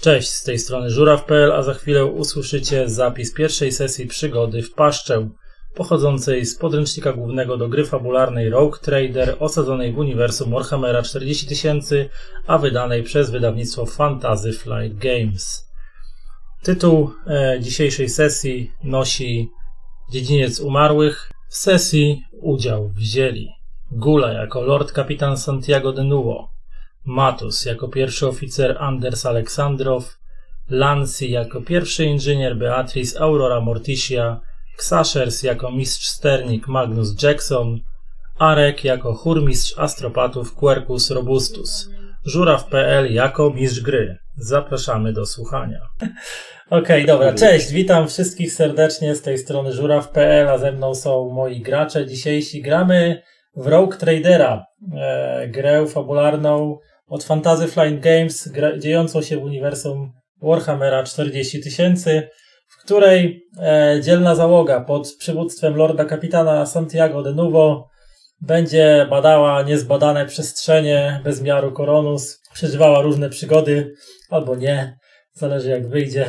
Cześć, z tej strony Żuraw.pl, a za chwilę usłyszycie zapis pierwszej sesji przygody w Paszczę, pochodzącej z podręcznika głównego do gry fabularnej Rogue Trader, osadzonej w uniwersum Warhammera 40 000, a wydanej przez wydawnictwo Fantasy Flight Games. Tytuł dzisiejszej sesji nosi Dziedziniec Umarłych. W sesji udział wzięli Gula jako Lord Kapitan Santiago de Nuo, Matus jako pierwszy oficer Anders Aleksandrow, Lancy jako pierwszy inżynier Beatrice Aurora Morticia, Xashers jako mistrz sternik Magnus Jackson, Arek jako chórmistrz astropatów Quercus Robustus, Żuraw.pl jako mistrz gry. Zapraszamy do słuchania. Okej, dobra, cześć, witam wszystkich serdecznie z tej strony Żuraw.pl, a ze mną są moi gracze dzisiejsi. Gramy w Rogue Tradera, grę fabularną od Fantasy Flight Games, dziejącą się w uniwersum Warhammera 40 000, w której dzielna załoga pod przywództwem Lorda Kapitana Santiago de Nuo będzie badała niezbadane przestrzenie bezmiaru Koronus, przeżywała różne przygody, albo nie, zależy jak wyjdzie,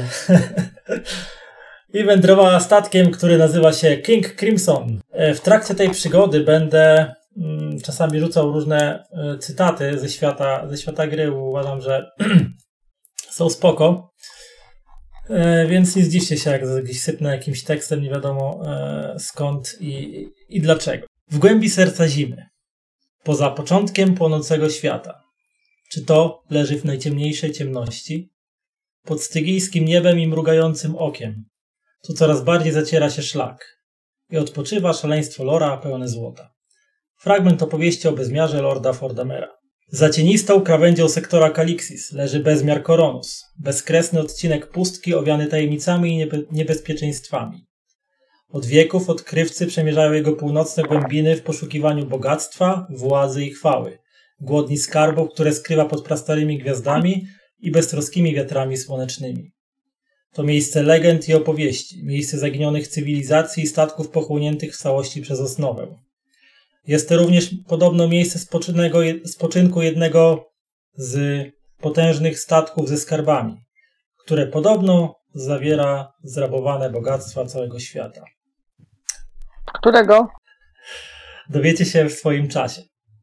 i wędrowała statkiem, który nazywa się King Crimson. W trakcie tej przygody będę czasami rzucał różne cytaty ze świata gry, bo uważam, że są spoko. Więc nie zdziwcie się, jak gdzieś sypnę jakimś tekstem, nie wiadomo skąd i dlaczego. W głębi serca zimy, poza początkiem płonącego świata, czy to leży w najciemniejszej ciemności? Pod stygijskim niebem i mrugającym okiem, tu coraz bardziej zaciera się szlak i odpoczywa szaleństwo lora pełne złota. Fragment opowieści o bezmiarze Lorda Fordamera. Za cienistą krawędzią sektora Kalixis leży bezmiar Koronus, bezkresny odcinek pustki owiany tajemnicami i niebezpieczeństwami. Od wieków odkrywcy przemierzają jego północne głębiny w poszukiwaniu bogactwa, władzy i chwały, głodni skarbów, które skrywa pod prastarymi gwiazdami i beztroskimi wiatrami słonecznymi. To miejsce legend i opowieści, miejsce zaginionych cywilizacji i statków pochłoniętych w całości przez osnowę. Jest to również podobno miejsce spoczynku jednego z potężnych statków ze skarbami, które podobno zawiera zrabowane bogactwa całego świata. Którego? Dowiecie się w swoim czasie.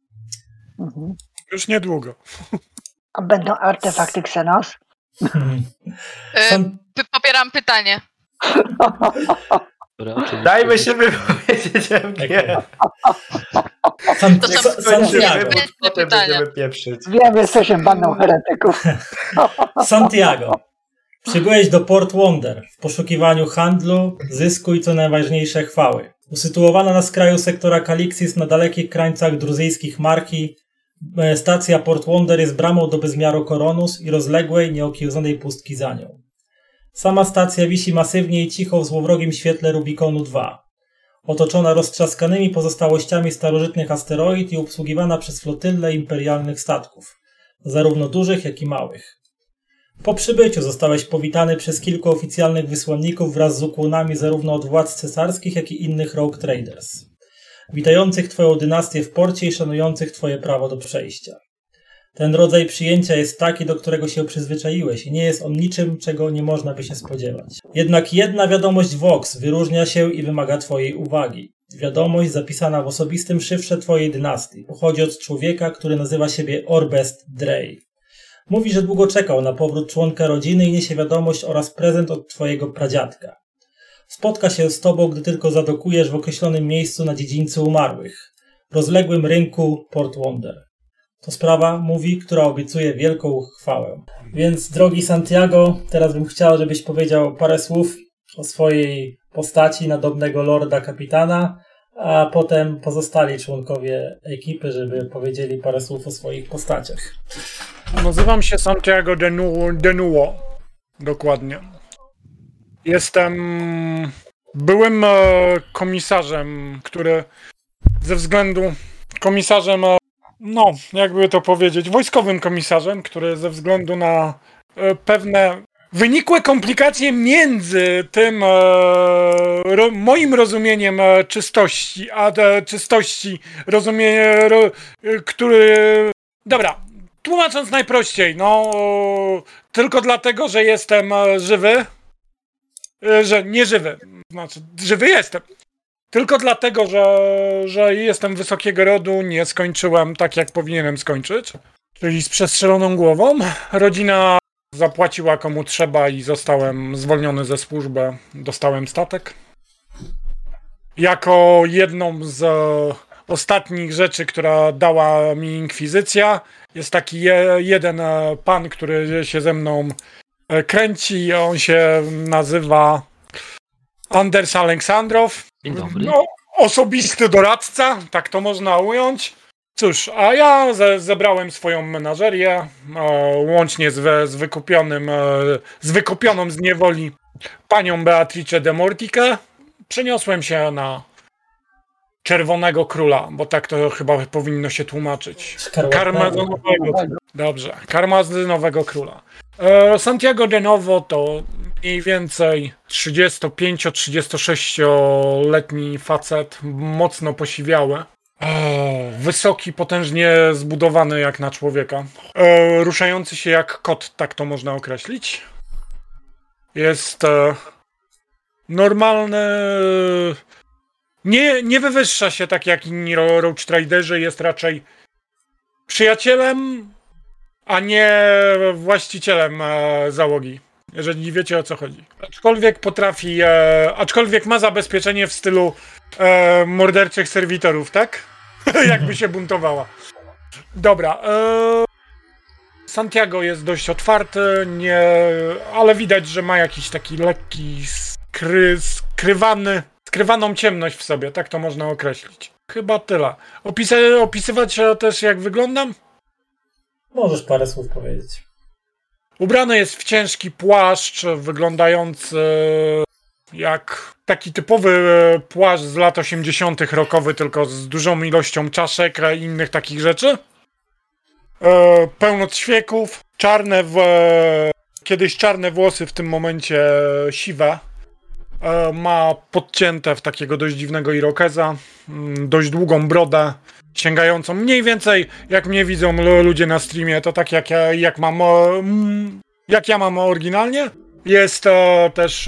Już niedługo. A będą artefakty Xenos? Popieram pytanie. Dajmy się wypowiedzieć, MG. To są Santiago. Potem pytania. będziemy pieprzyć. Wiem, jesteśmy bandą heretyków. Santiago. Przybyłeś do Port Wonder w poszukiwaniu handlu, zysku i co najważniejsze chwały. Usytuowana na skraju sektora Kalixis na dalekich krańcach druzyjskich Marki, stacja Port Wonder jest bramą do bezmiaru Koronus i rozległej, nieokiełzonej pustki za nią. Sama stacja wisi masywnie i cicho w złowrogim świetle Rubikonu 2. Otoczona roztrzaskanymi pozostałościami starożytnych asteroid i obsługiwana przez flotylę imperialnych statków, zarówno dużych, jak i małych. Po przybyciu zostałeś powitany przez kilku oficjalnych wysłanników wraz z ukłonami zarówno od władz cesarskich, jak i innych Rogue Traders, witających twoją dynastię w porcie i szanujących twoje prawo do przejścia. Ten rodzaj przyjęcia jest taki, do którego się przyzwyczaiłeś i nie jest on niczym, czego nie można by się spodziewać. Jednak jedna wiadomość Vox wyróżnia się i wymaga twojej uwagi. Wiadomość zapisana w osobistym szyfrze twojej dynastii. Pochodzi od człowieka, który nazywa siebie Orbest Drey. Mówi, że długo czekał na powrót członka rodziny i niesie wiadomość oraz prezent od twojego pradziadka. Spotka się z tobą, gdy tylko zadokujesz w określonym miejscu na dziedzińcu umarłych, rozległym rynku Port Wonder. To sprawa, mówi, która obiecuje wielką chwałę. Więc, drogi Santiago, teraz bym chciał, żebyś powiedział parę słów o swojej postaci nadobnego Lorda Kapitana, a potem pozostali członkowie ekipy, żeby powiedzieli parę słów o swoich postaciach. Nazywam się Santiago de Nuo. Dokładnie. Jestem byłym komisarzem, który ze względu... jakby to powiedzieć, wojskowym komisarzem, który ze względu na pewne wynikłe komplikacje między tym moim rozumieniem czystości, a czystości który... Dobra, Tłumacząc najprościej, no tylko dlatego, że jestem żywy, że nie żywy, znaczy żywy jestem. Tylko dlatego, że jestem wysokiego rodu, nie skończyłem tak, jak powinienem skończyć, czyli z przestrzeloną głową. Rodzina zapłaciła komu trzeba i zostałem zwolniony ze służby. Dostałem statek. Jako jedną z ostatnich rzeczy, która dała mi inkwizycja, jest taki jeden pan, który się ze mną kręci. On się nazywa Anders Aleksandrow. Dzień dobry. No, osobisty doradca, tak to można ująć. Cóż, a ja zebrałem swoją menażerię, łącznie z wykupioną z niewoli panią Beatrice de Mortice. Przeniosłem się na Czerwonego Króla, bo tak to chyba powinno się tłumaczyć. Dobrze, Karmazynowego Króla. Santiago de Novo to mniej więcej 35-36-letni facet, mocno posiwiały. Wysoki, potężnie zbudowany jak na człowieka. Ruszający się jak kot, tak to można określić. Jest normalny. Nie wywyższa się tak jak inni roach traderzy, jest raczej przyjacielem, a nie właścicielem załogi, jeżeli wiecie o co chodzi. Aczkolwiek ma zabezpieczenie w stylu morderczych serwitorów, tak? Jakby się buntowała. Dobra. Santiago jest dość otwarty, ale widać, że ma jakiś taki lekki, skrywaną ciemność w sobie, tak to można określić. Chyba tyle. Opisywać też jak wyglądam? Możesz parę słów powiedzieć. Ubrany jest w ciężki płaszcz, wyglądający jak taki typowy płaszcz z lat 80. rockowy, tylko z dużą ilością czaszek i innych takich rzeczy. Pełno ćwieków, kiedyś czarne włosy, w tym momencie siwe. Ma podcięte w takiego dość dziwnego irokeza, dość długą brodę, sięgającą mniej więcej, jak mnie widzą ludzie na streamie, to tak jak ja mam oryginalnie. Jest też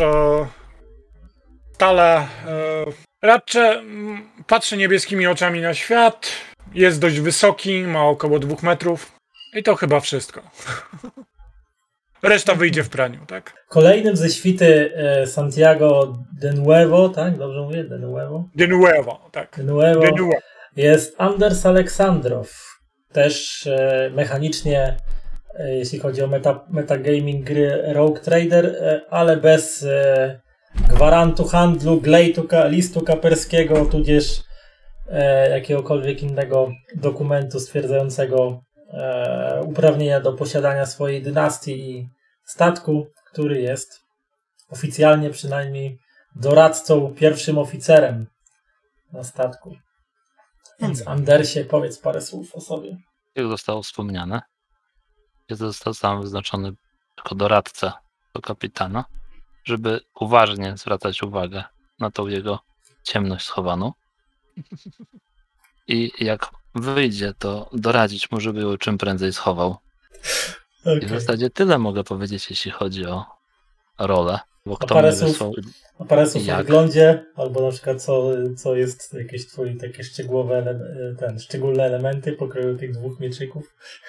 stale raczej patrzy niebieskimi oczami na świat, jest dość wysoki, ma około 2 metrów i to chyba wszystko. Reszta wyjdzie w praniu, tak? Kolejnym ze świty Santiago de Nuevo, tak? Dobrze mówię? De Nuevo? De Nuevo, tak. De Nuevo De Nuevo. jest Anders Aleksandrow. Też mechanicznie, jeśli chodzi o metagaming gry Rogue Trader, ale bez gwarantu handlu, listu kaperskiego, tudzież jakiegokolwiek innego dokumentu stwierdzającego uprawnienia do posiadania swojej dynastii i statku, który jest oficjalnie przynajmniej doradcą, pierwszym oficerem na statku. Więc Andersie, powiedz parę słów o sobie. Jak zostało wspomniane, został sam wyznaczony jako doradca do kapitana, żeby uważnie zwracać uwagę na tą jego ciemność schowaną. I jak wyjdzie, to doradzić mu, żeby ją czym prędzej schował. Okay. I w zasadzie tyle mogę powiedzieć, jeśli chodzi o rolę. Bo kto parę mnie słów wysłał o wyglądzie, albo na przykład co jest jakieś twoje takie szczególne elementy pokroju tych 2 mieczyków.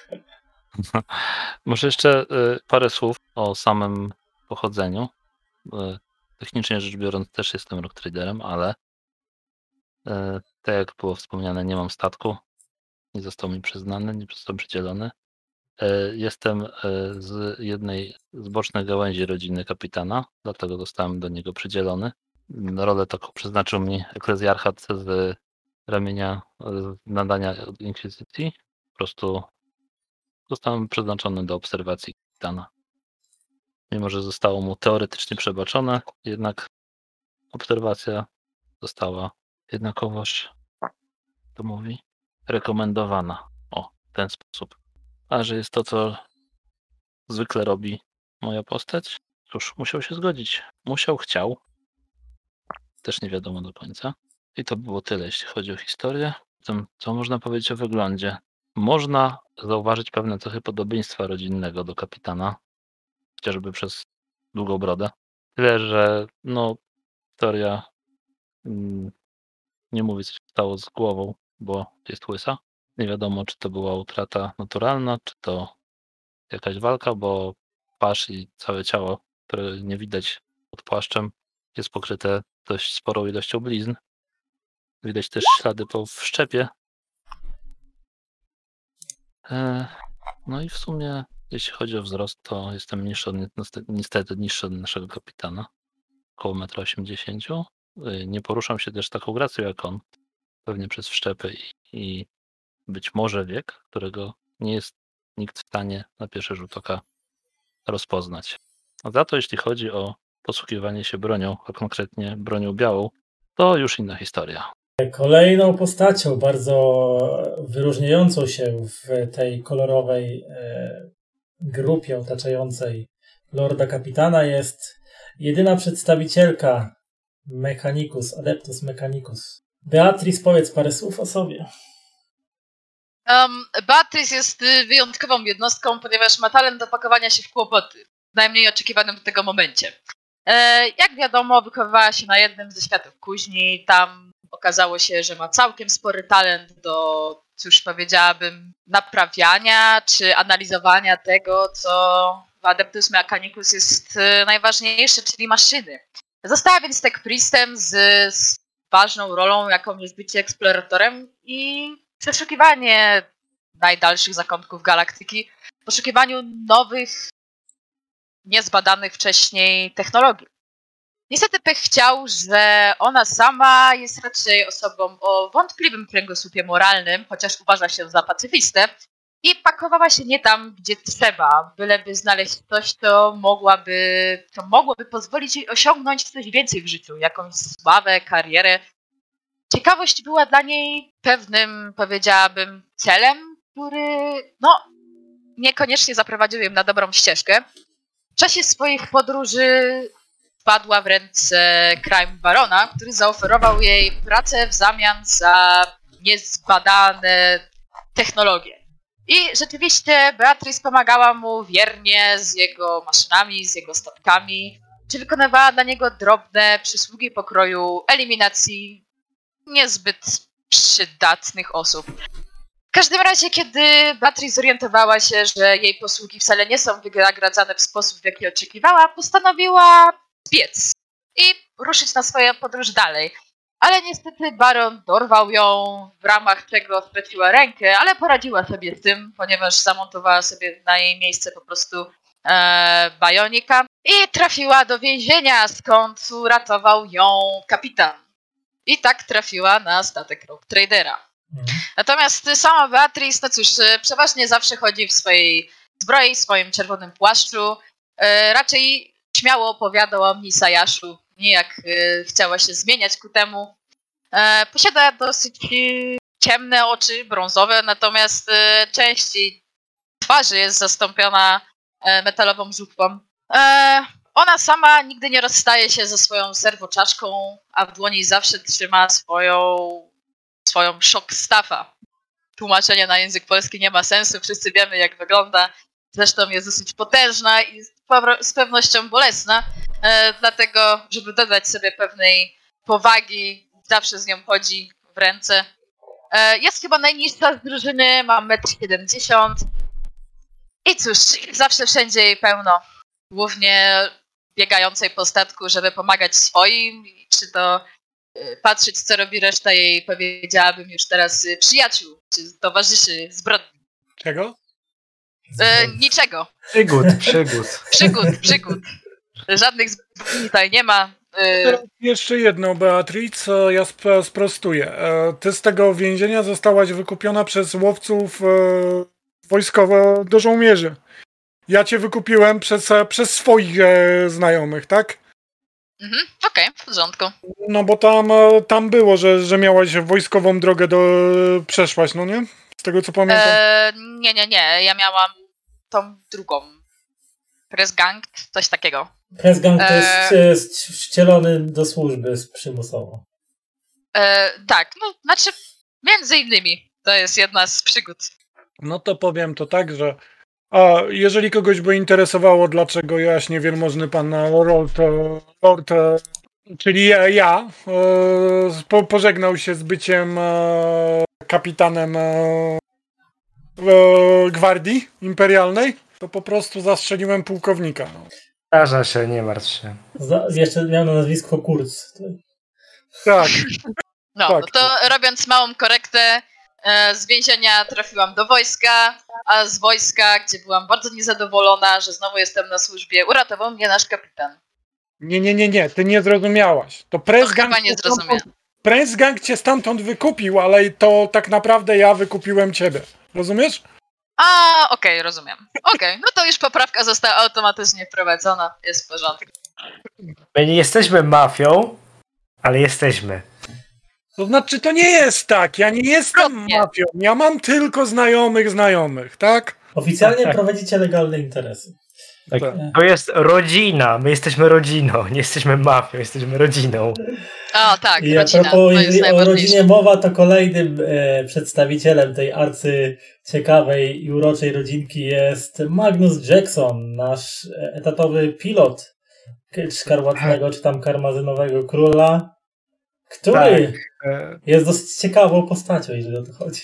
Może jeszcze parę słów o samym pochodzeniu. Technicznie rzecz biorąc też jestem rogue traderem, ale tak jak było wspomniane, nie mam statku. Nie został mi przyznany, nie został przydzielony. Jestem z jednej z bocznych gałęzi rodziny kapitana, dlatego zostałem do niego przydzielony. Rolę taką przeznaczył mi eklezjarchat z ramienia nadania inkwizycji. Po prostu zostałem przeznaczony do obserwacji kapitana. Mimo że zostało mu teoretycznie przebaczone, jednak obserwacja została jednakowoż, to mówi, rekomendowana. O, w ten sposób. A że jest to, co zwykle robi moja postać, cóż, musiał się zgodzić. Chciał. Też nie wiadomo do końca. I to było tyle, jeśli chodzi o historię. Zatem, co można powiedzieć o wyglądzie? można zauważyć pewne cechy podobieństwa rodzinnego do kapitana, chociażby przez długą brodę. Tyle, że no, historia nie mówi, co się stało z głową, bo jest łysa. Nie wiadomo, czy to była utrata naturalna, czy to jakaś walka, bo twarz i całe ciało, które nie widać pod płaszczem, jest pokryte dość sporą ilością blizn. Widać też ślady po wszczepie. No i w sumie, jeśli chodzi o wzrost, to jestem niestety niższy od naszego kapitana. Około 1,80 m. Nie poruszam się też taką gracją jak on. Pewnie przez wszczepy i być może wiek, którego nie jest nikt w stanie na pierwszy rzut oka rozpoznać. A za to, jeśli chodzi o posługiwanie się bronią, a konkretnie bronią białą, to już inna historia. Kolejną postacią bardzo wyróżniającą się w tej kolorowej grupie otaczającej Lorda Kapitana jest jedyna przedstawicielka Mechanicus, Adeptus Mechanicus. Beatrice, powiedz parę słów o sobie. Beatrice jest wyjątkową jednostką, ponieważ ma talent do pakowania się w kłopoty, w najmniej oczekiwanym do tego momencie. Jak wiadomo, wychowywała się na jednym ze światów kuźni, tam okazało się, że ma całkiem spory talent do, cóż powiedziałabym, naprawiania czy analizowania tego, co w Adeptus Mechanicus jest najważniejsze, czyli maszyny. Została więc tech priestem z ważną rolą, jaką jest bycie eksploratorem i przeszukiwanie najdalszych zakątków galaktyki, poszukiwaniu nowych, niezbadanych wcześniej technologii. Niestety pech chciał, że ona sama jest raczej osobą o wątpliwym kręgosłupie moralnym, chociaż uważa się za pacyfistę, i pakowała się nie tam, gdzie trzeba, byleby znaleźć coś, co mogłoby pozwolić jej osiągnąć coś więcej w życiu, jakąś sławę, karierę. Ciekawość była dla niej pewnym, powiedziałabym, celem, który niekoniecznie zaprowadził ją na dobrą ścieżkę. W czasie swoich podróży wpadła w ręce Crime Barona, który zaoferował jej pracę w zamian za niezbadane technologie. I rzeczywiście Beatrice pomagała mu wiernie z jego maszynami, z jego statkami, czy wykonywała dla niego drobne przysługi pokroju eliminacji niezbyt przydatnych osób. W każdym razie, kiedy Beatrice zorientowała się, że jej posługi wcale nie są wynagradzane w sposób, w jaki oczekiwała, postanowiła zbiec i ruszyć na swoją podróż dalej. Ale niestety Baron dorwał ją, w ramach czego straciła rękę, ale poradziła sobie z tym, ponieważ zamontowała sobie na jej miejsce po prostu bajonika i trafiła do więzienia, skąd uratował ją kapitan. I tak trafiła na statek Rogue Tradera. Natomiast sama Beatrice, no cóż, przeważnie zawsze chodzi w swojej zbroi, w swoim czerwonym płaszczu. Raczej śmiało opowiadał o Mnisayaszu, nijak chciała się zmieniać ku temu. Posiada dosyć ciemne oczy, brązowe, natomiast część jej twarzy jest zastąpiona metalową żółtką. Ona sama nigdy nie rozstaje się ze swoją serwoczaszką, a w dłoni zawsze trzyma swoją shock staffa. Tłumaczenie na język polski nie ma sensu, wszyscy wiemy jak wygląda. Zresztą jest dosyć potężna i z pewnością bolesna, dlatego, żeby dodać sobie pewnej powagi, zawsze z nią chodzi w ręce. Jest chyba najniższa z drużyny, ma 1,70 m. I cóż, zawsze wszędzie jej pełno. Głównie biegającej po statku, żeby pomagać swoim, czy to patrzeć, co robi reszta jej, powiedziałabym już teraz, przyjaciół, czy towarzyszy zbrodni. Czego? Niczego. Przygód. Żadnych zbrodni tutaj nie ma. Jeszcze jedno, Beatrice, ja sprostuję. Ty z tego więzienia zostałaś wykupiona przez łowców wojskowo do żołnierzy. Ja cię wykupiłem przez swoich znajomych, tak? Okej, w porządku. No bo tam było, że miałaś wojskową drogę przeszłaś, no nie? Z tego co pamiętam. Nie, ja miałam tą drugą. Pressgang, coś takiego. Pressgang to jest wcielony do służby przymusowo. Tak, no znaczy między innymi to jest jedna z przygód. No to powiem to tak, że jeżeli kogoś by interesowało, dlaczego jaśnie wielmożny pan Lord, czyli ja, pożegnał się z byciem kapitanem gwardii imperialnej, to po prostu zastrzeliłem pułkownika. No. Zdarza się, nie martw się. Jeszcze miał na nazwisko Kurz. Tak. No, Tak. no to robiąc małą korektę, z więzienia trafiłam do wojska, a z wojska, gdzie byłam bardzo niezadowolona, że znowu jestem na służbie, uratował mnie nasz kapitan. Nie, ty nie zrozumiałaś. To chyba nie zrozumiałem. Pressgang cię stamtąd wykupił, ale to tak naprawdę ja wykupiłem ciebie. Rozumiesz? Okej, rozumiem. Okej, no to już poprawka została automatycznie wprowadzona, jest w porządku. My nie jesteśmy mafią, ale jesteśmy. To znaczy, to nie jest tak. Ja nie jestem Dokładnie. mafią. Ja mam tylko znajomych, tak? Oficjalnie Tak. prowadzicie legalne interesy. Tak. Tak. To jest rodzina. My jesteśmy rodziną. Nie jesteśmy mafią, jesteśmy rodziną. O tak, I a rodzina, propos, to jest jeżeli o najważniejsze. rodzinie mowa, to kolejnym przedstawicielem tej arcyciekawej i uroczej rodzinki jest Magnus Jackson, nasz etatowy pilot szkarłatnego czy tam karmazynowego króla, który jest dosyć ciekawą postacią, jeżeli o to chodzi.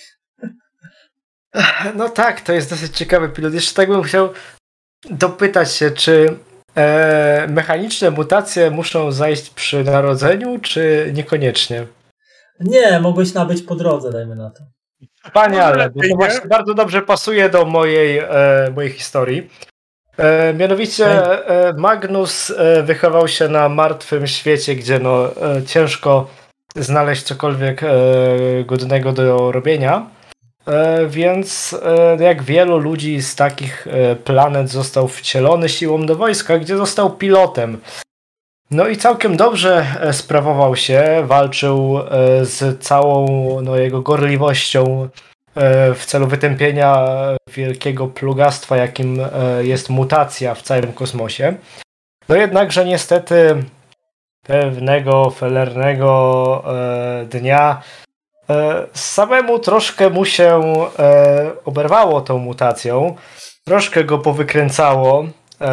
No tak, to jest dosyć ciekawy pilot. Jeszcze tak bym chciał dopytać się, czy mechaniczne mutacje muszą zajść przy narodzeniu, czy niekoniecznie? Nie, mogłeś nabyć po drodze, dajmy na to. Wspaniale, bo to nie? właśnie bardzo dobrze pasuje do mojej historii. Mianowicie Magnus wychował się na martwym świecie, gdzie ciężko znaleźć cokolwiek godnego do robienia. Więc jak wielu ludzi z takich planet został wcielony siłą do wojska, gdzie został pilotem. No i całkiem dobrze sprawował się, walczył z całą jego gorliwością w celu wytępienia wielkiego plugastwa, jakim jest mutacja w całym kosmosie. No jednakże niestety pewnego felernego dnia samemu troszkę mu się oberwało tą mutacją, troszkę go powykręcało,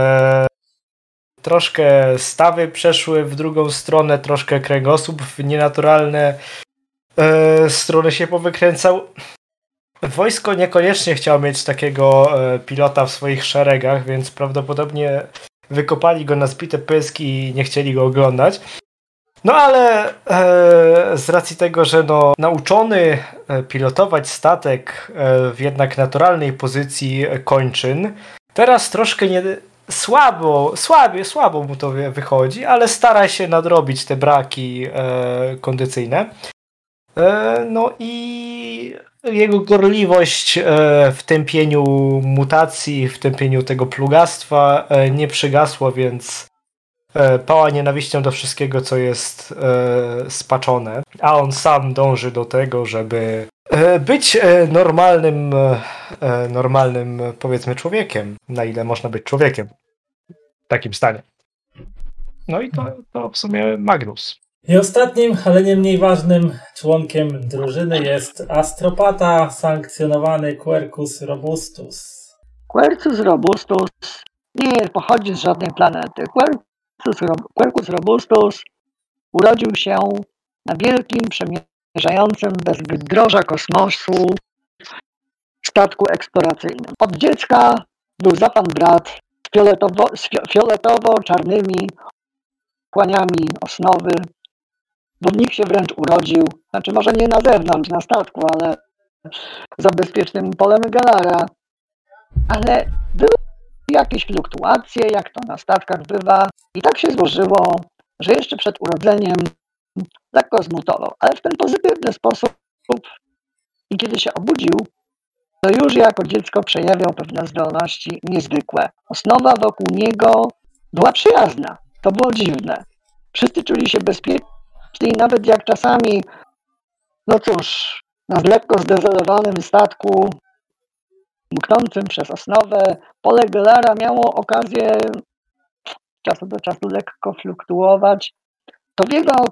troszkę stawy przeszły w drugą stronę, troszkę kręgosłup w nienaturalne strony się powykręcał. Wojsko niekoniecznie chciało mieć takiego pilota w swoich szeregach, więc prawdopodobnie wykopali go na zbite pyski i nie chcieli go oglądać. No ale z racji tego, że nauczony pilotować statek w jednak naturalnej pozycji kończyn, teraz troszkę słabo mu to wychodzi, ale stara się nadrobić te braki kondycyjne. No i jego gorliwość w tępieniu mutacji, w tępieniu tego plugastwa nie przygasło, więc pała nienawiścią do wszystkiego, co jest spaczone. A on sam dąży do tego, żeby być normalnym, powiedzmy, człowiekiem. Na ile można być człowiekiem w takim stanie. No i to w sumie Magnus. I ostatnim, ale nie mniej ważnym członkiem drużyny jest astropata sankcjonowany Quercus Robustus. Quercus Robustus nie pochodzi z żadnej planety. Quercus Robustus urodził się na wielkim, przemierzającym bez wydroża kosmosu statku eksploracyjnym. Od dziecka był za pan brat z fioletowo-czarnymi kłaniami osnowy, bo w nich się wręcz urodził. Znaczy może nie na zewnątrz, na statku, ale za bezpiecznym polem Galara. Ale były jakieś fluktuacje, jak to na statkach bywa. I tak się złożyło, że jeszcze przed urodzeniem lekko zmutował, ale w ten pozytywny sposób. I kiedy się obudził, to już jako dziecko przejawiał pewne zdolności niezwykłe. Osnowa wokół niego była przyjazna. To było dziwne. Wszyscy czuli się bezpiecznie i nawet jak czasami, no cóż, na lekko zdezelowanym statku mknącym przez osnowę pole Galara miało okazję z czasu do czasu lekko fluktuować, to w jego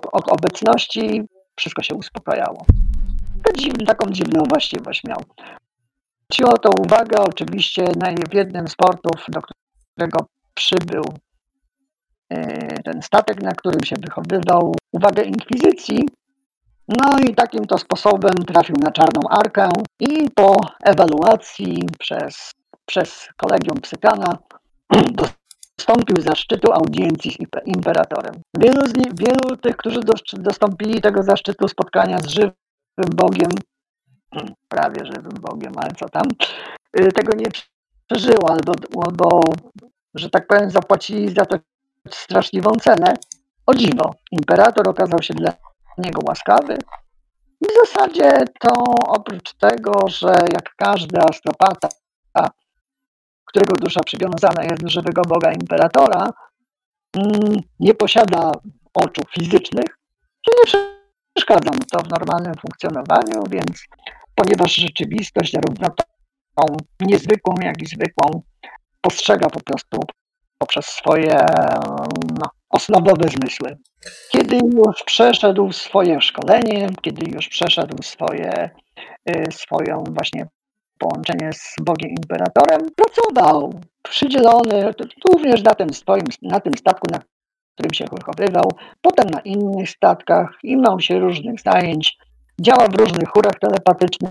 obecności wszystko się uspokajało. Taką dziwną właściwość miał. zwróciło to uwagę oczywiście w jednym z portów, do którego przybył ten statek, na którym się wychowywał, uwagę inkwizycji. No i takim to sposobem trafił na Czarną Arkę i po ewaluacji przez kolegium Psykana dostąpił zaszczytu audiencji z imperatorem. Wielu tych, którzy dostąpili tego zaszczytu spotkania z żywym Bogiem, prawie żywym Bogiem, ale co tam, tego nie przeżyło, bo że tak powiem, zapłacili za to straszliwą cenę. O dziwo, imperator okazał się dla niego łaskawy i w zasadzie to oprócz tego, że jak każdy astropata, którego dusza przywiązana jest do żywego Boga imperatora, nie posiada oczu fizycznych, to nie przeszkadza mu to w normalnym funkcjonowaniu, więc ponieważ rzeczywistość zarówno tą niezwykłą, jak i zwykłą postrzega po prostu poprzez swoje osnowowe zmysły. Kiedy już przeszedł swoje szkolenie, kiedy już przeszedł swoją właśnie połączenie z Bogiem Imperatorem, pracował przydzielony również na tym statku, na którym się wychowywał, potem na innych statkach, imał się różnych zajęć, działa w różnych chórach telepatycznych,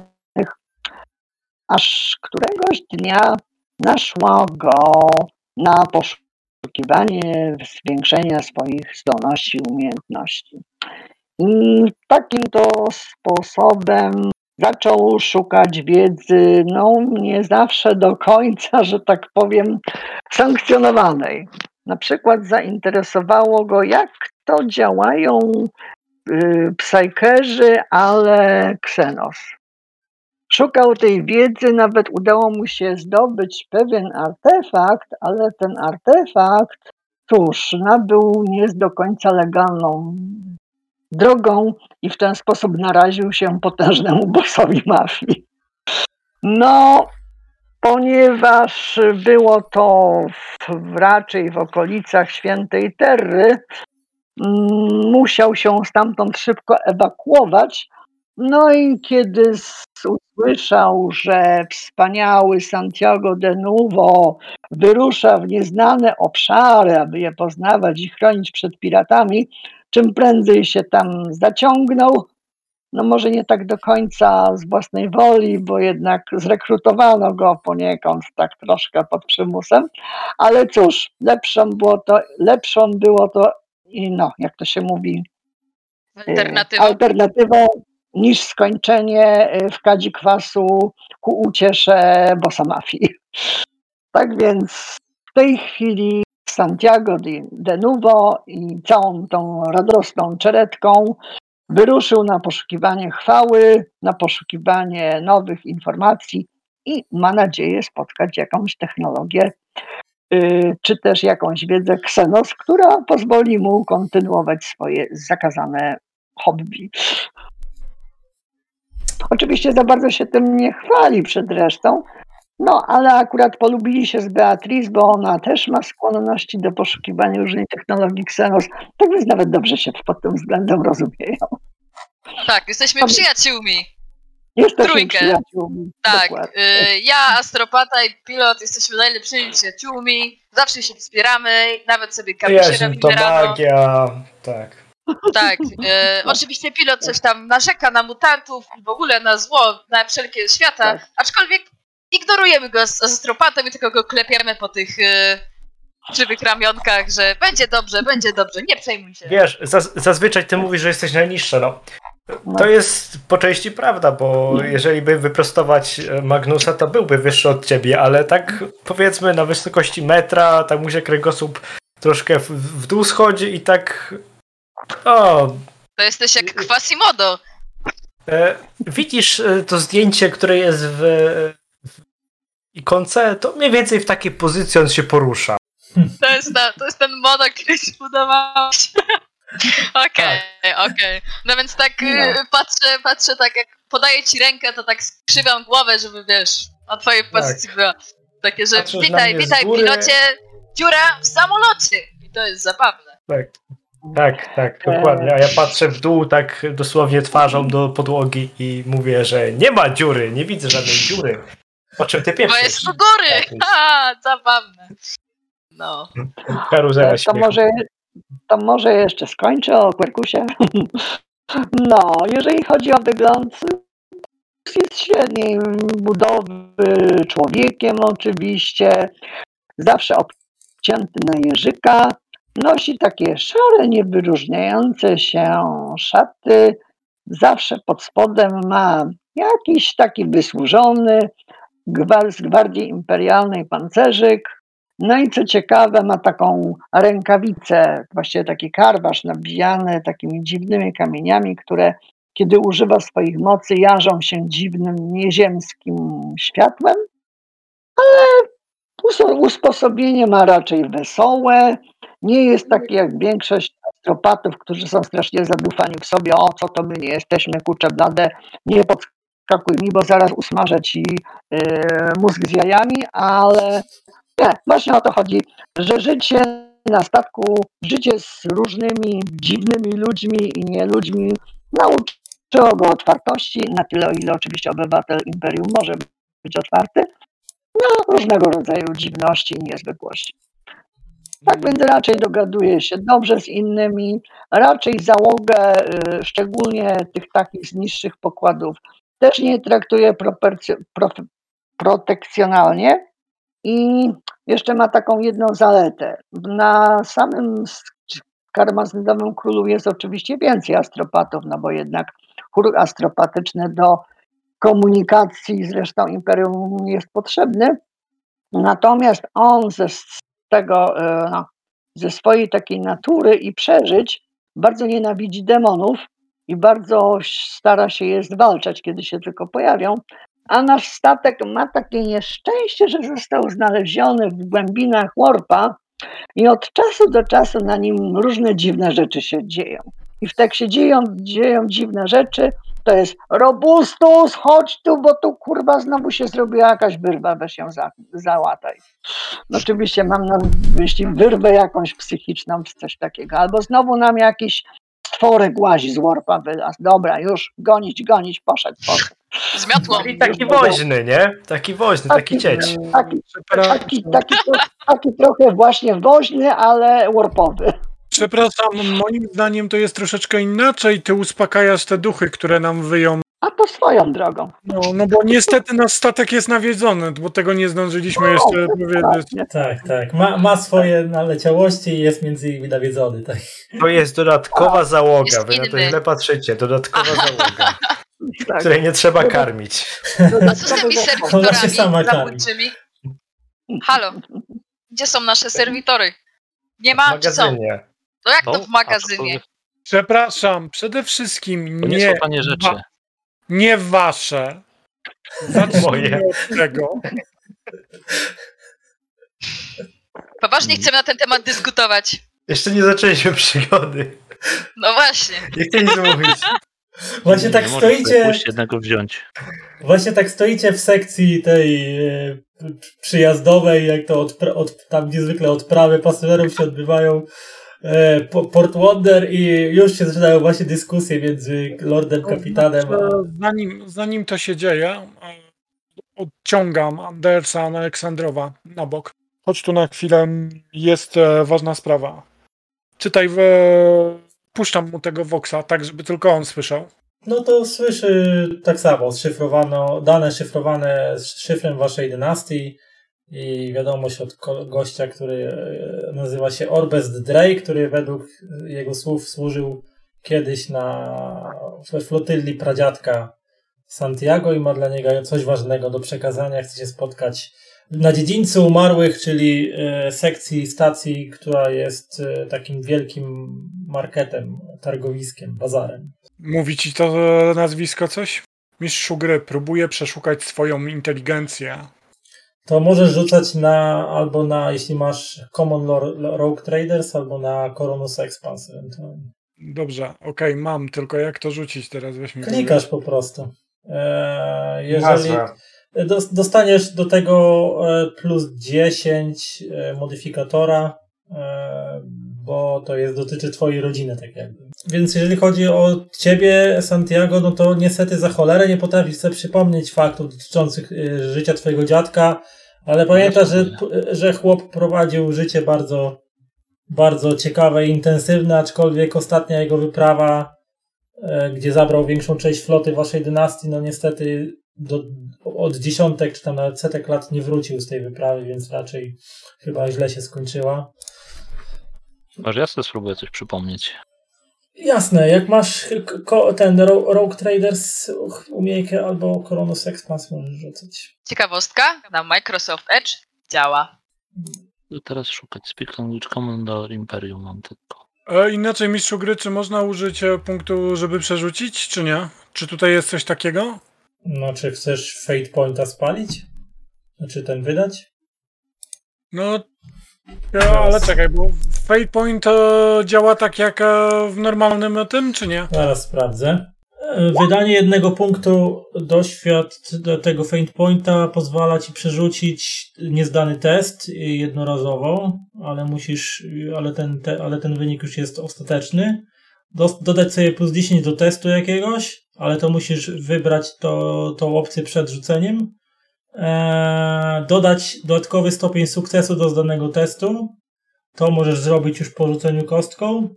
aż któregoś dnia naszło go na poszukiwanie zwiększenia swoich zdolności i umiejętności. I takim to sposobem zaczął szukać wiedzy, nie zawsze do końca, że tak powiem, sankcjonowanej. Na przykład zainteresowało go, jak to działają psykerzy, ale Xenos. Szukał tej wiedzy, nawet udało mu się zdobyć pewien artefakt, ale ten artefakt, nabył nie do końca legalną drogą i w ten sposób naraził się potężnemu bossowi mafii. Ponieważ było to raczej w okolicach Świętej Terry, musiał się stamtąd szybko ewakuować. I kiedy usłyszał, że wspaniały Santiago de Nuevo wyrusza w nieznane obszary, aby je poznawać i chronić przed piratami, czym prędzej się tam zaciągnął, może nie tak do końca z własnej woli, bo jednak zrekrutowano go poniekąd tak troszkę pod przymusem, ale cóż, lepszą było to jak to się mówi, alternatywą niż skończenie w kadzi kwasu ku uciesze bossa mafii. Tak więc w tej chwili Santiago de Nuevo i całą tą radosną czeretką wyruszył na poszukiwanie chwały, na poszukiwanie nowych informacji i ma nadzieję spotkać jakąś technologię, czy też jakąś wiedzę Xenos, która pozwoli mu kontynuować swoje zakazane hobby. Oczywiście za bardzo się tym nie chwali przed resztą, ale akurat polubili się z Beatrice, bo ona też ma skłonności do poszukiwania różnej technologii Xenos, tak więc nawet dobrze się pod tym względem rozumieją. Tak, jesteśmy przyjaciółmi. Jesteśmy Trójkę. przyjaciółmi. Tak, Dokładnie. ja, astropata i pilot jesteśmy najlepszymi przyjaciółmi, zawsze się wspieramy, nawet sobie kawy się robimy to rano. magia, tak. Tak, oczywiście pilot coś tam narzeka na mutantów i w ogóle na zło, na wszelkie świata, Tak. aczkolwiek ignorujemy go z astropatem i tylko go klepiemy po tych żywych ramionkach, że będzie dobrze, nie przejmuj się. Wiesz, zazwyczaj ty mówisz, że jesteś najniższa, To jest po części prawda, bo jeżeli by wyprostować Magnusa, to byłby wyższy od ciebie, ale tak powiedzmy na wysokości metra, tak mu się kręgosłup troszkę w dół schodzi i tak... To jesteś jak Quasimodo. Widzisz to zdjęcie, które jest w ikonce? To mniej więcej w takiej pozycji on się porusza. To jest ten modo, który się podobał. Okej. No więc tak patrzę tak jak podaję ci rękę, to tak skrzywiam głowę, żeby na twojej pozycji była. Takie, że Patrzysz na mnie witaj z góry. pilocie, dziura w samolocie. I to jest zabawne. Tak, dokładnie. A ja patrzę w dół tak dosłownie twarzą do podłogi i mówię, że nie ma dziury, nie widzę żadnej dziury. O czym ty Bo pierwszy? jest do góry! Jakieś. Ha, zabawne. No. Karuzela To śmiechu. może jeszcze skończę o Quercusie. No, jeżeli chodzi o wygląd, jest średniej budowy, człowiekiem oczywiście, zawsze obcięty na jeżyka, nosi takie szare, niewyróżniające się szaty, zawsze pod spodem ma jakiś taki wysłużony z Gwardii Imperialnej pancerzyk. No i co ciekawe, ma taką rękawicę, właściwie taki karwasz nabijany takimi dziwnymi kamieniami, które kiedy używa swoich mocy, jarzą się dziwnym, nieziemskim światłem, ale usposobienie ma raczej wesołe, nie jest taki jak większość astropatów, którzy są strasznie zadufani w sobie, o co to my nie jesteśmy, kurczę blade, nie podskakuj mi, bo zaraz usmażę ci mózg z jajami, ale nie, właśnie o to chodzi, że życie na statku, życie z różnymi dziwnymi ludźmi i nie ludźmi nauczyło go otwartości, na tyle o ile oczywiście obywatel Imperium może być otwarty, na różnego rodzaju dziwności i niezwykłości. Tak więc raczej dogaduje się dobrze z innymi, raczej załogę, szczególnie tych takich z niższych pokładów, też nie traktuje protekcjonalnie i jeszcze ma taką jedną zaletę. Na samym karmazynowym królu jest oczywiście więcej astropatów, no bo jednak chór astropatyczny do komunikacji z resztą imperium jest potrzebny. Natomiast on ze swojej takiej natury i przeżyć bardzo nienawidzi demonów i bardzo stara się je zwalczać, kiedy się tylko pojawią. A nasz statek ma takie nieszczęście, że został znaleziony w głębinach warpa i od czasu do czasu na nim różne dziwne rzeczy się dzieją. I w tak się dzieją dziwne rzeczy, to jest Robustus, chodź tu, bo tu kurwa znowu się zrobiła jakaś wyrwa, weź ją załataj. No, oczywiście mam na myśli wyrwę jakąś psychiczną, czy coś takiego, albo znowu nam jakiś stworek łazi z warpa wylazł. Dobra, już gonić, poszedł. Z miotłą. I taki woźny, nie? Taki woźny, taki cieć. Taki trochę właśnie woźny, ale warpowy. Przepraszam, moim zdaniem to jest troszeczkę inaczej. Ty uspokajasz te duchy, które nam wyją. A to swoją drogą. No bo niestety nasz statek jest nawiedzony, bo tego nie zdążyliśmy jeszcze powiedzieć. Tak. Ma swoje naleciałości i jest między innymi nawiedzony. Tak. To jest dodatkowa załoga, Jest wy na to inny. źle patrzycie. Dodatkowa załoga, której nie trzeba karmić. A co z tymi Ona się sama serwitorami karmi. zabójczymi? Halo, gdzie są nasze serwitory? Nie W ma, czy są? magazynie. No jak to Są? w magazynie? Aczkolwiek Przepraszam, przede wszystkim To nie są tanie rzeczy. nie wasze. Zacznijmy Moje. od tego. Poważnie chcemy na ten temat dyskutować. Jeszcze nie zaczęliśmy przygody. No właśnie. Nie chcę nic mówić. Właśnie tak nie możesz sobie stoicie. pójść jednego wziąć. Właśnie tak stoicie w sekcji tej przyjazdowej, jak to tam niezwykle odprawy pasażerów się odbywają. Port Wonder i już się zaczynają właśnie dyskusje między Lordem Kapitanem Zanim to się dzieje, odciągam Andersa Aleksandrowa na bok. Chodź tu na chwilę, jest ważna sprawa. Czytaj, puszczam mu tego Voxa, tak żeby tylko on słyszał. No to słyszy tak samo, dane szyfrowane z szyfrem waszej dynastii i wiadomość od gościa, który nazywa się Orbest Drake, który według jego słów służył kiedyś we flotyli pradziadka Santiago i ma dla niego coś ważnego do przekazania. Chce się spotkać na dziedzińcu umarłych, czyli sekcji stacji, która jest takim wielkim marketem, targowiskiem, bazarem. Mówi ci to nazwisko coś? Mistrzu gry, próbuje przeszukać swoją inteligencję. To możesz rzucać albo na, jeśli masz Common Rogue Traders, albo na Coronus Expanse ewentualnie. Dobrze, okej, mam, tylko jak to rzucić teraz? Weź mi Klikasz po prostu. Jeżeli Nazwa. dostaniesz do tego plus 10 modyfikatora, bo to dotyczy twojej rodziny, tak jakby. Więc jeżeli chodzi o ciebie, Santiago, no to niestety za cholerę nie potrafisz sobie przypomnieć faktów dotyczących życia twojego dziadka, ale pamiętasz, że chłop prowadził życie bardzo, bardzo ciekawe i intensywne, aczkolwiek ostatnia jego wyprawa, gdzie zabrał większą część floty waszej dynastii, no niestety od dziesiątek czy tam nawet setek lat nie wrócił z tej wyprawy, więc raczej chyba źle się skończyła. Może ja sobie spróbuję coś przypomnieć. Jasne, jak masz ten Rogue Traders umiejętność albo Koronus Expanse możesz rzucać. Ciekawostka, na Microsoft Edge działa. Teraz szukać Speak Language Commander Imperium mam tylko. Inaczej, mistrzu gry, czy można użyć punktu, żeby przerzucić, czy nie? Czy tutaj jest coś takiego? No, czy chcesz Fate Pointa spalić? Znaczy ten wydać? No, ale czekaj, bo Fate Point działa tak jak w normalnym tym, czy nie? Zaraz sprawdzę. Wydanie jednego punktu do tego Fate Pointa pozwala ci przerzucić niezdany test jednorazowo, ale ten wynik już jest ostateczny. Dodać sobie plus 10 do testu jakiegoś, ale to musisz wybrać tą opcję przed rzuceniem. Dodać dodatkowy stopień sukcesu do zdanego testu. To możesz zrobić już po rzuceniu kostką.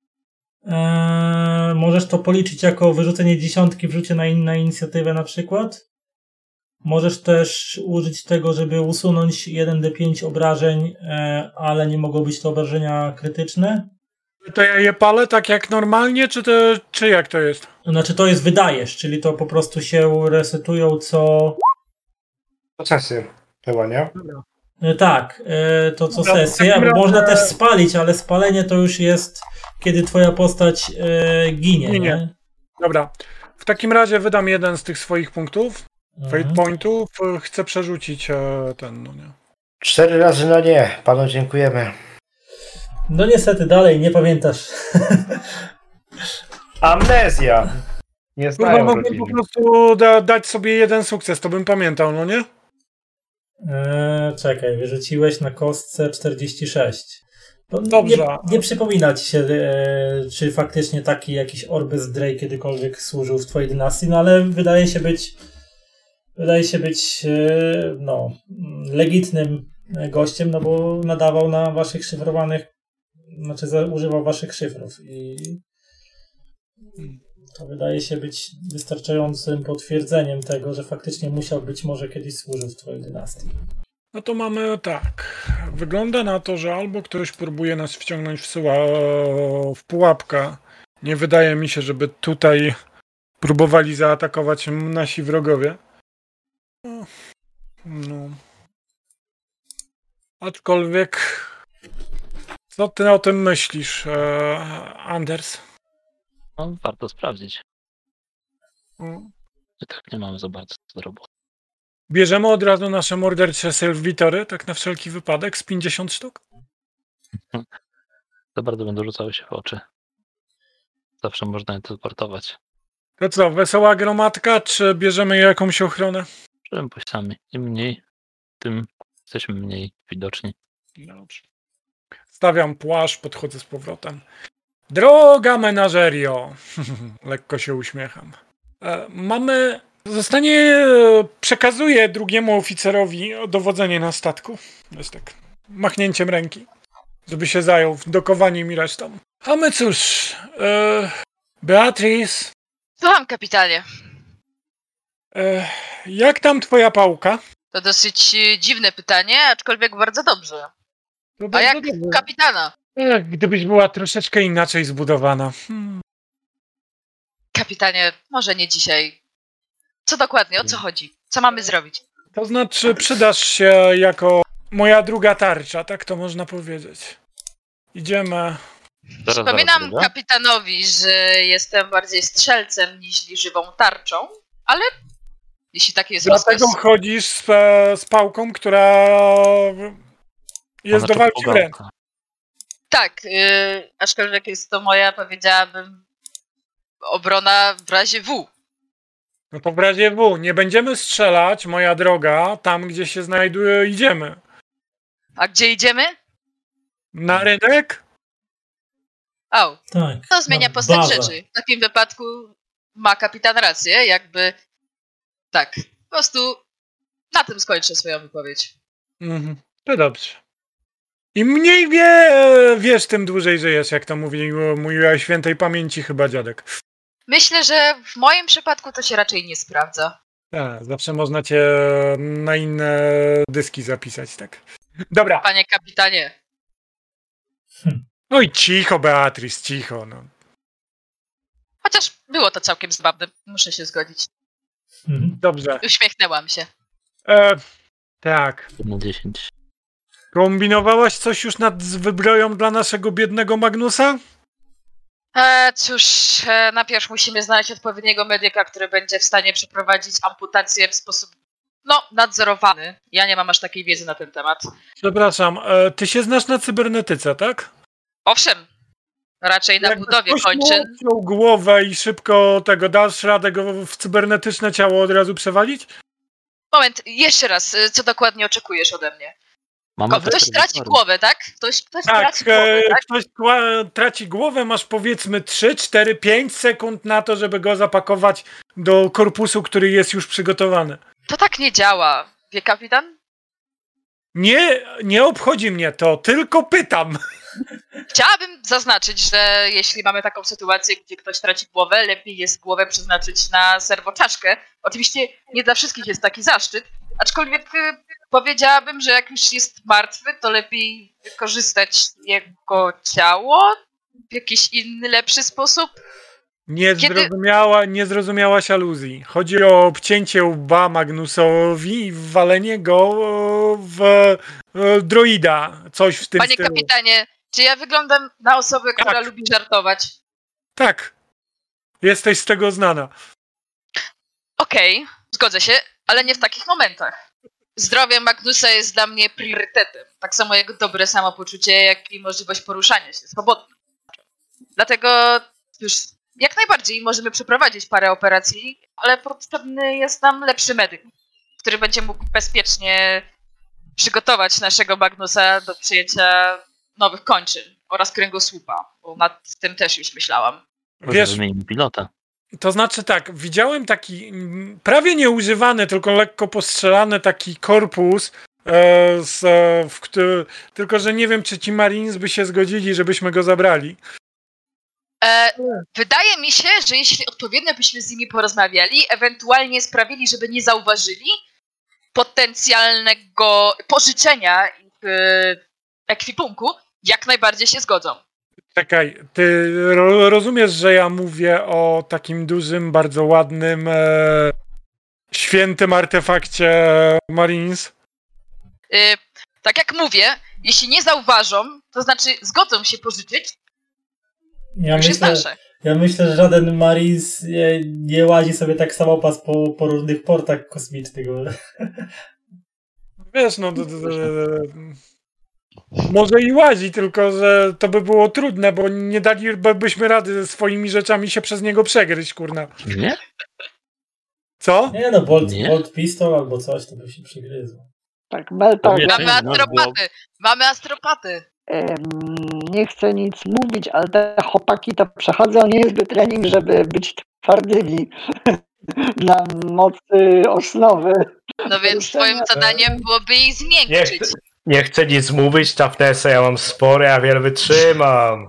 Możesz to policzyć jako wyrzucenie dziesiątki w rzucie na inicjatywę na przykład. Możesz też użyć tego, żeby usunąć 1d5 obrażeń, ale nie mogą być to obrażenia krytyczne. To ja je palę tak jak normalnie, czy jak to jest? Znaczy to jest wydajesz, czyli to po prostu się resetują co... Po czasie chyba, nie? Tak, to co Dobra, sesję, bo można też spalić, ale spalenie to już jest, kiedy twoja postać ginie. Nie? Dobra, w takim razie wydam jeden z tych swoich punktów, Fate Pointów, chcę przerzucić ten, no nie. 4 razy no nie, panu dziękujemy. No niestety dalej nie pamiętasz. Amnezja! Nie Kurwa, znają mogłem rodziny. po prostu dać sobie jeden sukces, to bym pamiętał, no nie? Czekaj, wyrzuciłeś na kostce 46. To Dobrze. Nie przypomina ci się, czy faktycznie taki jakiś Orbis Drake kiedykolwiek służył w twojej dynastii, no ale wydaje się być legitnym gościem, no bo nadawał na waszych szyfrowanych, znaczy używał waszych szyfrów i to wydaje się być wystarczającym potwierdzeniem tego, że faktycznie musiał być może kiedyś służył w twojej dynastii. No to mamy tak. Wygląda na to, że albo ktoś próbuje nas wciągnąć w pułapkę. Nie wydaje mi się, żeby tutaj próbowali zaatakować nasi wrogowie. No. Aczkolwiek, co ty o tym myślisz, Anders? No, warto sprawdzić. Mm. I tak nie mamy za bardzo do roboty. Bierzemy od razu nasze mordercze serwitory, tak na wszelki wypadek, z 50 sztuk? Za bardzo będą rzucały się w oczy. Zawsze można je teleportować. To co, wesoła gromadka, czy bierzemy jakąś ochronę? Możemy pójść sami. Im mniej, tym jesteśmy mniej widoczni. Dobrze. Stawiam płaszcz, podchodzę z powrotem. Droga menażerio! Lekko się uśmiecham. Przekazuję drugiemu oficerowi dowodzenie na statku. Jest tak, machnięciem ręki, żeby się zajął dokowaniem i resztą. A my cóż, Beatrice, Słucham, kapitanie. jak tam twoja pałka? To dosyć dziwne pytanie, aczkolwiek bardzo dobrze. To A bardzo jak dobrze. kapitana? Gdybyś była troszeczkę inaczej zbudowana. Kapitanie, może nie dzisiaj. Co dokładnie, o co chodzi? Co mamy zrobić? To znaczy, przydasz się jako moja druga tarcza, tak to można powiedzieć. Idziemy. Przypominam druga. kapitanowi, że jestem bardziej strzelcem niż żywą tarczą, ale jeśli taki jest Dlatego rozkaz... chodzisz z pałką, która jest do walki wręcz. Tak, aczkolwiek jest to moja, powiedziałabym, obrona w razie W. No to w razie W. Nie będziemy strzelać, moja droga, tam gdzie się znajduje, idziemy. A gdzie idziemy? Na rynek? Au, Tak. to zmienia na postać bazę. rzeczy. W takim wypadku ma kapitan rację, jakby... Tak, po prostu na tym skończę swoją wypowiedź. To dobrze. Im mniej wiesz, tym dłużej żyjesz, jak to mówił mój świętej pamięci chyba dziadek. Myślę, że w moim przypadku to się raczej nie sprawdza. Tak, zawsze można cię na inne dyski zapisać, tak. Dobra. Panie kapitanie. Oj, cicho, Beatrice, cicho. No. Chociaż było to całkiem zabawne, muszę się zgodzić. Dobrze. Uśmiechnęłam się. Tak. Na 10. Kombinowałaś coś już nad wybroją dla naszego biednego Magnusa? Cóż, najpierw musimy znaleźć odpowiedniego medyka, który będzie w stanie przeprowadzić amputację w sposób, nadzorowany. Ja nie mam aż takiej wiedzy na ten temat. Przepraszam, ty się znasz na cybernetyce, tak? Owszem, raczej na Jakby budowie ktoś kończyn. mu odciął głowę i szybko dasz radę go w cybernetyczne ciało od razu przewalić? Moment, jeszcze raz, co dokładnie oczekujesz ode mnie? Mamy Ktoś traci terminator. głowę, tak? Ktoś Tak, traci głowę, tak? ktoś traci głowę, masz powiedzmy 3, 4, 5 sekund na to, żeby go zapakować do korpusu, który jest już przygotowany. To tak nie działa, wie kapitan? Nie obchodzi mnie to, tylko pytam. Chciałabym zaznaczyć, że jeśli mamy taką sytuację, gdzie ktoś traci głowę, lepiej jest głowę przeznaczyć na serwoczaszkę. Oczywiście nie dla wszystkich jest taki zaszczyt, aczkolwiek powiedziałabym, że jak już jest martwy, to lepiej wykorzystać jego ciało w jakiś inny, lepszy sposób. Nie zrozumiałaś aluzji. Chodzi o obcięcie łba Magnusowi i wwalenie go w droida. Coś w tym Panie stylu. kapitanie, czy ja wyglądam na osobę, która Tak. lubi żartować? Tak. Jesteś z tego znana. Okej, zgodzę się, ale nie w takich momentach. Zdrowie Magnusa jest dla mnie priorytetem. Tak samo jego dobre samopoczucie, jak i możliwość poruszania się swobodnie. Dlatego już jak najbardziej możemy przeprowadzić parę operacji, ale potrzebny jest nam lepszy medyk, który będzie mógł bezpiecznie przygotować naszego Magnusa do przyjęcia nowych kończyn oraz kręgosłupa, bo nad tym też już myślałam. Może Wiesz, wymienimy pilota. to znaczy tak, widziałem taki prawie nieużywany, tylko lekko postrzelany taki korpus, tylko że nie wiem, czy ci Marines by się zgodzili, żebyśmy go zabrali. Wydaje mi się, że jeśli odpowiednio byśmy z nimi porozmawiali, ewentualnie sprawili, żeby nie zauważyli potencjalnego pożyczenia ich ekwipunku, jak najbardziej się zgodzą. Czekaj, ty rozumiesz, że ja mówię o takim dużym, bardzo ładnym, świętym artefakcie Marines? Tak jak mówię, jeśli nie zauważą, to znaczy zgodzą się pożyczyć, już jest nasze. Ja myślę, że żaden Marines nie łazi sobie tak samopas po różnych portach kosmicznych. Wiesz, może i łazi, tylko że to by było trudne, bo nie dalibyśmy rady ze swoimi rzeczami się przez niego przegryźć, kurna. Nie? Co? Nie Bolt Pistol albo coś, to by się przygryzło. Tak, Meltar, Nie, Mamy no, astropaty! Mamy astropaty! nie chcę nic mówić, ale te chłopaki to przechodzą niezły trening, żeby być twardymi dla mocy osnowy. No więc twoim zadaniem byłoby ich zmiękczyć. Nie chcę nic mówić, Tafnesa, ja mam spory, ja wiele wytrzymam.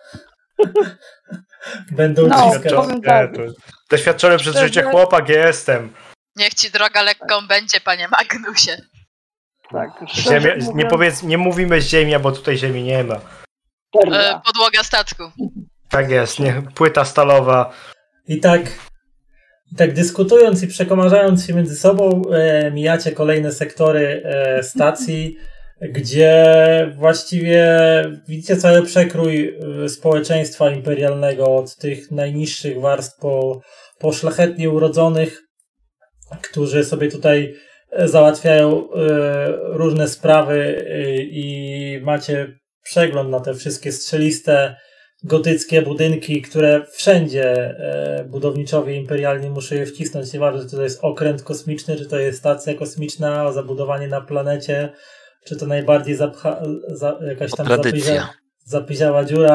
Będą No, ciskać. powiem tak. Doświadczony przez życie chłopak jestem. Niech ci droga lekką będzie, panie Magnusie. Tak, Ziemia, nie mówimy ziemia, bo tutaj ziemi nie ma. Podłoga statku. Tak jest, płyta stalowa. I tak dyskutując i przekomarzając się między sobą, mijacie kolejne sektory stacji, gdzie właściwie widzicie cały przekrój społeczeństwa imperialnego, od tych najniższych warstw po szlachetnie urodzonych, którzy sobie tutaj załatwiają różne sprawy i macie przegląd na te wszystkie strzeliste, gotyckie budynki, które wszędzie budowniczowie imperialni muszą je wcisnąć. Nieważne, czy to jest okręt kosmiczny, czy to jest stacja kosmiczna, zabudowanie na planecie, czy to najbardziej jakaś tam tradycja. zapyziała dziura.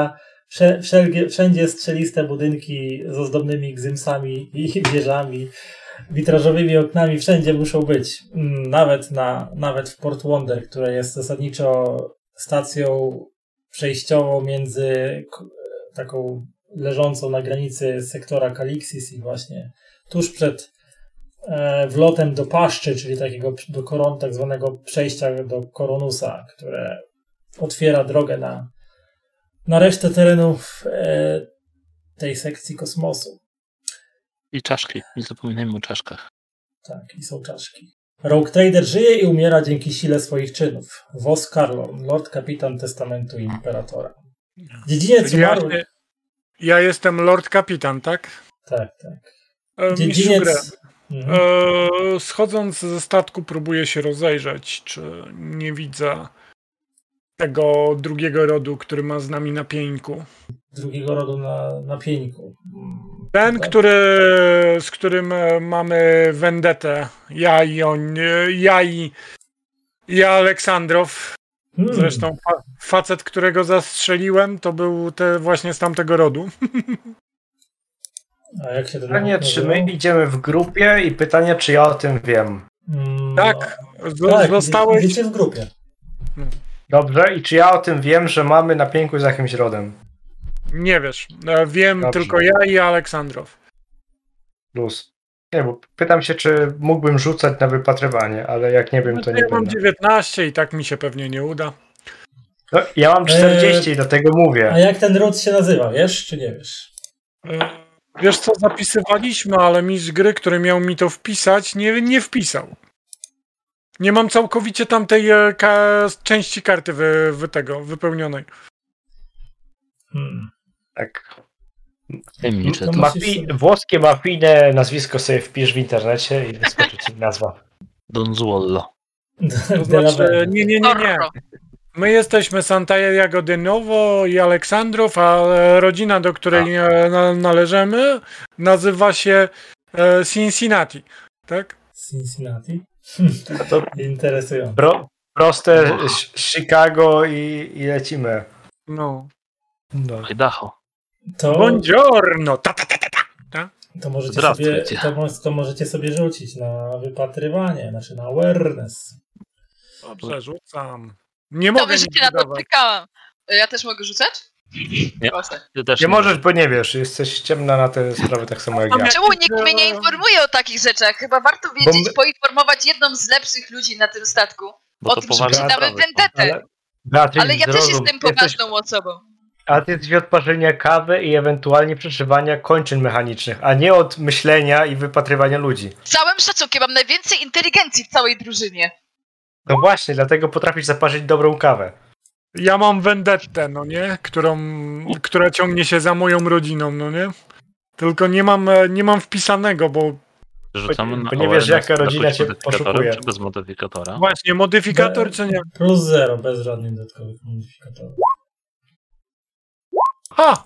Wszędzie strzeliste budynki z ozdobnymi gzymsami i wieżami, witrażowymi oknami, wszędzie muszą być. Nawet w Port Wonder, które jest zasadniczo stacją przejściową między taką leżącą na granicy sektora Kalixis i właśnie tuż przed wlotem do paszczy, czyli takiego tak zwanego przejścia do Koronusa, które otwiera drogę na resztę terenów tej sekcji kosmosu. I czaszki. Nie zapominajmy o czaszkach. Tak, i są czaszki. Rogue Trader żyje i umiera dzięki sile swoich czynów. Vos Karlorn, Lord Kapitan Testamentu Imperatora. Dziedziniec umarłych... Ja jestem Lord Kapitan, tak? Tak. Mistrzu gry. Schodząc ze statku próbuję się rozejrzeć, czy nie widzę tego drugiego rodu, który ma z nami na pieńku. Drugiego rodu na pieńku. Ten, tak? z którym mamy vendetę. Ja i Aleksandrow. Zresztą facet, którego zastrzeliłem, to był właśnie z tamtego rodu. A jak się to Pytanie, czy my idziemy w grupie i pytanie, czy ja o tym wiem. Tak, zostałeś... Idziecie w grupie. Dobrze, i czy ja o tym wiem, że mamy na pieńku z jakimś rodem? Nie wiesz. Wiem Dobrze. tylko ja i Aleksandrow. Plus. Nie, bo pytam się, czy mógłbym rzucać na wypatrywanie, ale jak nie wiem, to nie Ja mam będę. 19 i tak mi się pewnie nie uda. No, ja mam 40 i dlatego mówię. A jak ten ród się nazywa, wiesz czy nie wiesz? Wiesz co, zapisywaliśmy, ale mistrz gry, który miał mi to wpisać, nie wpisał. Nie mam całkowicie tamtej części karty wypełnionej. Tak. Tajemnicze to. Włoskie mafijne nazwisko sobie wpisz w internecie i wyskoczy ci nazwa. Don Zuollo. To znaczy, nie. My jesteśmy Santiago de Novo i Aleksandrów, a rodzina, do której należymy, nazywa się Cincinnati, tak? Cincinnati? To Interesujące. Proste Chicago i lecimy. No. Idaho. Buongiorno! To możecie sobie rzucić na wypatrywanie, znaczy na awareness. Dobrze, rzucam. Nie mogę Dobrze, że się na to czekałam. Ja też mogę rzucać? Nie. Proszę. Ty też Nie możesz, bo nie wiesz. Jesteś ciemna na te sprawy tak samo jak ja. Czemu nikt mnie nie informuje o takich rzeczach? Chyba warto wiedzieć, poinformować jedną z lepszych ludzi na tym statku Bo o to tym, że poważna czytamy vendetę. Ale ja też jestem poważną osobą. A ty jesteś od parzenia kawy i ewentualnie przeszywania kończyn mechanicznych, a nie od myślenia i wypatrywania ludzi. Z całym szacunkiem, mam najwięcej inteligencji w całej drużynie. No właśnie, dlatego potrafisz zaparzyć dobrą kawę. Ja mam vendettę, no nie? Która ciągnie się za moją rodziną, no nie? Tylko nie mam wpisanego, bo... Rzucamy na bo nie wiesz, jaka rodzina cię poszukuje. Czy bez modyfikatora? Właśnie, modyfikator czy nie? Plus 0, bez żadnych dodatkowych modyfikatorów. Ha!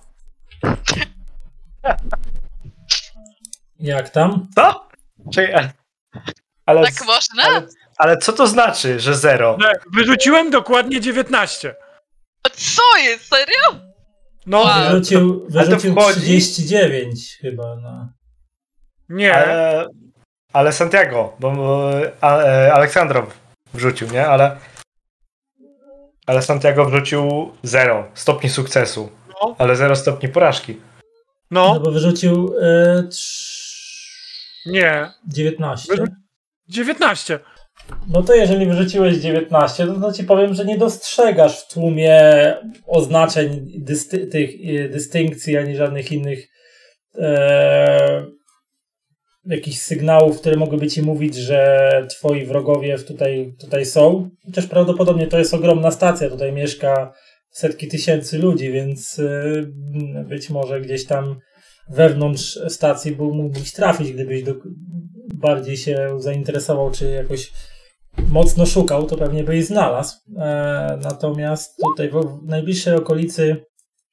Jak tam? Co? Czekaj, ale, Tak można? ale co to znaczy, że 0? Wyrzuciłem dokładnie 19. Co jest? Serio? No, Wow. Wyrzucił wchodzi? 39 chyba na... nie. Ale Santiago, bo Aleksandrow wrzucił, nie? Ale Santiago wrzucił 0 stopni sukcesu, No. ale 0 stopni porażki. No No, bo wyrzucił nie. 19. 19. No to jeżeli wyrzuciłeś 19, to ci powiem, że nie dostrzegasz w tłumie oznaczeń tych dystynkcji, ani żadnych innych jakichś sygnałów, które mogłyby ci mówić, że twoi wrogowie tutaj są. Chociaż prawdopodobnie to jest ogromna stacja, tutaj mieszka setki tysięcy ludzi, więc być może gdzieś tam wewnątrz stacji mógłbyś trafić, gdybyś bardziej się zainteresował, czy jakoś mocno szukał, to pewnie byś znalazł. Natomiast tutaj w najbliższej okolicy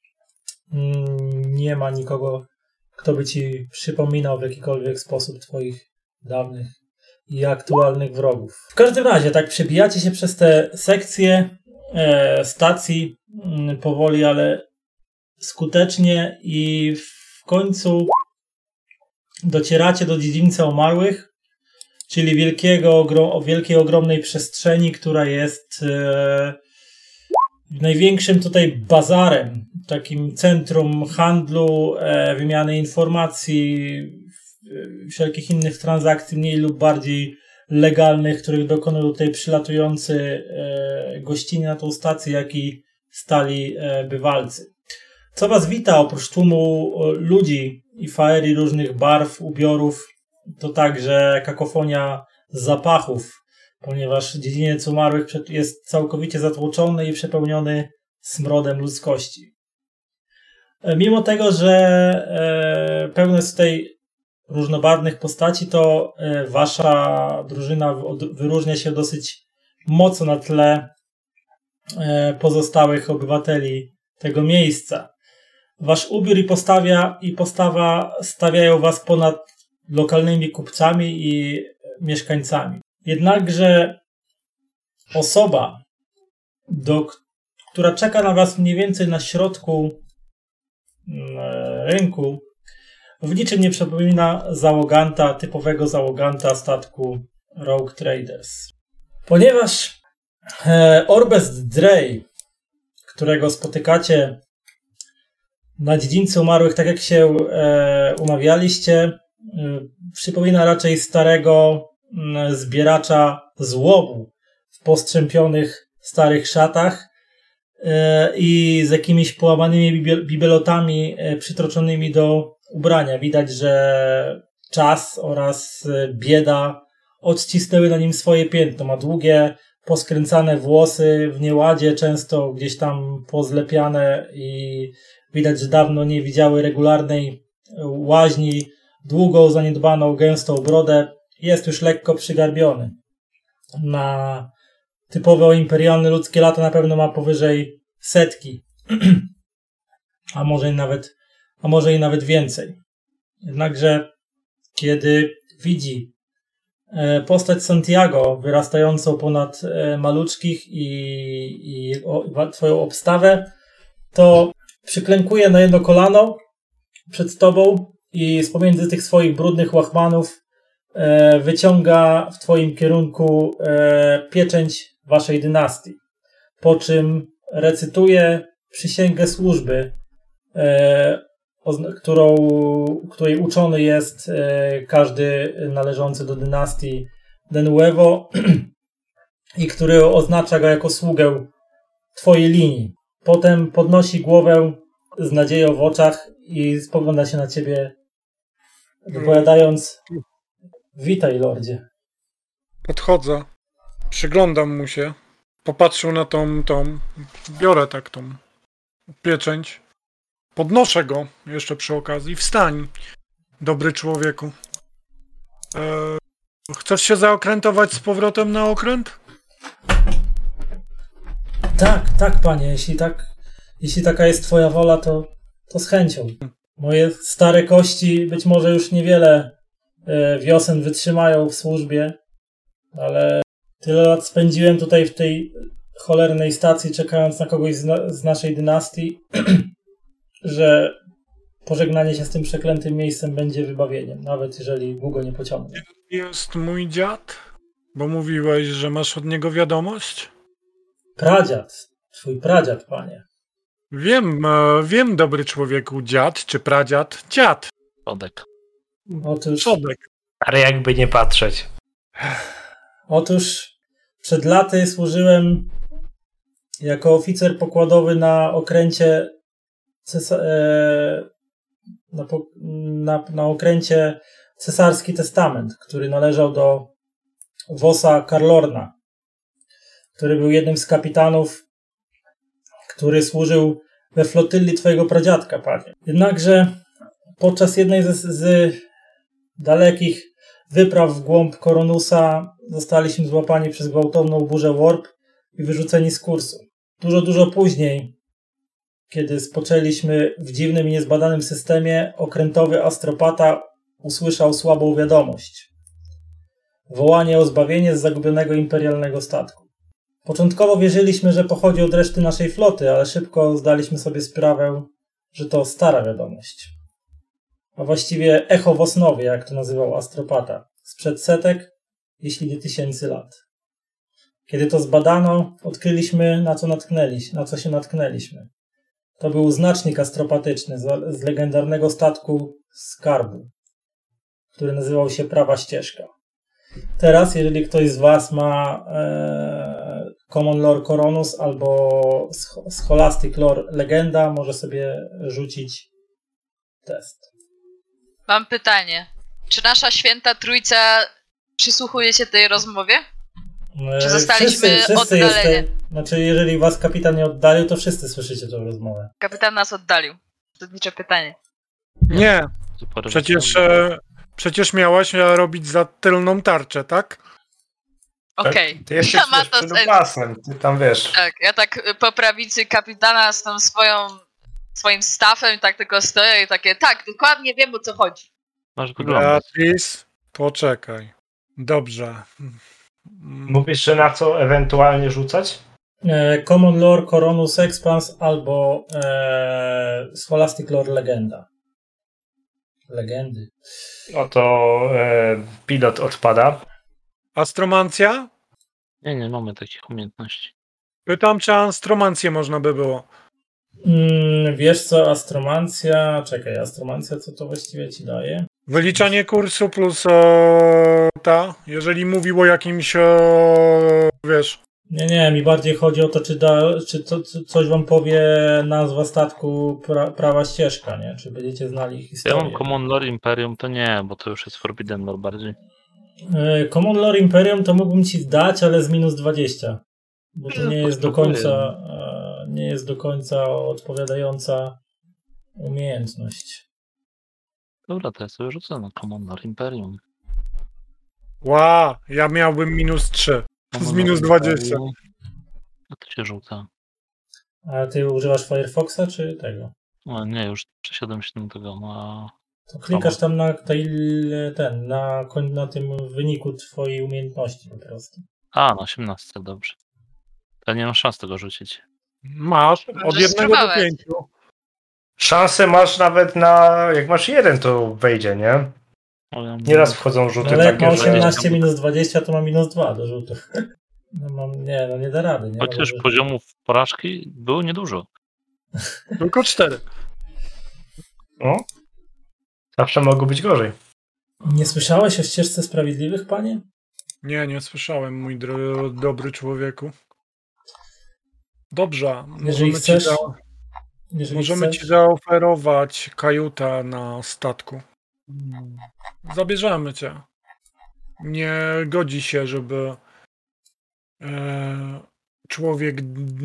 nie ma nikogo, kto by ci przypominał w jakikolwiek sposób twoich dawnych i aktualnych wrogów. W każdym razie, tak przebijacie się przez te sekcje stacji powoli, ale skutecznie i w końcu docieracie do dziedzińca umarłych, czyli wielkiej, ogromnej przestrzeni, która jest największym tutaj bazarem, takim centrum handlu, wymiany informacji, wszelkich innych transakcji mniej lub bardziej legalnych, których dokonują tutaj przylatujący gościni na tą stację, jak i stali bywalcy. Co was wita oprócz tłumu ludzi i faerii różnych barw, ubiorów, to także kakofonia zapachów, ponieważ dziedziniec umarłych jest całkowicie zatłoczony i przepełniony smrodem ludzkości. Mimo tego, że pełno jest tutaj różnobarwnych postaci, to wasza drużyna wyróżnia się dosyć mocno na tle pozostałych obywateli tego miejsca. Wasz ubiór i postawa stawiają was ponad lokalnymi kupcami i mieszkańcami. Jednakże osoba, która czeka na was mniej więcej na środku rynku, w niczym nie przypomina typowego załoganta statku Rogue Traders. Ponieważ Orbest Drej, którego spotykacie na dziedzińcu umarłych, tak jak się umawialiście, przypomina raczej starego zbieracza złomu w postrzępionych starych szatach i z jakimiś połamanymi bibelotami przytroczonymi do ubrania. Widać, że czas oraz bieda odcisnęły na nim swoje piętno. Ma długie, poskręcane włosy w nieładzie, często gdzieś tam pozlepiane i widać, że dawno nie widziały regularnej łaźni, długą, zaniedbaną, gęstą brodę. Jest już lekko przygarbiony. Na typowe imperialne ludzkie lata na pewno ma powyżej 100, a może i nawet więcej. Jednakże kiedy widzi postać Santiago wyrastającą ponad maluczkich i twoją obstawę, to przyklękuje na jedno kolano przed tobą i z pomiędzy tych swoich brudnych łachmanów wyciąga w twoim kierunku pieczęć waszej dynastii, po czym recytuje przysięgę służby, której uczony jest każdy należący do dynastii De Nuevo i który oznacza go jako sługę twojej linii. Potem podnosi głowę z nadzieją w oczach i spogląda się na ciebie, wypowiadając: witaj, lordzie. Podchodzę, przyglądam mu się, popatrzył na tą, biorę tak tą pieczęć, podnoszę go jeszcze przy okazji. Wstań, dobry człowieku. Chcesz się zaokrętować z powrotem na okręt? Tak, panie, jeśli taka jest twoja wola, to z chęcią. Moje stare kości być może już niewiele wiosen wytrzymają w służbie, ale tyle lat spędziłem tutaj w tej cholernej stacji, czekając na kogoś z naszej dynastii, że pożegnanie się z tym przeklętym miejscem będzie wybawieniem, nawet jeżeli długo nie pociągnie. Jest mój dziad? Bo mówiłeś, że masz od niego wiadomość? Pradziad, twój pradziad, panie. Wiem, dobry człowieku, dziad czy pradziad? Dziad. Przodek. Przodek. Ale jakby nie patrzeć. Otóż przed laty służyłem jako oficer pokładowy na okręcie na okręcie Cesarski Testament, który należał do Vossa Carlorna, który był jednym z kapitanów, który służył we flotyli twojego pradziadka, panie. Jednakże podczas jednej z dalekich wypraw w głąb Koronusa zostaliśmy złapani przez gwałtowną burzę warp i wyrzuceni z kursu. Dużo później, kiedy spoczęliśmy w dziwnym i niezbadanym systemie, okrętowy astropata usłyszał słabą wiadomość. Wołanie o zbawienie z zagubionego imperialnego statku. Początkowo wierzyliśmy, że pochodzi od reszty naszej floty, ale szybko zdaliśmy sobie sprawę, że to stara wiadomość. A właściwie echo w osnowie, jak to nazywał Astropata. Sprzed setek, jeśli nie tysięcy lat. Kiedy to zbadano, odkryliśmy, na co się natknęliśmy. To był znacznik astropatyczny z legendarnego statku Skarbu, który nazywał się Prawa Ścieżka. Teraz, jeżeli ktoś z Was ma Common Lore Coronus albo Scholastic Lore Legenda, może sobie rzucić test. Mam pytanie. Czy nasza święta trójca przysłuchuje się tej rozmowie? Czy zostaliśmy oddaleni? Znaczy, jeżeli Was kapitan nie oddalił, to wszyscy słyszycie tę rozmowę. Kapitan nas oddalił. Zasadnicze pytanie. Nie, To parę przecież miałaś robić za tylną tarczę, tak? Okej. Ty jesteś Ma wiesz, to przed sens. pasem, ty tam wiesz. Tak, ja tak po prawicy kapitana z tą swoim staffem tak tylko stoję i takie, tak, dokładnie wiem, o co chodzi. Masz wyglądać. Beatrice, poczekaj. Dobrze. Mówisz, że na co ewentualnie rzucać? Common Lore Coronus Expans albo Scholastic Lore Legenda. Legendy. No to pilot odpada. Astromancja? Nie mamy takich umiejętności. Pytam, czy astromancję można by było. Wiesz co, astromancja... Czekaj, astromancja co to właściwie ci daje? Wyliczanie kursu plus jeżeli mówił o jakimś, wiesz... Nie, mi bardziej chodzi o to, czy coś wam powie nazwa statku Prawa Ścieżka, nie? Czy będziecie znali Ja historię? mam Common Lore Imperium, to nie, bo to już jest Forbidden Lore bardziej. Common Lore Imperium to mógłbym ci dać, ale z minus 20. Bo to nie jest do końca odpowiadająca umiejętność. Dobra, to ja sobie rzucę na Common Lore Imperium. Ja miałbym minus 3. Z Common minus Lore 20. Imperium. A to się rzuca. A ty używasz Firefoxa czy tego? No, nie, już przesiadłem się do tego na... To klikasz tam na tym wyniku twojej umiejętności po prostu. A, na 18, dobrze. Ja nie mam szans tego rzucić. Masz od Możesz 1 do spróbować. 5. Szansę masz nawet na... Jak masz 1, to wejdzie, nie? Ale Nieraz wchodzą rzuty Ale jak ma takie, że... 18 minus 20, to ma minus 2 do rzutów. Nie da rady. Nie? Chociaż poziomów porażki było niedużo. Tylko 4. No. Zawsze mogło być gorzej. Nie słyszałeś o ścieżce sprawiedliwych, panie? Nie słyszałem, mój dobry człowieku. Dobrze, Jeżeli chcesz, możemy ci zaoferować kajutę na statku. Zabierzemy cię. Nie godzi się, żeby człowiek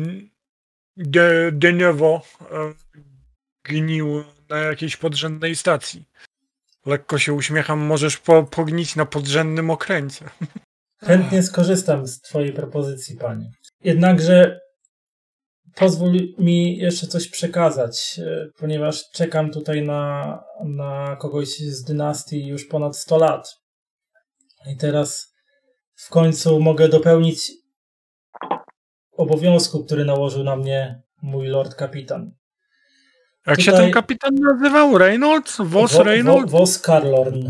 de novo gnił na jakiejś podrzędnej stacji. Lekko się uśmiecham, możesz pognić na podrzędnym okręcie. Chętnie skorzystam z twojej propozycji, panie. Jednakże pozwól mi jeszcze coś przekazać, ponieważ czekam tutaj na kogoś z dynastii już ponad 100 lat. I teraz w końcu mogę dopełnić obowiązku, który nałożył na mnie mój lord kapitan. Jak się ten kapitan nazywał? Reynolds? Reynolds? Vos Carlorn.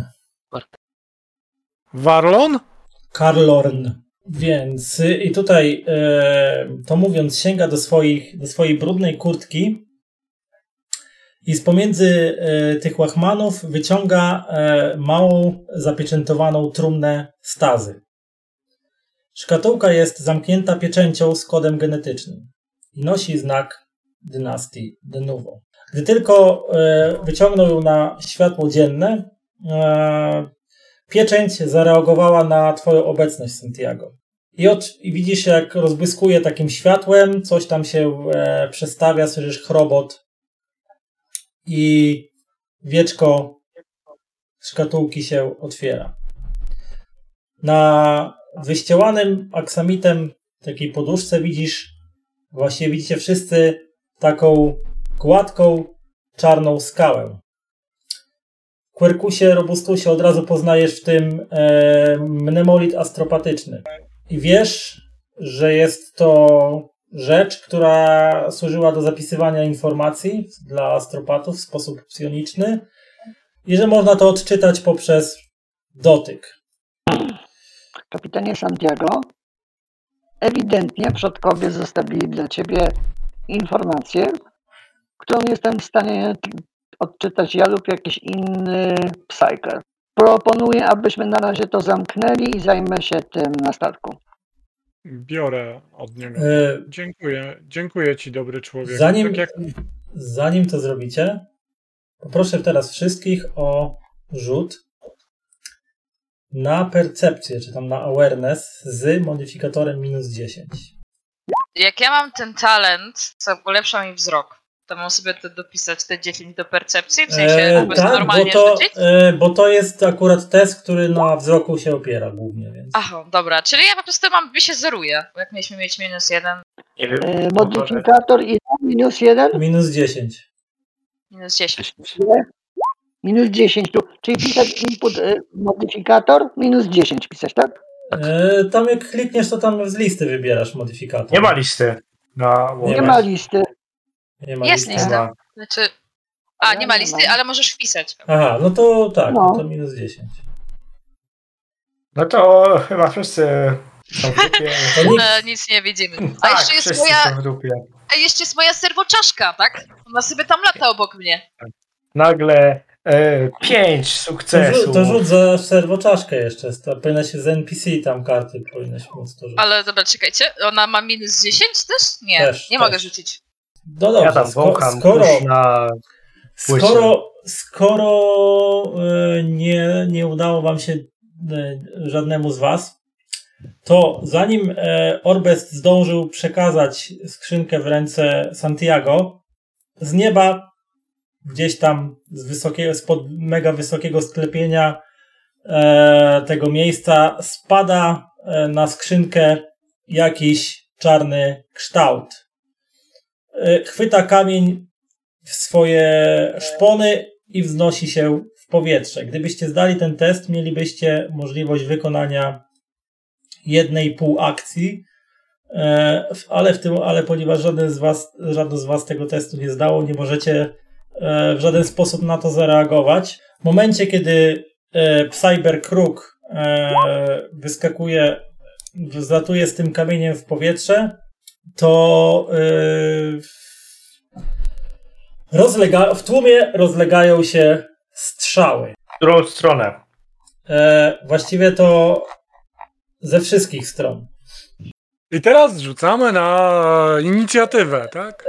Warlon? Carlorn. Więc i tutaj to mówiąc sięga do swojej brudnej kurtki i z pomiędzy tych łachmanów wyciąga małą zapieczętowaną trumnę stazy. Szkatułka jest zamknięta pieczęcią z kodem genetycznym i nosi znak dynastii De Novo. Gdy tylko wyciągnął ją na światło dzienne, pieczęć zareagowała na twoją obecność, Santiago. I widzisz, jak rozbłyskuje takim światłem, coś tam się przestawia, słyszysz chrobot i wieczko szkatułki się otwiera. Na wyściełanym aksamitem takiej poduszce widzicie wszyscy taką gładką, czarną skałę. Quercusie, Robustusie od razu poznajesz w tym mnemolit astropatyczny. I wiesz, że jest to rzecz, która służyła do zapisywania informacji dla astropatów w sposób psioniczny i że można to odczytać poprzez dotyk. Kapitanie Santiago, ewidentnie przodkowie zostawili dla ciebie informację, którą jestem w stanie odczytać ja lub jakiś inny psyker. Proponuję, abyśmy na razie to zamknęli i zajmę się tym na statku. Biorę od niego. E, Dziękuję ci, dobry człowiek. Zanim, Tak jak... zanim to zrobicie, poproszę teraz wszystkich o rzut na percepcję, czy tam na awareness z modyfikatorem -10. Jak ja mam ten talent, co ulepsza mi wzrok, to mam sobie to dopisać, te 10 do percepcji, w sensie po prostu normalnie rzucić? Bo to jest akurat test, który na wzroku się opiera głównie, więc... Aha, dobra, czyli ja po prostu mi się zeruje, bo jak mieliśmy mieć -1, Nie wiem. Modyfikator i -1? -10. -10. -10 tu. Czyli pisać input modyfikator -10 pisać, tak? Tam jak klikniesz, to tam z listy wybierasz modyfikator. Nie ma listy. Nie ma listy. Nie ma Jest listy. lista. Znaczy... A, nie ma listy, ale możesz wpisać. Aha, no to tak, No. to -10. No to chyba wszyscy są w dupie. To nikt... Nic nie widzimy. Tak, A jeszcze jest wszyscy moja... są w dupie. A jeszcze jest moja serwoczaszka, tak? Ona sobie tam lata obok mnie. Nagle 5 sukcesów. To rzuć za serwoczaszkę jeszcze. Powinnaś się z NPC tam karty powinnaś móc to rzucić. Ale dobra, czekajcie, ona ma -10 też? Nie, Też, nie też. mogę rzucić. No dobrze, Ja tam wącham skoro nie udało wam się żadnemu z was, to zanim Orbest zdążył przekazać skrzynkę w ręce Santiago, z nieba gdzieś tam spod mega wysokiego sklepienia tego miejsca spada na skrzynkę jakiś czarny kształt. Chwyta kamień w swoje szpony i wznosi się w powietrze. Gdybyście zdali ten test, mielibyście możliwość wykonania 1,5 akcji, ale ponieważ żaden z was tego testu nie zdało, nie możecie w żaden sposób na to zareagować. W momencie, kiedy Cyberkruk zlatuje z tym kamieniem w powietrze, to w tłumie rozlegają się strzały. W którą stronę? Właściwie to ze wszystkich stron. I teraz rzucamy na inicjatywę, tak?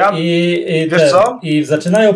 I zaczynają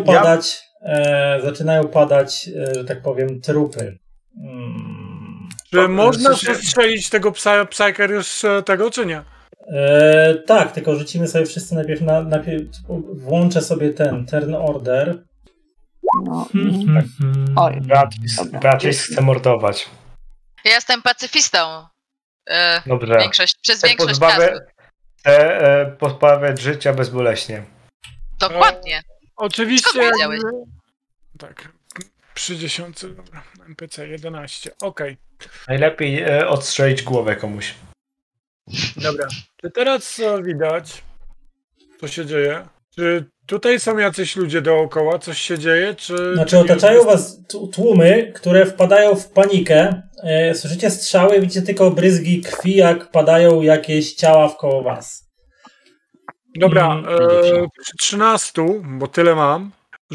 padać, że tak powiem, trupy. Czy można przestrzelić tego Psyker już tego, czy nie? Tak, tylko rzucimy sobie wszyscy najpierw włączę sobie ten turn order. No. Tak. Oj, Beatrice chce mordować. Ja jestem pacyfistą. Dobrze. Przez większość czasu. Chcę pozbawiać życia bezboleśnie. Dokładnie. Oczywiście. Skąd wiedziałeś? Tak. Przy 10, dobra. NPC 11. Okej. Najlepiej odstrzelić głowę komuś. Dobra. Czy teraz widać, co się dzieje? Czy tutaj są jacyś ludzie dookoła? Coś się dzieje? Znaczy otaczają was tłumy, które wpadają w panikę. Słyszycie strzały, widzicie tylko bryzgi krwi, jak padają jakieś ciała wkoło was. Dobra, przy 13, bo tyle mam,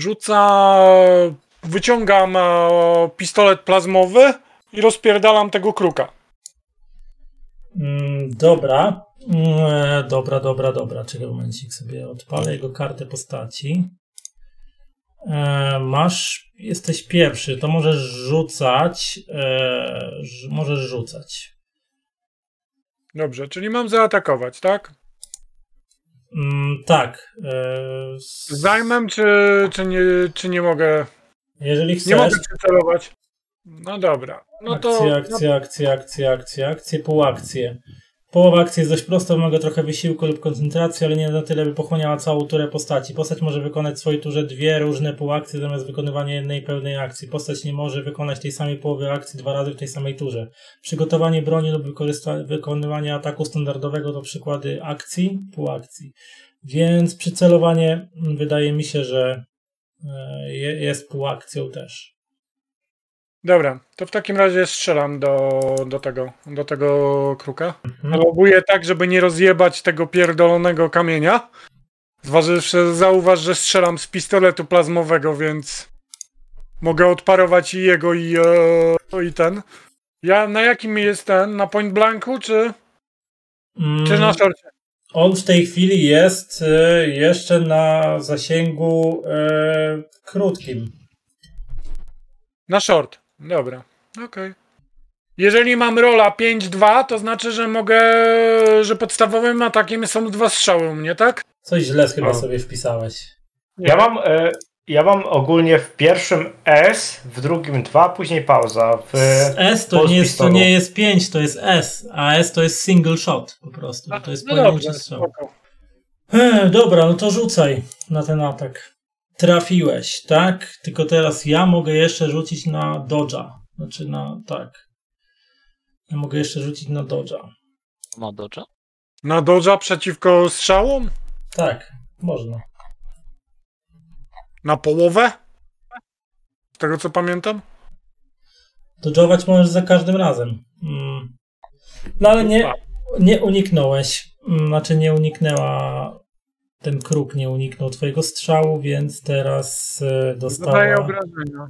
wyciągam pistolet plazmowy i rozpierdalam tego kruka. Dobra. Dobra. Czekaj momencik, sobie odpalę jego kartę postaci. Jesteś pierwszy, to możesz rzucać. Dobrze, czyli mam zaatakować, tak? Tak. Zajmem, czy nie mogę? Jeżeli chcesz. Nie mogę przycelować. No dobra. No to. Akcje, półakcje. Połowa akcji jest dość prosta, wymaga trochę wysiłku lub koncentracji, ale nie na tyle, by pochłaniała całą turę postaci. Postać może wykonać w swojej turze 2 różne półakcje zamiast wykonywania jednej pełnej akcji. Postać nie może wykonać tej samej połowy akcji 2 razy w tej samej turze. Przygotowanie broni lub wykonywanie ataku standardowego to przykłady akcji, półakcji. Więc przycelowanie wydaje mi się, że jest półakcją też. Dobra, to w takim razie strzelam do tego kruka. Lobuję tak, żeby nie rozjebać tego pierdolonego kamienia. Zauważ, że strzelam z pistoletu plazmowego, więc mogę odparować i jego, i ten. Ja na jakim jest ten? Na point blanku, czy na szorcie? On w tej chwili jest jeszcze na zasięgu krótkim. Na short. Dobra, okej. Jeżeli mam rola 5-2, to znaczy, że podstawowym atakiem są 2 strzały u mnie, tak? Coś źle chyba sobie wpisałeś. Ja mam ogólnie w pierwszym S, w drugim 2, później pauza. S to nie jest 5, to jest S, a S to jest single shot po prostu. To jest pojedynczy strzał. spoko. Dobra, no to rzucaj na ten atak. Trafiłeś, tak? Tylko teraz ja mogę jeszcze rzucić na dodge'a. Znaczy tak. Ja mogę jeszcze rzucić na dodge'a. Ma dodge'a? Na dodge'a przeciwko strzałom? Tak, można. Na połowę? Z tego co pamiętam? Dodge'ować możesz za każdym razem. No ale nie uniknąłeś. Znaczy nie uniknęła... Ten kruk nie uniknął twojego strzału, więc teraz Zadaję obrażenia.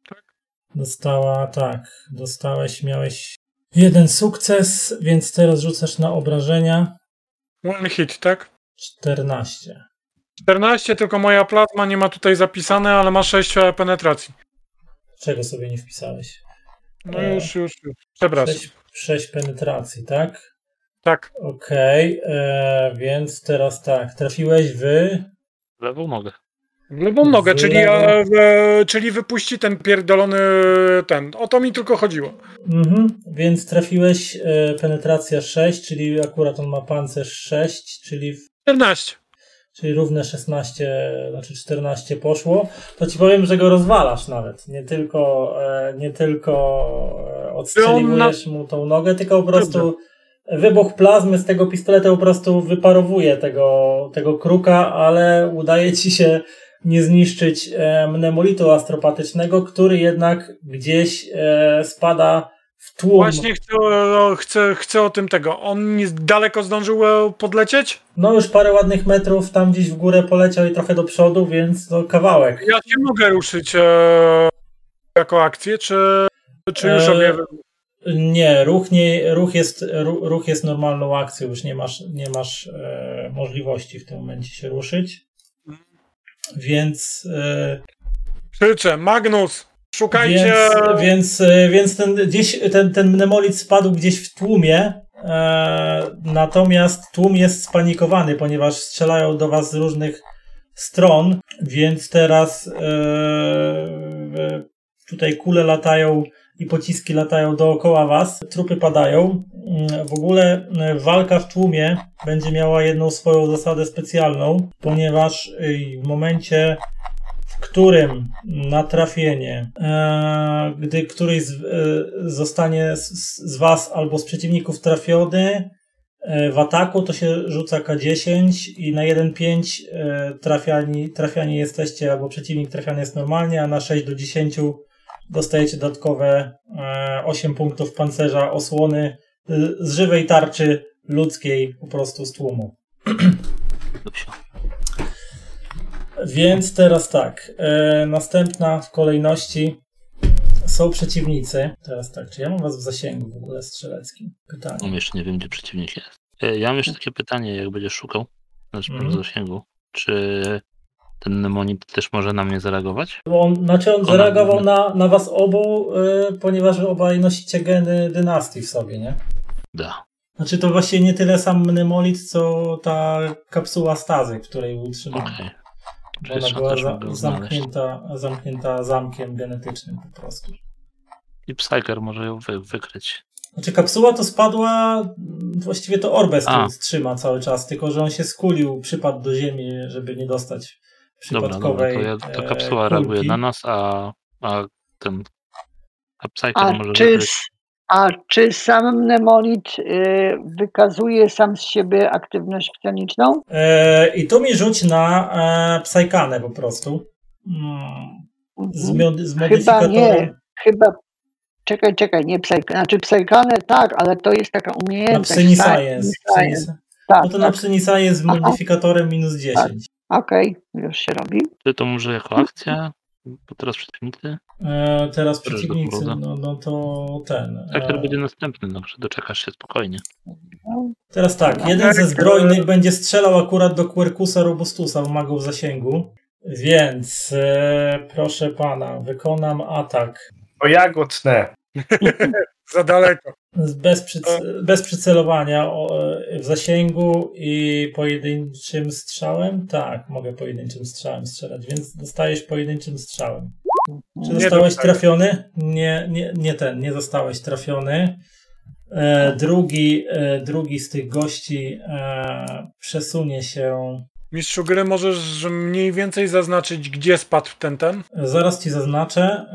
miałeś 1 sukces, więc teraz rzucasz na obrażenia. One hit, tak? 14. 14, tylko moja plazma nie ma tutaj zapisane, ale ma 6 penetracji. Czego sobie nie wpisałeś? No już. Przepraszam. 6 penetracji, tak? Tak. Okej, więc teraz tak, trafiłeś w... Lewą nogę. W lewą nogę, lewą. czyli wypuści ten pierdolony ten. O to mi tylko chodziło. Więc trafiłeś penetracja 6, czyli akurat on ma pancerz 6, czyli 14. Czyli równe 16, znaczy 14 poszło. To ci powiem, że go rozwalasz nawet. Nie tylko odstrzeliwujesz mu tą nogę, tylko po prostu wybuch plazmy z tego pistoletu po prostu wyparowuje tego kruka, ale udaje ci się nie zniszczyć mnemolitu astropatycznego, który jednak gdzieś spada w tłum. Właśnie chcę o tym tego. On daleko zdążył podlecieć? No już parę ładnych metrów tam gdzieś w górę poleciał i trochę do przodu, więc to kawałek. Ja się mogę ruszyć jako akcję, czy już robię... Nie, ruch jest normalną akcją, już nie masz możliwości w tym momencie się ruszyć. Więc Krzyczę, Magnus, szukajcie... Więc ten mnemolit spadł gdzieś w tłumie, natomiast tłum jest spanikowany, ponieważ strzelają do was z różnych stron, więc teraz tutaj kule latają i pociski latają dookoła was, trupy padają. W ogóle walka w tłumie będzie miała jedną swoją zasadę specjalną, ponieważ w momencie, w którym na trafienie, gdy któryś zostanie z was albo z przeciwników trafiony w ataku, to się rzuca K10 i na 1-5 trafiani jesteście, albo przeciwnik trafiany jest normalnie, a na 6 do 10 dostajecie dodatkowe 8 punktów pancerza osłony z żywej tarczy ludzkiej po prostu z tłumu. Więc teraz tak, następna w kolejności są przeciwnicy. Teraz tak, czy ja mam was w zasięgu w ogóle strzeleckim? Pytanie. No jeszcze nie wiem, gdzie przeciwnik jest. Ja mam jeszcze takie pytanie, jak będziesz szukał, znaczy w zasięgu, czy ten mnemonit też może na mnie zareagować? On zareagował na was obu, ponieważ obaj nosicie geny dynastii w sobie, nie? Da. Znaczy to właściwie nie tyle sam mnemolit, co ta kapsuła stazy, której utrzymamy. Okej. Bo ona była zamknięta zamkiem genetycznym po prostu. I Psyker może ją wykryć. Znaczy kapsuła to spadła, właściwie to Orbes A. tu trzyma cały czas, tylko że on się skulił, przypadł do ziemi, żeby nie dostać Dobra, przypadkowej to kapsuła kulki. reaguje na nas, a ten Psyker A może czy, wykryć. czy sam mnemolit wykazuje sam z siebie aktywność psioniczną? I tu mi rzuć na Psykanę po prostu. Z Chyba modyfikatorem. nie. Chyba. Czekaj, nie znaczy psykanę tak, ale to jest taka Na umiejętność. Psyni tak? Science. Tak, No to na Psyni Science z modyfikatorem minus 10. Okej, już się robi. Ty to może jako akcja? Bo teraz przeciwnicy. Teraz Teraz przeciwnicy, do no to ten. Psyker będzie następny, także doczekasz się spokojnie. Teraz tak, jeden ze zbrojnych będzie strzelał akurat do Quercusa Robustusa, maga w zasięgu. Więc proszę pana, wykonam atak O jagódne. Za daleko. bez przycelowania w zasięgu i pojedynczym strzałem. Tak, mogę pojedynczym strzałem strzelać, więc dostajesz pojedynczym strzałem. Czy Nie zostałeś dostałem. trafiony? Nie zostałeś trafiony. Drugi z tych gości przesunie się. Mistrzu gry, możesz mniej więcej zaznaczyć, gdzie spadł ten? Zaraz ci zaznaczę,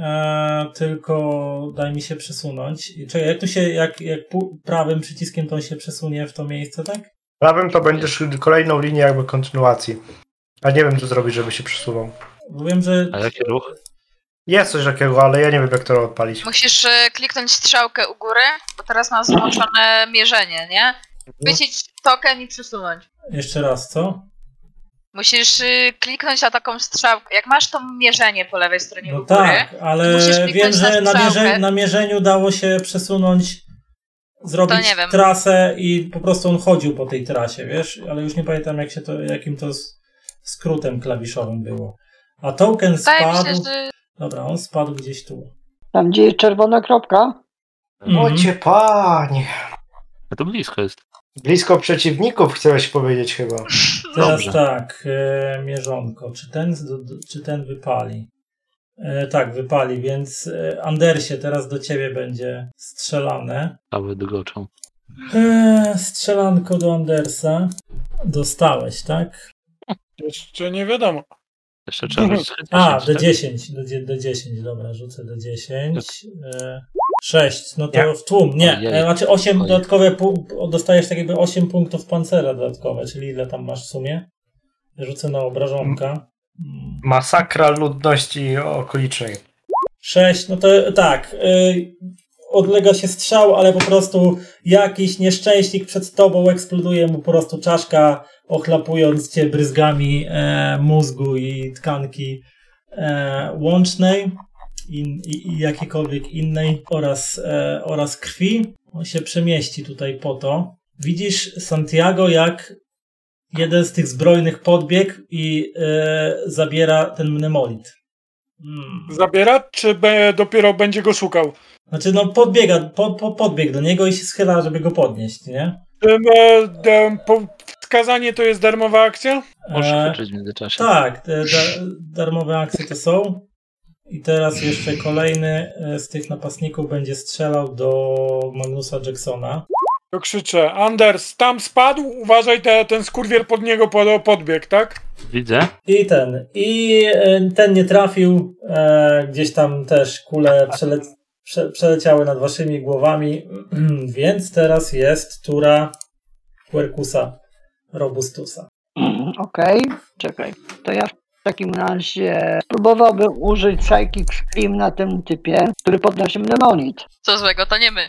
tylko daj mi się przesunąć. Czekaj, jak tu się, jak prawym przyciskiem to on się przesunie w to miejsce, tak? Prawym to będziesz kolejną linię jakby kontynuacji. A nie wiem, co zrobić, żeby się przesunął. Bo wiem, że... A jaki ruch? Jest coś takiego, ale ja nie wiem, jak to odpalić. Musisz kliknąć strzałkę u góry, bo teraz masz włączone mierzenie, nie? Chwycić token i przesunąć. Jeszcze raz, co? Musisz kliknąć na taką strzałkę. Jak masz to mierzenie po lewej stronie No u góry, tak, ale musisz wiem, kliknąć że na strzałkę. na mierzeniu dało się przesunąć, zrobić nie wiem. trasę i po prostu on chodził po tej trasie, wiesz? Ale już nie pamiętam, jakim to skrótem klawiszowym było. A token Wydaje mi spadł... się, że Dobra, on spadł gdzieś tu. Tam gdzie jest czerwona kropka? Ocie panie. A to blisko jest. Blisko przeciwników chciałeś powiedzieć chyba. Teraz Dobrze. tak, mierzonko. Czy ten wypali? Tak, wypali, więc Andersie, teraz do ciebie będzie strzelane. Cały dygoczą. Strzelanko do Andersa. Dostałeś, tak? Jeszcze nie wiadomo. Jeszcze trzeba rzucić chyba A, 10, do 10, dobra, rzucę do 10. 6, no to w tłum, nie. Ojej. Znaczy 8 Ojej. dodatkowe, dostajesz tak jakby 8 punktów pancera dodatkowe, czyli ile tam masz w sumie? Rzucę na obrażonka. Masakra ludności okolicznej. 6, no to tak. Odlega się strzał, ale po prostu jakiś nieszczęśnik przed tobą eksploduje mu po prostu czaszka, ochlapując cię bryzgami mózgu i tkanki łącznej i jakiejkolwiek innej oraz krwi. On się przemieści tutaj po to. Widzisz Santiago, jak jeden z tych zbrojnych podbiegł i zabiera ten mnemolit. Zabiera, czy dopiero będzie go szukał? Znaczy, no podbiegł do niego i się schyla, żeby go podnieść, nie? Wskazanie to jest darmowa akcja? Możesz krzyczeć w międzyczasie. Tak, te darmowe akcje to są. I teraz jeszcze kolejny z tych napastników będzie strzelał do Magnusa Jacksona. To krzyczę, Anders, tam spadł, uważaj, ten skurwiel pod niego podbiegł, tak? Widzę. I ten nie trafił. Gdzieś tam też kule przeleciały nad waszymi głowami. Więc teraz jest tura Quercusa Robustusa. Okej, czekaj. To ja w takim razie próbowałbym użyć Psychic Scream na tym typie, który podnosi mnemonit. co złego, to nie my.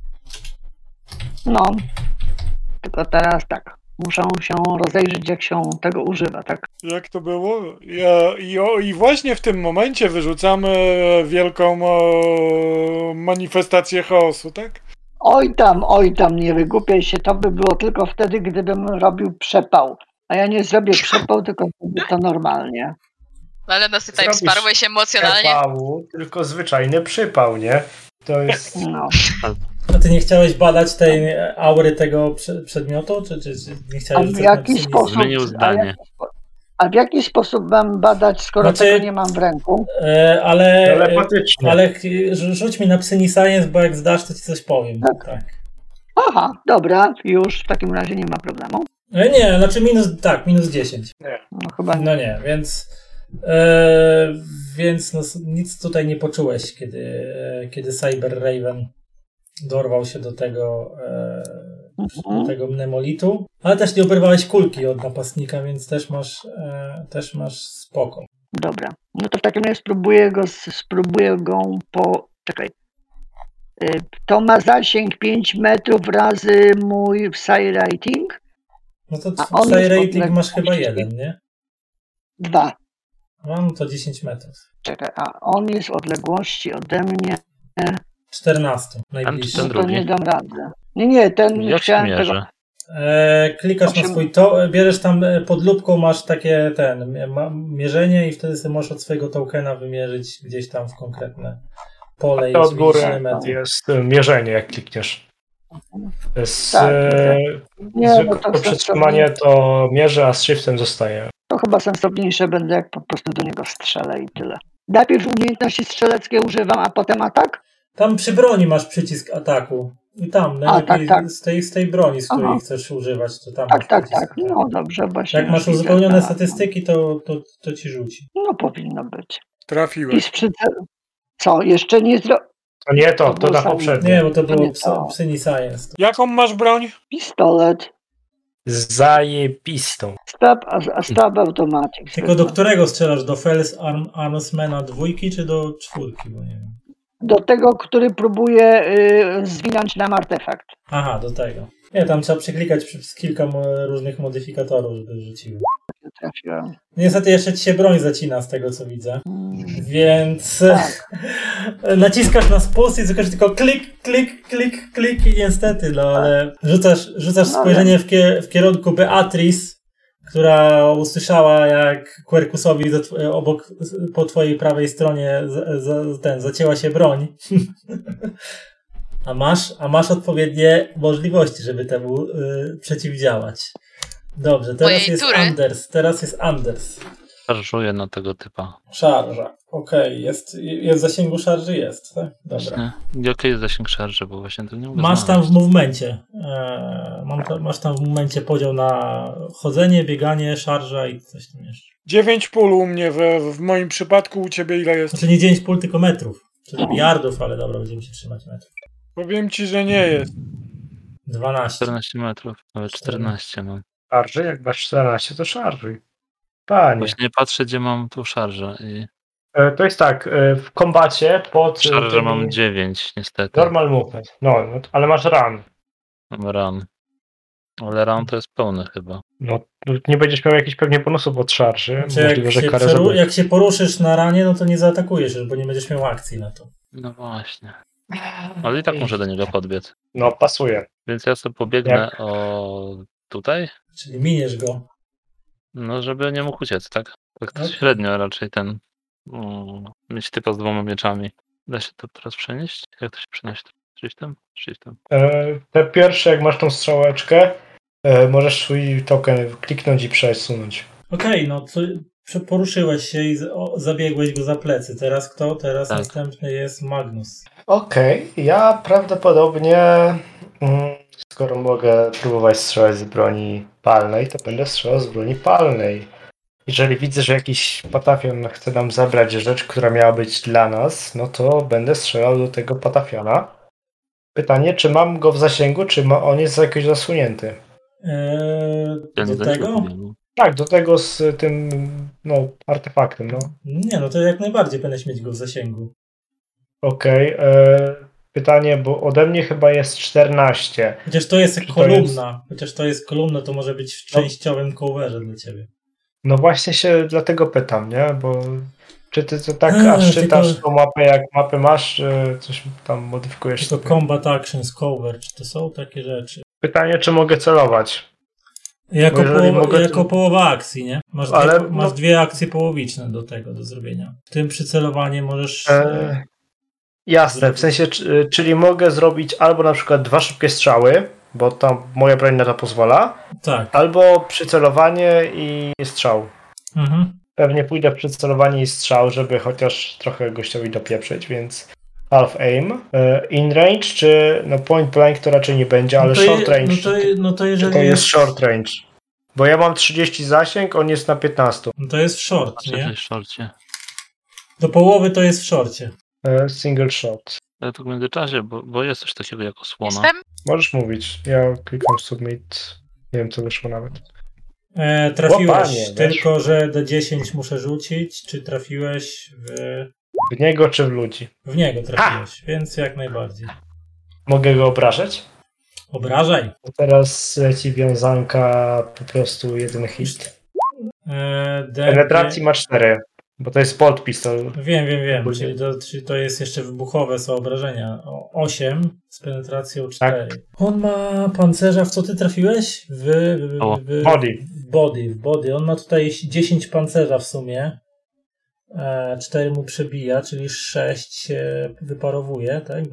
No, tylko teraz tak. Muszę się rozejrzeć, jak się tego używa, tak? Jak to było? I właśnie w tym momencie wyrzucamy wielką manifestację chaosu, tak? Oj tam, nie wygłupiaj się, to by było tylko wtedy, gdybym robił przepał. A ja nie zrobię przepał, tylko zrobię to normalnie. No ale nas tutaj Zrobisz wsparłeś emocjonalnie. Przypału, tylko zwyczajny przypał, nie? To jest... No. A ty nie chciałeś badać tej aury tego przedmiotu? Czy nie A chciałeś w jaki sposób? Zmienił zdanie. A w jaki sposób mam badać, skoro Znaczy- tego nie mam w ręku? Ale Telepatycznie. rzuć mi na Psyni Science, bo jak zdasz, to ci coś powiem. Tak. Aha, dobra, już w takim razie nie ma problemu. Nie, znaczy minus 10. No chyba nie. No nie, więc no, nic tutaj nie poczułeś, kiedy Cyber Raven dorwał się do tego mnemolitu, ale też nie oberwałeś kulki od napastnika, więc też masz spoko. Dobra. No to w takim razie spróbuję go Czekaj. To ma zasięg 5 metrów razy mój Psy Rating? No to A on Psy jest rating masz odległości. chyba 1, nie? 2. No to 10 metrów. Czekaj, a on jest w odległości ode mnie. 14, najbliższy. ten No to drugi? nie dam rady. Nie, ten Jak się chciałem mierzy? tego. Klikasz na Osiem. swój bierzesz tam pod lupką, masz takie mierzenie i wtedy sobie możesz od swojego tokena wymierzyć gdzieś tam w konkretne pole i To od góry widzisz, ile metrów. jest mierzenie, jak klikniesz. Z, Tak, Nie, no to po przytrzymanie to mierzy, a z shiftem zostaje. To chyba sensowniejsze będę, jak po prostu do niego strzelę i tyle. Najpierw umiejętności strzeleckie używam, a potem atak? Tam przy broni masz przycisk ataku. I tam, najlepiej tak. z tej broni, z której Aha. chcesz używać, to tam Tak, masz tak, przycisk tak. ataku. No dobrze, właśnie. Jak masz już widzę, uzupełnione tak. statystyki, to ci rzuci. No powinno być. Trafiłeś. Co, jeszcze nie To nie to było na sam- poprzednie. Nie, bo to było nie to. Psyni Science. Jaką masz broń? Pistolet, Zajebistą. stab automatic. Tylko do którego strzelasz? Do Fells Armsmana 2 czy do 4? Bo nie wiem. Do tego, który próbuje zwinąć nam artefakt. Aha, do tego. Nie, tam trzeba przeklikać przez kilka różnych modyfikatorów, żeby rzuciły. Nie trafiłem. Niestety jeszcze ci się broń zacina z tego, co widzę. Więc Tak. naciskasz na spust i słyszysz tylko klik, klik, klik, klik i niestety, no ale rzucasz spojrzenie w kierunku Beatrice, która usłyszała, jak Quercusowi po twojej prawej stronie zacięła się broń. A masz odpowiednie możliwości, żeby temu przeciwdziałać. Dobrze, teraz jest Anders. Szarżuję na tego typa. Szarża. Okej, jest w zasięgu szarży, jest, tak? Dobra. Właśnie. Jaki jest zasięg szarży, bo właśnie to nie mogę Masz tam znaleźć. w movemencie. Masz tam w momencie podział na chodzenie, bieganie, szarża i coś tam jeszcze. 9 pól u mnie, w moim przypadku u ciebie ile jest? Znaczy nie 9 pól, tylko metrów. Czy yardów, ale dobra, będziemy się trzymać metrów. Powiem ci, że nie jest. 12. 14 metrów, nawet 14 mam. Szarży? Jak masz 14, to szarżuj. Panie. Właśnie patrzę, gdzie mam tu szarżę i To jest tak, w kombacie pod szarżę tymi- mam 9 niestety. normal movement. No, ale masz run. Mam run. Ale run to jest pełny chyba. No, nie będziesz miał jakichś pewnie bonusów od szarży. Znaczy, Możliwe, że karę zabójstwa. jak się poruszysz na ranie, no to nie zaatakujesz już, bo nie będziesz miał akcji na to. No właśnie. Ale i tak muszę do niego podbiec. No, pasuje. Więc ja sobie pobiegnę tutaj, Czyli miniesz go. no żeby nie mógł uciec, tak? Tak Okej. średnio raczej mieć typa z 2 mieczami. Da się to teraz przenieść? Jak to się przenosi? Shiftem? Shiftem. Te pierwsze, jak masz tą strzałeczkę, możesz swój token kliknąć i przesunąć. Okej, no to poruszyłeś się i zabiegłeś go za plecy. Teraz kto? Teraz Tak. następny jest Magnus. Okej, ja prawdopodobnie, skoro mogę próbować strzelać z broni palnej, to będę strzelał z broni palnej. Jeżeli widzę, że jakiś patafion chce nam zabrać rzecz, która miała być dla nas, no to będę strzelał do tego patafiona. Pytanie, czy mam go w zasięgu, czy on jest jakoś zasunięty? Ja nie Do tego? zadziałam. Tak, do tego z tym, artefaktem, no. Nie, no to jak najbardziej będziesz mieć go w zasięgu. Okej, pytanie, bo ode mnie chyba jest 14. Chociaż to jest Czy to kolumna. Chociaż to jest kolumna, to może być w częściowym coverze dla ciebie. No właśnie się dlatego pytam, nie? Bo czy ty to tak A, aż czytasz tylko- tą mapę, jak mapę masz, czy coś tam modyfikujesz Tylko sobie? Combat Actions cover. Czy to są takie rzeczy? Pytanie, czy mogę celować? Jako, jeżeli mogę, to- jako połowa akcji, nie? Masz, Ale, masz no- dwie akcje połowiczne do zrobienia. W tym przycelowanie możesz... Jasne, w sensie, czyli mogę zrobić albo na przykład 2 szybkie strzały, bo tam moja broń na to pozwala, Tak. albo przycelowanie i strzał. Pewnie pójdę w przycelowanie i strzał, żeby chociaż trochę gościowi dopieprzyć, więc half aim. In range czy no point blank to raczej nie będzie, ale short range. To Czy jeżeli to jest short range? Bo ja mam 30 zasięg, on jest na 15. No to jest w short, Czy to nie? jest w szorcie? Do połowy to jest w shorcie. Single shot. Ale to w międzyczasie, bo jest coś takiego jak osłona. Jestem? Możesz mówić. Ja klikam submit. Nie wiem co wyszło nawet. Trafiłeś, Łapanie, tylko że D10 muszę rzucić. Czy trafiłeś W niego czy w ludzi? w niego trafiłeś, więc jak najbardziej. Mogę go obrażać? Obrażaj. Teraz leci wiązanka po prostu jeden hit. D- Penetracji ma 4, bo to jest bolt pistol. Wiem. Ogólnie. Czyli to jest jeszcze wybuchowe są obrażenia. 8 z penetracją Tak. 4. On ma pancerza, w co ty trafiłeś? Body. W body. On ma tutaj 10 pancerza w sumie. 4 mu przebija, czyli 6 się wyparowuje, tak?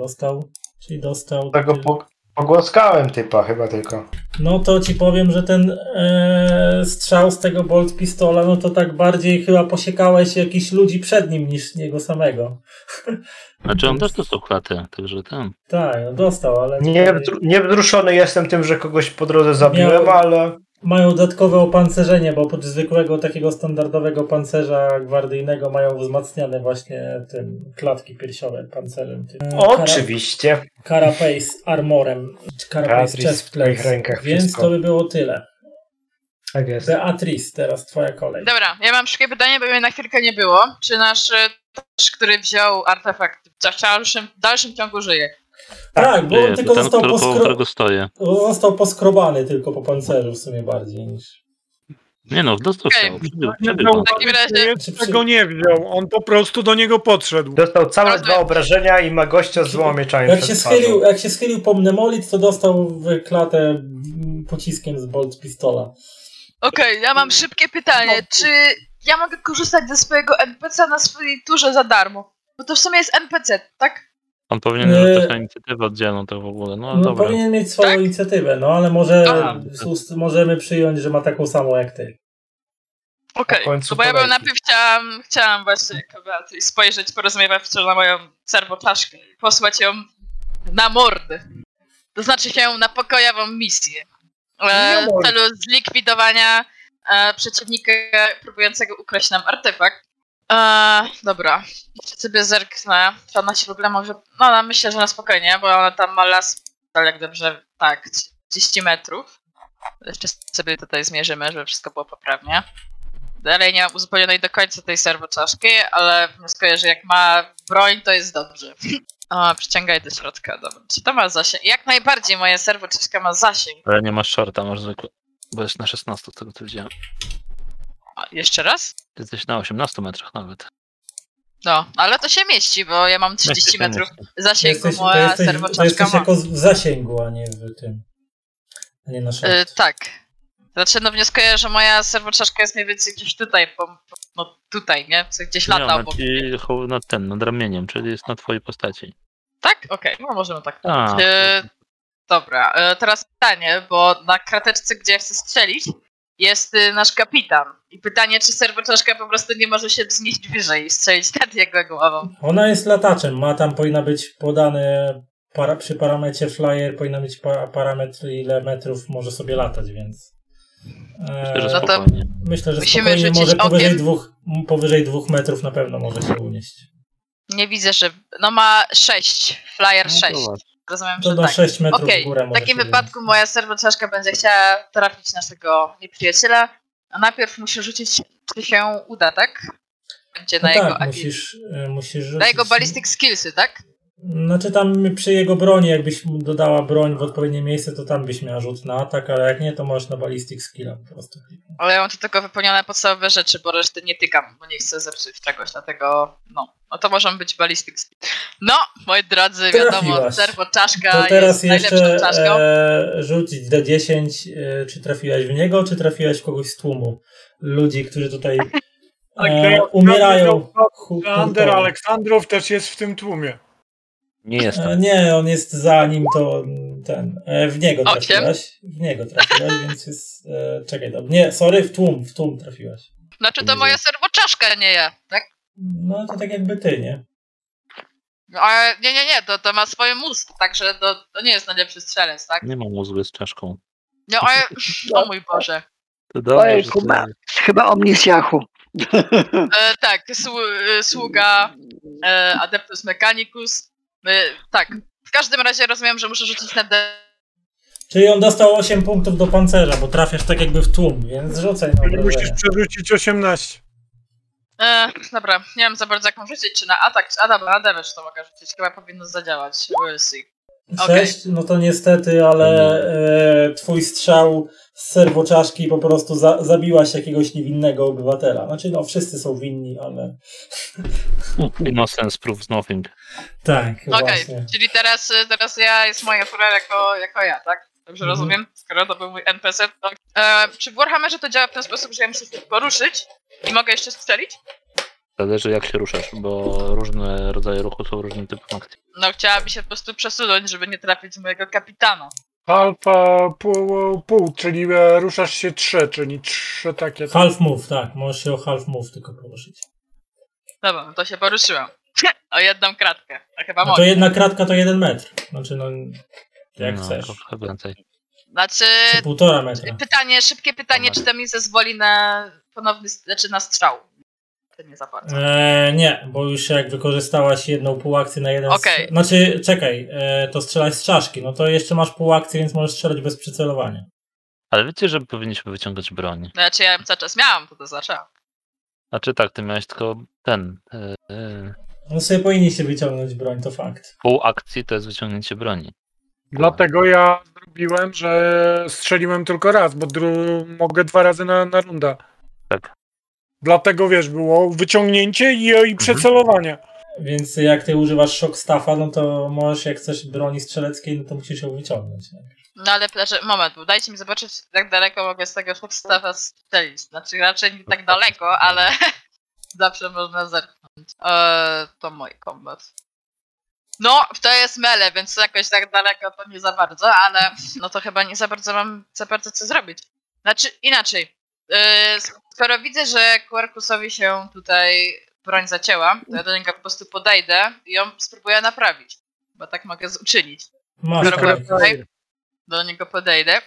Dostał. Tego pogłaskałem typa chyba tylko. No to ci powiem, że ten strzał z tego bolt pistola, no to tak bardziej chyba posiekałeś jakichś ludzi przed nim niż niego samego. Znaczy on też dostał klatę, także ten. Tak, no dostał, ale Niewzruszony jestem tym, że kogoś po drodze zabiłem, ale mają dodatkowe opancerzenie, bo oprócz zwykłego takiego standardowego pancerza gwardyjnego mają wzmacniane właśnie tym klatki piersiowe pancerzem. Tym, oczywiście. Carapace armorem, Carapace Beatrice chest w twoich plate, rękach więc wszystko. to by było tyle. Tak jest. Beatrice, teraz twoja kolej. Dobra, ja mam szybkie pytanie, bo mnie na chwilkę nie było. Czy nasz który wziął artefakt w dalszym ciągu żyje? Tak, bo on tylko ten, został koło którego stoję. Został poskrobany tylko po pancerzu w sumie bardziej niż... Nie no, dostał Okej. ciało. Nie Przebił pan. W takim razie- tego nie wziął, on po prostu do niego podszedł. Dostał całe Rozumiem. 2 obrażenia i ma gościa z 2 mieczami Jak przed się, twarzą. jak się schylił po mnemolit, to dostał w klatę pociskiem z bolt pistola. Okej, ja mam szybkie pytanie. Czy ja mogę korzystać ze swojego NPC na swojej turze za darmo? Bo to w sumie jest NPC, tak? On powinien rzucać na inicjatywę oddzielną to w ogóle. No, No, dobra. powinien mieć swoją Tak? inicjatywę, no ale możemy przyjąć, że ma taką samą jak ty. Okej, Na końcu no bo ja bym kolejki. najpierw chciałam właśnie jako Beatrice spojrzeć porozumiewawczo na moją serwoczaszkę i posłać ją na mordę. To znaczy się na pokojową misję. W celu zlikwidowania przeciwnika próbującego ukraść nam artefakt. Dobra, jeszcze sobie zerknę. Czy ona się w ogóle może... No myślę, że na spokojnie, bo ona tam ma las, jak dobrze, tak, 30 metrów. Jeszcze sobie tutaj zmierzymy, żeby wszystko było poprawnie. Dalej nie mam uzupełnionej do końca tej serwoczaszki, ale wnioskuję, że jak ma broń, to jest dobrze. Przyciągaj do środka, dobra. Czy to ma zasięg? Jak najbardziej moja serwoczaszka ma zasięg. Ale nie masz shorta, masz zwykły. Bo jest na 16 z tego co widziałem. Jeszcze raz? Ty jesteś na 18 metrach nawet. No, ale to się mieści, bo ja mam 30 się metrów mieści. zasięgu, To moja jesteś serwoczaszka ma. jako w zasięgu, a nie w tym. A nie na short. Tak. Znaczy, no wnioskuję, że moja serwoczaszka jest mniej więcej gdzieś tutaj, no tutaj, nie? Gdzieś Nie, lata ona obok. ci nad ramieniem, czyli jest na twojej postaci. Tak? Okej, no możemy tak. A, Dobra, teraz pytanie, bo na krateczce, gdzie ja chcę strzelić, jest nasz kapitan. I pytanie, czy serwoczaszka po prostu nie może się wznieść wyżej i strzelić nad jego głową. Ona jest lataczem, powinna być podane przy parametrze flyer, powinna mieć parametr ile metrów może sobie latać, więc myślę, że No to- spokojnie. myślę, że Musimy spokojnie rzucić może okiem. powyżej 2 metrów na pewno może się unieść. Nie widzę, że... No ma 6, flyer No 6. to właśnie. Rozumiem, To że na tak. 6 metrów Okej, w górę w może takim się wypadku moja serwoczaszka będzie chciała trafić naszego nieprzyjaciela, a najpierw muszę rzucić, czy się uda, tak? Będzie na No jego tak, musisz rzucić. na jego ballistic skillsy, tak? Znaczy tam przy jego broni, jakbyś mu dodała broń w odpowiednie miejsce, to tam byś miała rzut na atak, ale jak nie, to możesz na ballistic skilla po prostu kliknąć. Ale ja mam tu tylko wypełnione podstawowe rzeczy, bo reszty nie tykam, bo nie chcę zepsuć czegoś, dlatego no to możemy być ballistic skill. No, moi drodzy, wiadomo, Trafiłaś. serwoczaszka To teraz jest najlepszą jeszcze czaszką. rzucić D10, czy trafiłaś w niego, czy trafiłaś w kogoś z tłumu ludzi, którzy tutaj umierają. Ander Aleksandrow też jest w tym tłumie. Nie jestem. Nie, on jest za nim, to w niego 8. trafiłaś. W niego trafiłaś, więc jest... czekaj, nie, sorry, w tłum trafiłaś. Znaczy to moja serwoczaszka, nie ja, tak? No to tak jakby ty, nie? Ale nie, to ma swoje mózg, także to nie jest najlepszy strzelec, tak? Nie mam mózgu z czaszką. No ale, o mój Boże. To dobrze, że Ojejku, chyba Omnisjachu. Tak, sługa Adeptus Mechanicus. Tak, w każdym razie rozumiem, że muszę rzucić na Czyli on dostał 8 punktów do pancerza, bo trafiasz tak jakby w tłum, więc rzucaj na Czyli musisz obrażenia. przerzucić 18. Dobra, nie wiem za bardzo jak mam rzucić, czy na atak, czy na damage to mogę rzucić. Chyba powinno zadziałać. We'll see. 6, no to niestety, ale twój strzał z serwoczaszki po prostu zabiłaś jakiegoś niewinnego obywatela. Znaczy no wszyscy są winni, ale... Innocence proves nothing. Tak, Okej, właśnie. czyli teraz ja jest moja fura jako ja, tak? Dobrze rozumiem? Skoro to był mój NPC. To... czy w Warhammerze to działa w ten sposób, że ja muszę się poruszyć i mogę jeszcze strzelić? Zależy jak się ruszasz, bo różne rodzaje ruchu są różnym typem akcji. No chciałaby się po prostu przesunąć, żeby nie trafić w mojego kapitana. Alfa pół, czyli ruszasz się 3, czyli 3 takie. Half move, tak. Możesz się o half move tylko poruszyć. Dobra, no to się poruszyłem. O jedną kratkę. A chyba A to mogę. jedna kratka to 1 metr. Znaczy no, jak chcesz. Trochę więcej. Znaczy, Czy 1,5 metra. szybkie pytanie, czy to mi zezwoli na ponowny, znaczy na strzał? To nie za bardzo. Nie, bo już jak wykorzystałaś jedną półakcję na jeden... Okej. Znaczy, czekaj, to strzelać z czaszki, no to jeszcze masz półakcję, więc możesz strzelać bez przycelowania. Ale wiecie, że powinniśmy wyciągać broń. Znaczy ja ją cały czas miałam, to zaczęłam. Znaczy tak, ty miałeś tylko No sobie powinniście wyciągnąć broń, to fakt. pół akcji to jest wyciągnięcie broni. Dlatego ja zrobiłem, że strzeliłem tylko raz, bo mogę 2 razy na rundę. Tak. Dlatego wiesz, było wyciągnięcie i przecelowanie. Więc jak ty używasz shock staffa, no to możesz, jak chcesz broni strzeleckiej, no to musisz ją wyciągnąć. Nie? No ale moment, bo dajcie mi zobaczyć, jak daleko mogę z tego podstawa strzelić. Znaczy raczej nie tak daleko, ale zawsze można zerknąć. To mój kombat. No, to jest melee, więc jakoś tak daleko to nie za bardzo, ale no to chyba nie za bardzo mam co zrobić. Znaczy, inaczej. Skoro widzę, że Quercusowi się tutaj broń zacięła, to ja do niego po prostu podejdę i ją spróbuję naprawić. Bo tak mogę uczynić. Masz Skoro tak. byłem tutaj, do niego podejdę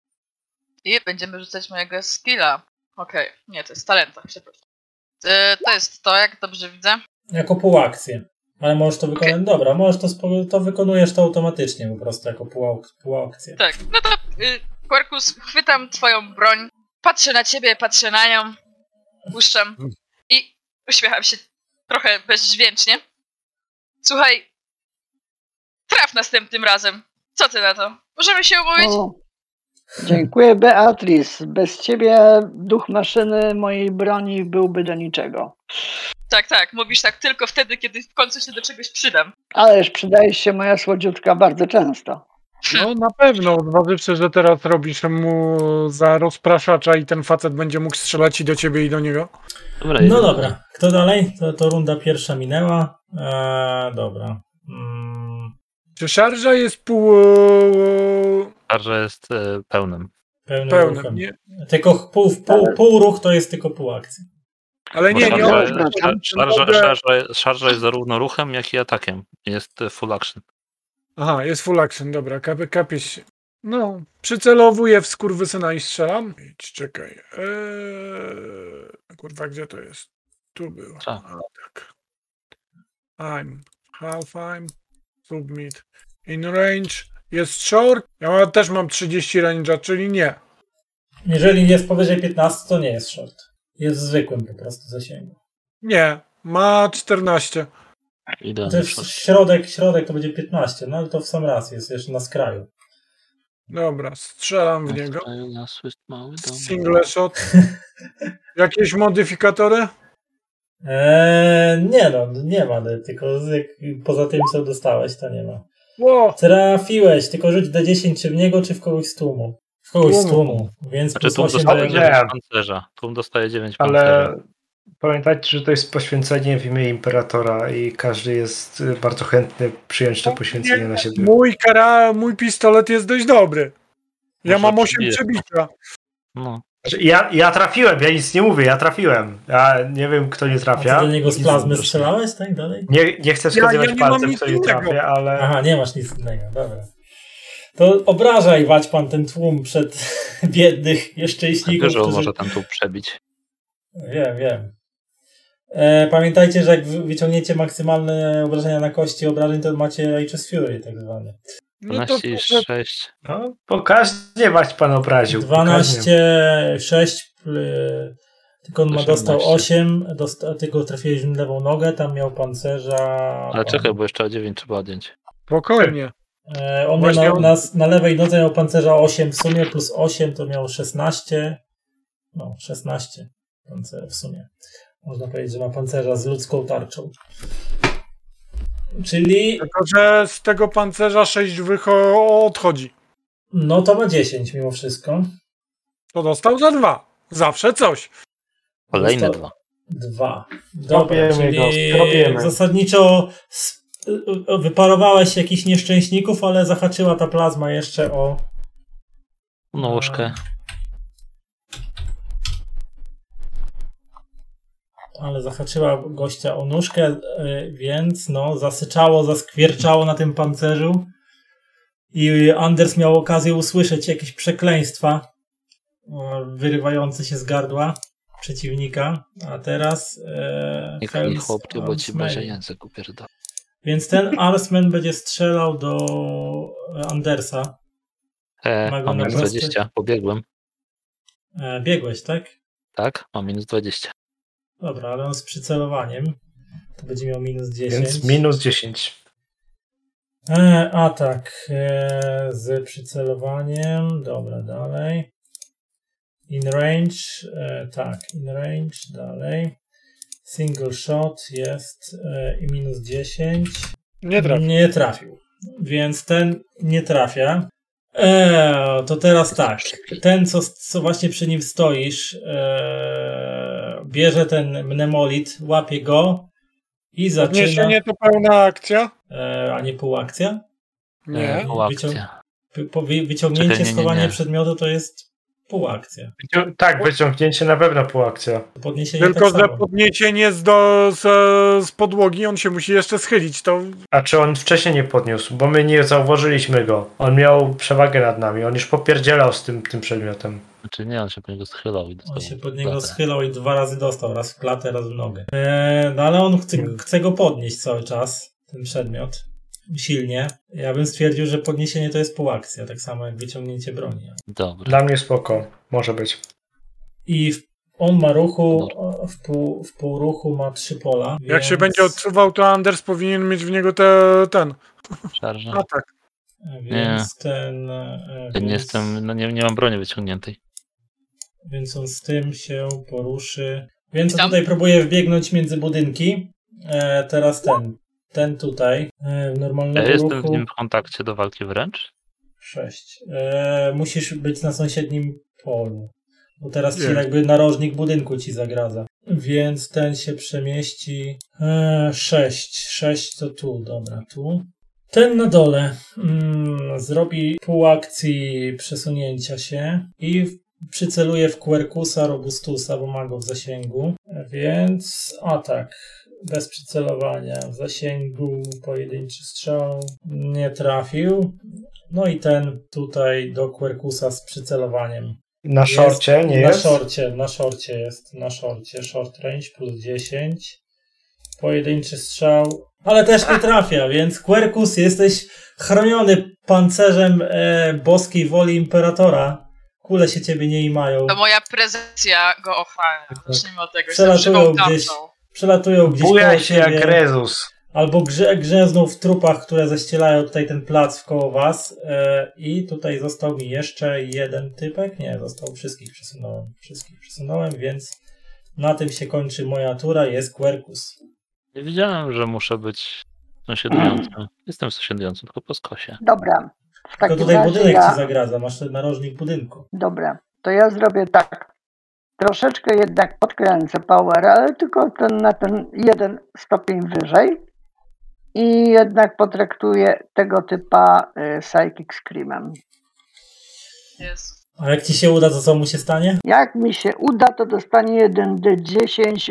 i będziemy rzucać mojego skilla. Okej, nie, to jest talenta, przepraszam. To jest to, jak dobrze widzę. Jako półakcję. Ale możesz to wykonać, dobra, możesz to wykonujesz to automatycznie po prostu jako półakcję. Tak, no to Quercus, chwytam twoją broń, patrzę na ciebie, patrzę na nią, puszczam i uśmiecham się trochę bezdźwięcznie. Słuchaj, traf następnym razem. Co ty na to? Możemy się umówić? O, dziękuję, Beatrice. Bez ciebie duch maszyny mojej broni byłby do niczego. Tak, mówisz tak tylko wtedy, kiedy w końcu się do czegoś przydam. Ależ przydaje się moja słodziutka bardzo często. No na pewno, zważywszy, że teraz robisz mu za rozpraszacza i ten facet będzie mógł strzelać i do ciebie i do niego. Dobra, No dobra, kto dalej? To runda pierwsza minęła. Dobra. Czy szarża jest Szarża jest pełnym. Pełnym pełnym? ruchem. Nie. Tylko pół ruch to jest tylko półakcja. Ale nie, nie. Szarża jest zarówno ruchem, jak i atakiem. Jest full action. Aha, jest full action, dobra, kapieś. No, przycelowuję w skurwysyna i strzelam. Idź, czekaj. Kurwa, gdzie to jest? Tu było. Co? A, tak. I'm, submit. In range. Jest short. Ja też mam 30 range'a, czyli nie. Jeżeli jest powyżej 15, to nie jest short. Jest w zwykłym po prostu zasięgu. Nie, ma 14. To Idealnie. jest środek to będzie 15, no ale to w sam raz jest jeszcze na skraju. Dobra, strzelam w niego. Nas jest mały dom. Single shot. Jakieś modyfikatory? Nie no, nie ma, tylko poza tym co dostałeś, to nie ma. Ło! Trafiłeś, tylko rzuć D10 czy w niego, czy w kogoś z tłumu. W kogoś z tłumu, więc Znaczy plus tłum 8 dostaje do 9 pancerza. Tłum dostaje 9 pancerza. Ale pamiętajcie, że to jest poświęcenie w imię Imperatora i każdy jest bardzo chętny przyjąć to poświęcenie na siebie. Mój pistolet jest dość dobry. Ja Może mam 8 przebije. przebicia. No. Znaczy, ja trafiłem, ja nic nie mówię, ja trafiłem. Ja nie wiem, kto nie A ty trafia. do niego z plazmy strzelałeś, tak dalej? Nie chcę wskazywać nie mam palcem, nic kto nie innego. trafię, ale... Aha, nie masz nic innego, dobra. To obrażaj, Waćpan, ten tłum przed biednych nieszczęśników, Dużo którzy... może tam tu przebić. Wiem. Pamiętajcie, że jak wyciągniecie maksymalne obrażenia na kości obrażeń, to macie Righteous Fury tak zwane. No to 12 i 6. No, pokaźnie Waćpan obraził. 12, 6, tylko on 18. dostał 8, tylko trafiłeś w lewą nogę, tam miał pancerza. Ale czekaj, bo jeszcze o 9 trzeba odjąć. spokojnie. On Właśnie miał on- na lewej nodze miał pancerza 8 w sumie, plus 8 to miał 16. No, 16 pancerza w sumie. Można powiedzieć, że ma pancerza z ludzką tarczą. Czyli, Tylko, że z tego pancerza 6 odchodzi. no to ma 10 mimo wszystko. To dostał za 2. Zawsze coś. Kolejne Dostał 2. 2. Dobra, Zrobimy go, czyli zrobimy. zasadniczo wyparowałeś jakichś nieszczęśników, ale zahaczyła ta plazma jeszcze o... Nóżkę. Ale zahaczyła gościa o nóżkę, więc no zasyczało, zaskwierczało na tym pancerzu i Anders miał okazję usłyszeć jakieś przekleństwa wyrywające się z gardła przeciwnika, a teraz Niech nie chłopczy, bo ci Armsman. będzie język upierdol. Więc ten Armsman będzie strzelał do Andersa. Ma go Mam na minus prostych. 20, pobiegłem. Biegłeś, tak? Tak? Mam minus 20. Dobra, ale on z przycelowaniem to będzie miał minus 10. Więc minus 10. Atak z przycelowaniem. Dobra, dalej. In range. Tak, in range. Dalej. Single shot jest i minus 10. Nie trafi. Nie trafił. Więc ten nie trafia. To teraz tak. Ten, co właśnie przy nim stoisz, bierze ten mnemolit, łapie go i zaczyna... Podniesienie to pełna akcja? A nie półakcja? Nie. Akcja. Wyciągnięcie, Czekaj, nie. schowanie przedmiotu to jest półakcja. Tak, wyciągnięcie na pewno półakcja. Podniesienie Tylko, tak że samo. podniesienie z podłogi, on się musi jeszcze schylić. To A czy on wcześniej nie podniósł? Bo my nie zauważyliśmy go. On miał przewagę nad nami. On już popierdzielał z tym przedmiotem. Znaczy nie, on się po niego schylał i dostał On się pod niego klatę. schylał i 2 razy dostał. Raz w klatę, raz w nogę. No ale on chce go podnieść cały czas, ten przedmiot. Silnie. Ja bym stwierdził, że podniesienie to jest półakcja. Tak samo jak wyciągnięcie broni. Dobra. Dla mnie spoko. Może być. I on ma ruchu, w pół ruchu ma 3 pola. jak się więc- będzie odczuwał, to Anders powinien mieć w niego ten Szarża. atak. Więc ten... Ja więc- nie jestem, no nie mam broni wyciągniętej. Więc on z tym się poruszy. Więc on Tam. tutaj próbuje wbiegnąć między budynki. Teraz ten tutaj. W Ja normalnym jestem w ruchu nim w kontakcie do walki wręcz. 6. Musisz być na sąsiednim polu. Bo teraz ci Jest. jakby narożnik budynku ci zagradza. Więc ten się przemieści. 6. 6 to tu, dobra, tu. Ten na dole zrobi pół akcji przesunięcia się i przyceluje w Quercusa Robustusa, bo ma go w zasięgu. Więc atak bez przycelowania w zasięgu, pojedynczy strzał, nie trafił. No i ten tutaj do Quercusa z przycelowaniem. Na szorcie nie jest? Na szorcie jest. Na szorcie. Short range plus 10. Pojedynczy strzał. Ale też nie trafia, więc Quercus, jesteś chroniony pancerzem boskiej woli Imperatora. Kule się ciebie nie imają. To moja prezencja go ochrania. Zacznijmy od tego. Przelatują Jestem żywą gdzieś. tarczą. Przelatują gdzieś Buja koło się jak ciebie. Rezus. Albo grzęzną w trupach, które zaścielają tutaj ten plac wkoło was. I tutaj został mi jeszcze jeden typek. Nie, został wszystkich przesunąłem, więc na tym się kończy moja tura. Jest Quercus. Nie wiedziałem, że muszę być sąsiadującym. Jestem sąsiadującym, tylko po skosie. Dobra. W Tylko takim tutaj razie budynek ja... ci zagradza, masz ten narożnik budynku. Dobra, to ja zrobię tak. Troszeczkę jednak podkręcę power, ale tylko na ten 1 stopień wyżej. I jednak potraktuję tego typa Psychic Screamem. Jest. A jak ci się uda, to co mu się stanie? Jak mi się uda, to dostanie 1d10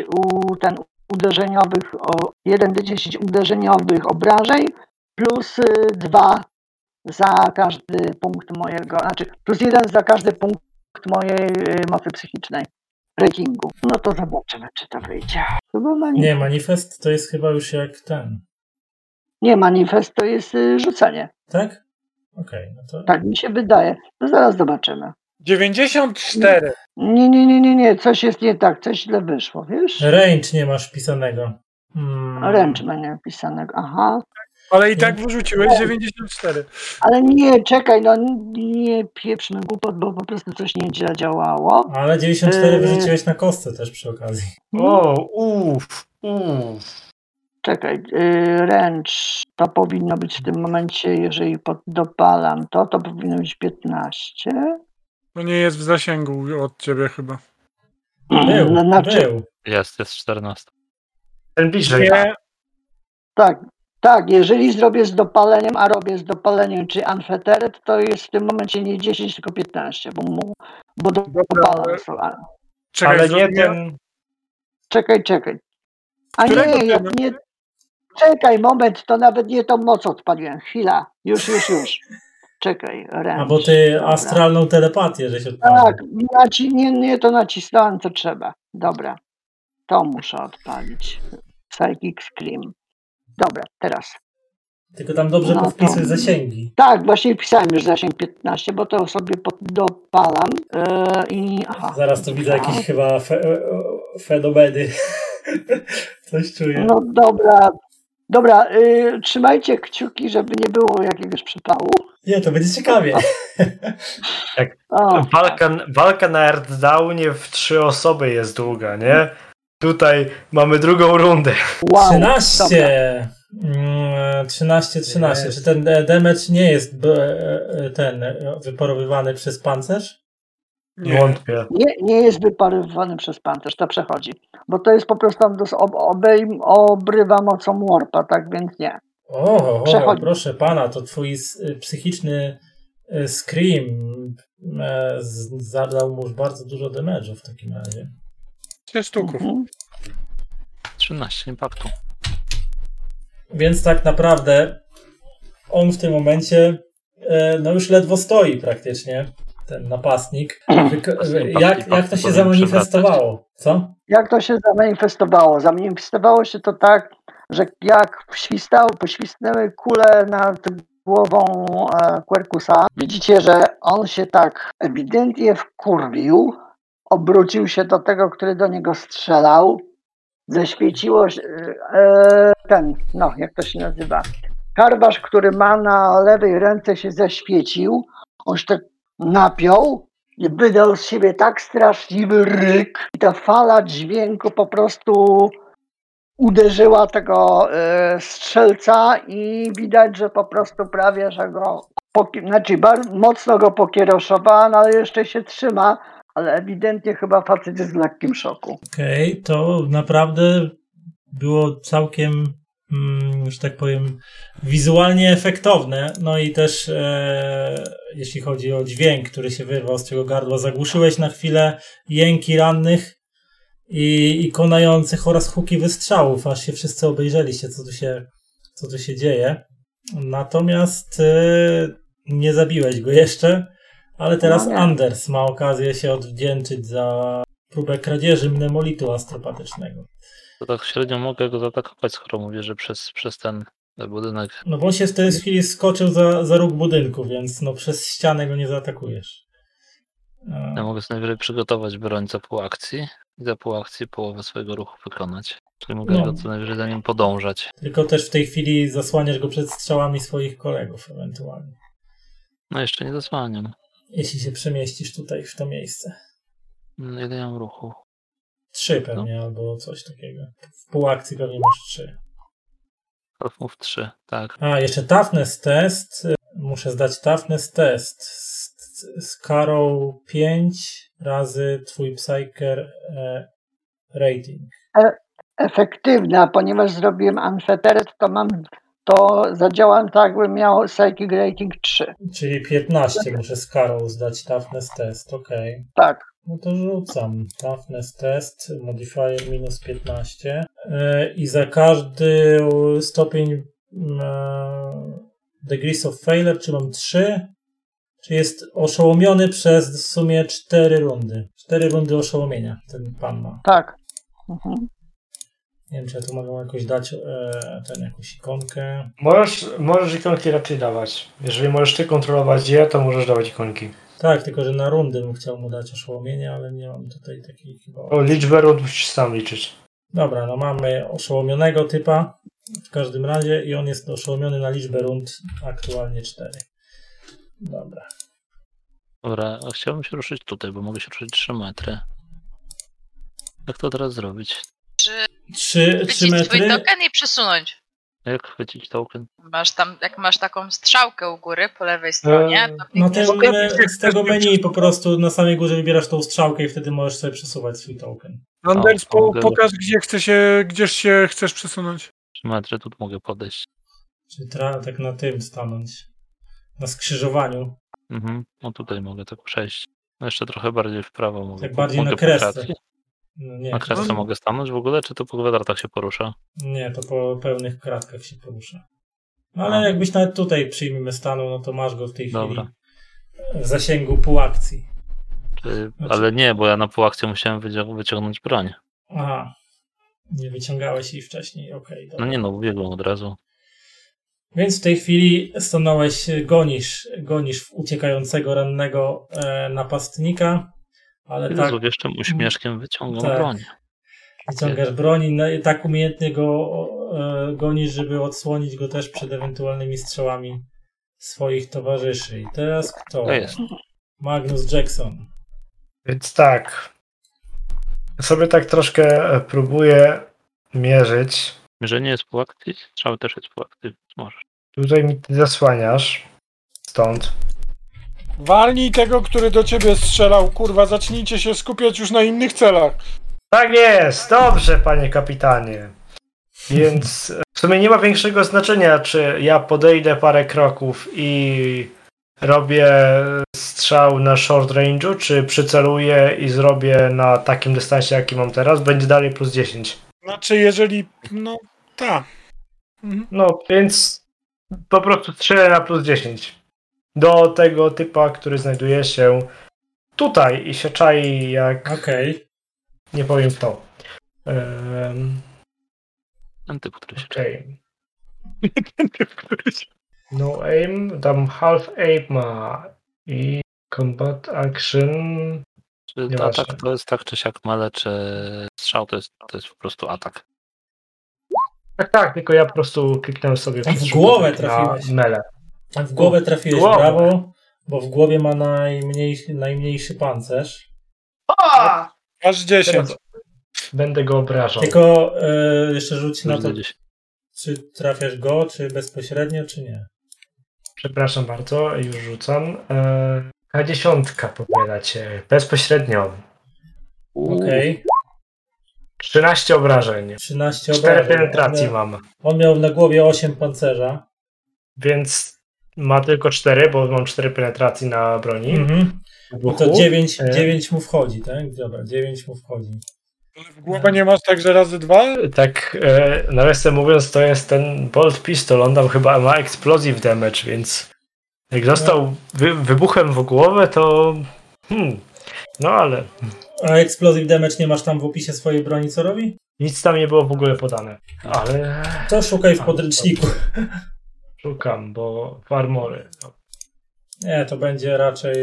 1d10 uderzeniowych obrażeń plus 2 za każdy punkt mojego, znaczy plus 1 za każdy punkt mojej mocy psychicznej ratingu. No to zobaczymy, czy to wyjdzie. Chyba Nie, manifest to jest chyba już jak ten. Nie, manifest to jest rzucenie. Tak? Okej, no to... Tak mi się wydaje. No zaraz zobaczymy. 94. Nie, coś jest nie tak, coś źle wyszło, wiesz? Range nie masz wpisanego. Ręcz ma nie napisanego, aha. Ale i tak wyrzuciłeś 94. Ale nie, czekaj, no nie pieprzmy głupot, bo po prostu coś nie działało. Ale 94 wyrzuciłeś na kostce też przy okazji. O, uff. Czekaj, ręcz to powinno być w tym momencie, jeżeli dopalam to powinno być 15. To nie jest w zasięgu od ciebie chyba. Był, Znaczy, był. Jest 14. Ten bliżej. Nie, tak, jeżeli zrobię z dopaleniem, a robię z dopaleniem czy unfettered, to jest w tym momencie nie 10, tylko 15, bo dopalam. czekaj, Ale nie zrozumiałem. ten... Czekaj. A Którego nie, typu? nie. Czekaj, moment, to nawet nie tą moc odpaliłem. Chwila, już. Czekaj, ręcz. A bo ty Dobra. astralną telepatię żeś odpalił. Tak, nie to nacisnąłem, co trzeba. Dobra, to muszę odpalić. Psychic Scream. Dobra, teraz. Tylko tam dobrze No to- powpisuj zasięgi. Tak, właśnie wpisałem już zasięg 15, bo to sobie dopalam i... Aha, Zaraz tu widzę dobra. jakieś chyba fenomeny. Coś czuję. No dobra, trzymajcie kciuki, żeby nie było jakiegoś przypału. Nie, to będzie ciekawie. O, Walka na Earthdownie w 3 osoby jest długa, nie? Tutaj mamy drugą rundę. wow. 13! 13. Jest. Czy ten damage nie jest wyparowywany przez pancerz? Nie. Wątpię. Nie jest wyparowywany przez pancerz, to przechodzi. Bo to jest po prostu obrywa mocą warpa, tak więc nie. Przechodzi. Proszę pana, to twój psychiczny scream zadał mu już bardzo dużo damage'u w takim razie. 3 sztuków. Mhm. 13 impaktu. Więc tak naprawdę on w tym momencie no już ledwo stoi praktycznie, ten napastnik. Jak to się zamanifestowało? Co? Jak to się zamanifestowało? Zamanifestowało się to tak, że jak poświsnęły kule nad głową Quercusa, widzicie, że on się tak ewidentnie wkurwił, obrócił się do tego, który do niego strzelał, zaświeciło się jak to się nazywa, karwasz, który ma na lewej ręce się zaświecił, on się tak napiął i wydał z siebie tak straszliwy ryk i ta fala dźwięku po prostu uderzyła tego strzelca i widać, że po prostu prawie, że go bardzo mocno go pokierowała, no ale jeszcze się trzyma, ale ewidentnie chyba facet jest w lekkim szoku. Okej, to naprawdę było całkiem, że tak powiem, wizualnie efektowne. No i też jeśli chodzi o dźwięk, który się wyrwał z tego gardła, zagłuszyłeś na chwilę jęki rannych i konających oraz huki wystrzałów, aż się wszyscy obejrzeliście, co tu się dzieje. Natomiast nie zabiłeś go jeszcze, ale teraz No nie. Anders ma okazję się odwdzięczyć za próbę kradzieży mnemolitu astropatycznego. To tak średnio mogę go zaatakować, skoro mówię, że przez ten budynek. No bo on się w tej chwili skoczył za róg budynku, więc no przez ścianę go nie zaatakujesz. Ja mogę sobie najwyżej przygotować broń za pół akcji i za pół akcji połowę swojego ruchu wykonać. Czyli mogę No. go co najwyżej za nim podążać. Tylko też w tej chwili zasłaniasz go przed strzałami swoich kolegów ewentualnie. No jeszcze nie zasłaniam. Jeśli się przemieścisz tutaj w to miejsce. Ile ja mam ruchu? 3 pewnie, albo coś takiego. W pół akcji pewnie masz 3. Move 3, tak. A, jeszcze toughness test. Muszę zdać toughness test. Z karą 5 razy twój psyker rating. Efektywna, ponieważ zrobiłem unfettered, to mam to zadziałam tak, jakbym miał Psychic Rating 3. Czyli 15 muszę z karą zdać Toughness Test, okej. Tak. No to rzucam. Toughness Test, modifier minus 15. I za każdy stopień Degrees of Failure, czy mam 3? Czy jest oszołomiony przez w sumie 4 rundy? 4 rundy oszołomienia ten pan ma. Tak. Mhm. Nie wiem, czy ja tu mogę jakoś dać jakąś ikonkę. Możesz ikonki raczej dawać. Jeżeli możesz ty kontrolować je, to możesz dawać ikonki. Tak, tylko że na rundę bym chciał mu dać oszołomienie, ale nie mam tutaj takiej chyba. O, liczbę rund musisz sam liczyć. Dobra, no mamy oszołomionego typa w każdym razie i on jest oszołomiony na liczbę rund aktualnie 4. Dobra. Dobra, a chciałbym się ruszyć tutaj, bo mogę się ruszyć 3 metry. Jak to teraz zrobić? 3 Wyciąć swój metry? token i przesunąć. Jak chwycić token? Jak masz taką strzałkę u góry po lewej stronie, to No klikniesz z tego menu po prostu na samej górze wybierasz tą strzałkę i wtedy możesz sobie przesuwać swój token. Anders, mogę. pokaż, gdzież się chcesz przesunąć. 3 metry, tu mogę podejść. Czyli tak na tym stanąć. Na skrzyżowaniu. No tutaj mogę tak przejść. No jeszcze trochę bardziej w prawo mogę. Tak bardziej mogę na po kresce. kratce? No nie, Na kresce mogę stanąć w ogóle, czy to po kwadratach się porusza? nie, to po pełnych kratkach się porusza. No ale A. jakbyś nawet tutaj przyjmijmy stanął, no to masz go w tej Dobra. chwili w zasięgu pół akcji. Ale nie, bo ja na półakcję musiałem wyciągnąć broń. Aha. Nie wyciągałeś jej wcześniej, okej. No nie no, biegłem od razu. Więc w tej chwili stanąłeś, gonisz uciekającego rannego napastnika, ale tak Jezu, jeszcze uśmieszkiem wyciągam Tak. broń. wyciągasz broń i tak umiejętnie go gonisz, żeby odsłonić go też przed ewentualnymi strzałami swoich towarzyszy. I teraz kto? To jest. Magnus Jackson. Więc tak. Sobie tak troszkę próbuję mierzyć. Mierzenie jest pół akcji, strzały też jest pół akcji. Możesz. Tutaj mi ty zasłaniasz. Stąd. Walnij tego, który do ciebie strzelał, kurwa, zacznijcie się skupiać już na innych celach. Tak jest! Dobrze, panie kapitanie. Więc w sumie nie ma większego znaczenia, czy ja podejdę parę kroków i robię strzał na short range'u, czy przyceluję i zrobię na takim dystansie, jaki mam teraz, będzie dalej plus 10. Znaczy, jeżeli... no, tak. No, więc po prostu strzelę na plus 10. Do tego typa, który znajduje się tutaj i się czai jak... Okej. Nie powiem kto. Ten typ, który się Okej. No aim, tam half aim ma i combat action. Czy Nieważne. atak to jest tak czy siak mele, czy strzał to jest po prostu atak. Tak, tylko ja po prostu kliknąłem sobie W głowę na trafiłeś. mele. W głowę trafiłeś, Głowę. brawo, bo w głowie ma najmniejszy pancerz. Aż 10. Teraz będę go obrażał. Tylko jeszcze rzuć na to, Gdzieś. czy trafiasz go, czy bezpośrednio, czy nie. Przepraszam bardzo, już rzucam. K10 powiadacie bezpośrednio. Okej. 13 obrażeń. 13 4 obrażeń. penetracji mam. On miał na głowie 8 pancerza. Więc ma tylko 4, bo mam 4 penetracji na broni. Mhm. No Wybuchu. to 9 mu wchodzi, tak? Dobra, 9 mu wchodzi. W głowę nie masz tak, że razy 2? Tak, nawiasem mówiąc, to jest ten Bolt Pistol. On tam chyba ma explosive damage, więc jak został wybuchem w głowę, to... no ale A explosive damage nie masz tam w opisie swojej broni, co robi? nic tam nie było w ogóle podane. Ale To szukaj w podręczniku. szukam, bo w armory. Nie, to będzie raczej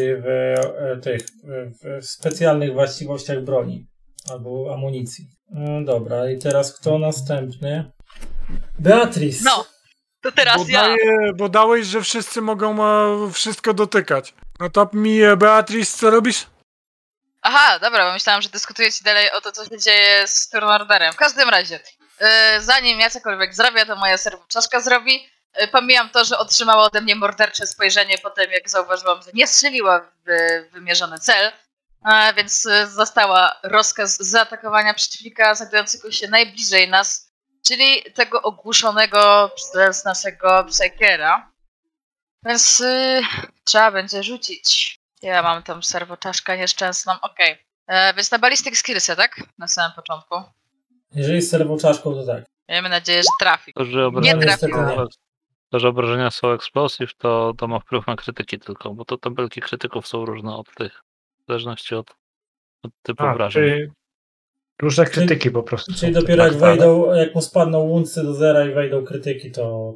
w specjalnych właściwościach broni albo amunicji. No, dobra, i teraz kto następny? Beatrice. No, to teraz ja. Bo dałeś, że wszyscy mogą wszystko dotykać. No to Beatrice, co robisz? Aha, dobra, bo myślałam, że dyskutujecie dalej o to, co się dzieje z Turnorderem. W każdym razie, zanim ja cokolwiek zrobię, to moja serwoczaszka zrobi. Pomijam to, że otrzymała ode mnie mordercze spojrzenie po tym, jak zauważyłam, że nie strzeliła w wymierzony cel, więc została rozkaz zaatakowania przeciwnika znajdującego się najbliżej nas czyli tego ogłuszonego przez naszego Psykera. Więc trzeba będzie rzucić. Ja mam tą serwoczaszkę nieszczęsną, okej. Więc na Ballistic Skillsy, tak? Na samym początku. Jeżeli z serwoczaszką, to tak. Miejmy nadzieję, że trafi. To, że Nie obrażenia, niestety trafił. nie. to, że obrażenia są explosive, to ma wpływ na krytyki tylko, bo to tabelki krytyków są różne od tych, w zależności od typu obrażeń. czyli różne krytyki po prostu. Czyli są. dopiero jak Tak, wejdą, jak mu spadną łuncy do zera i wejdą krytyki, to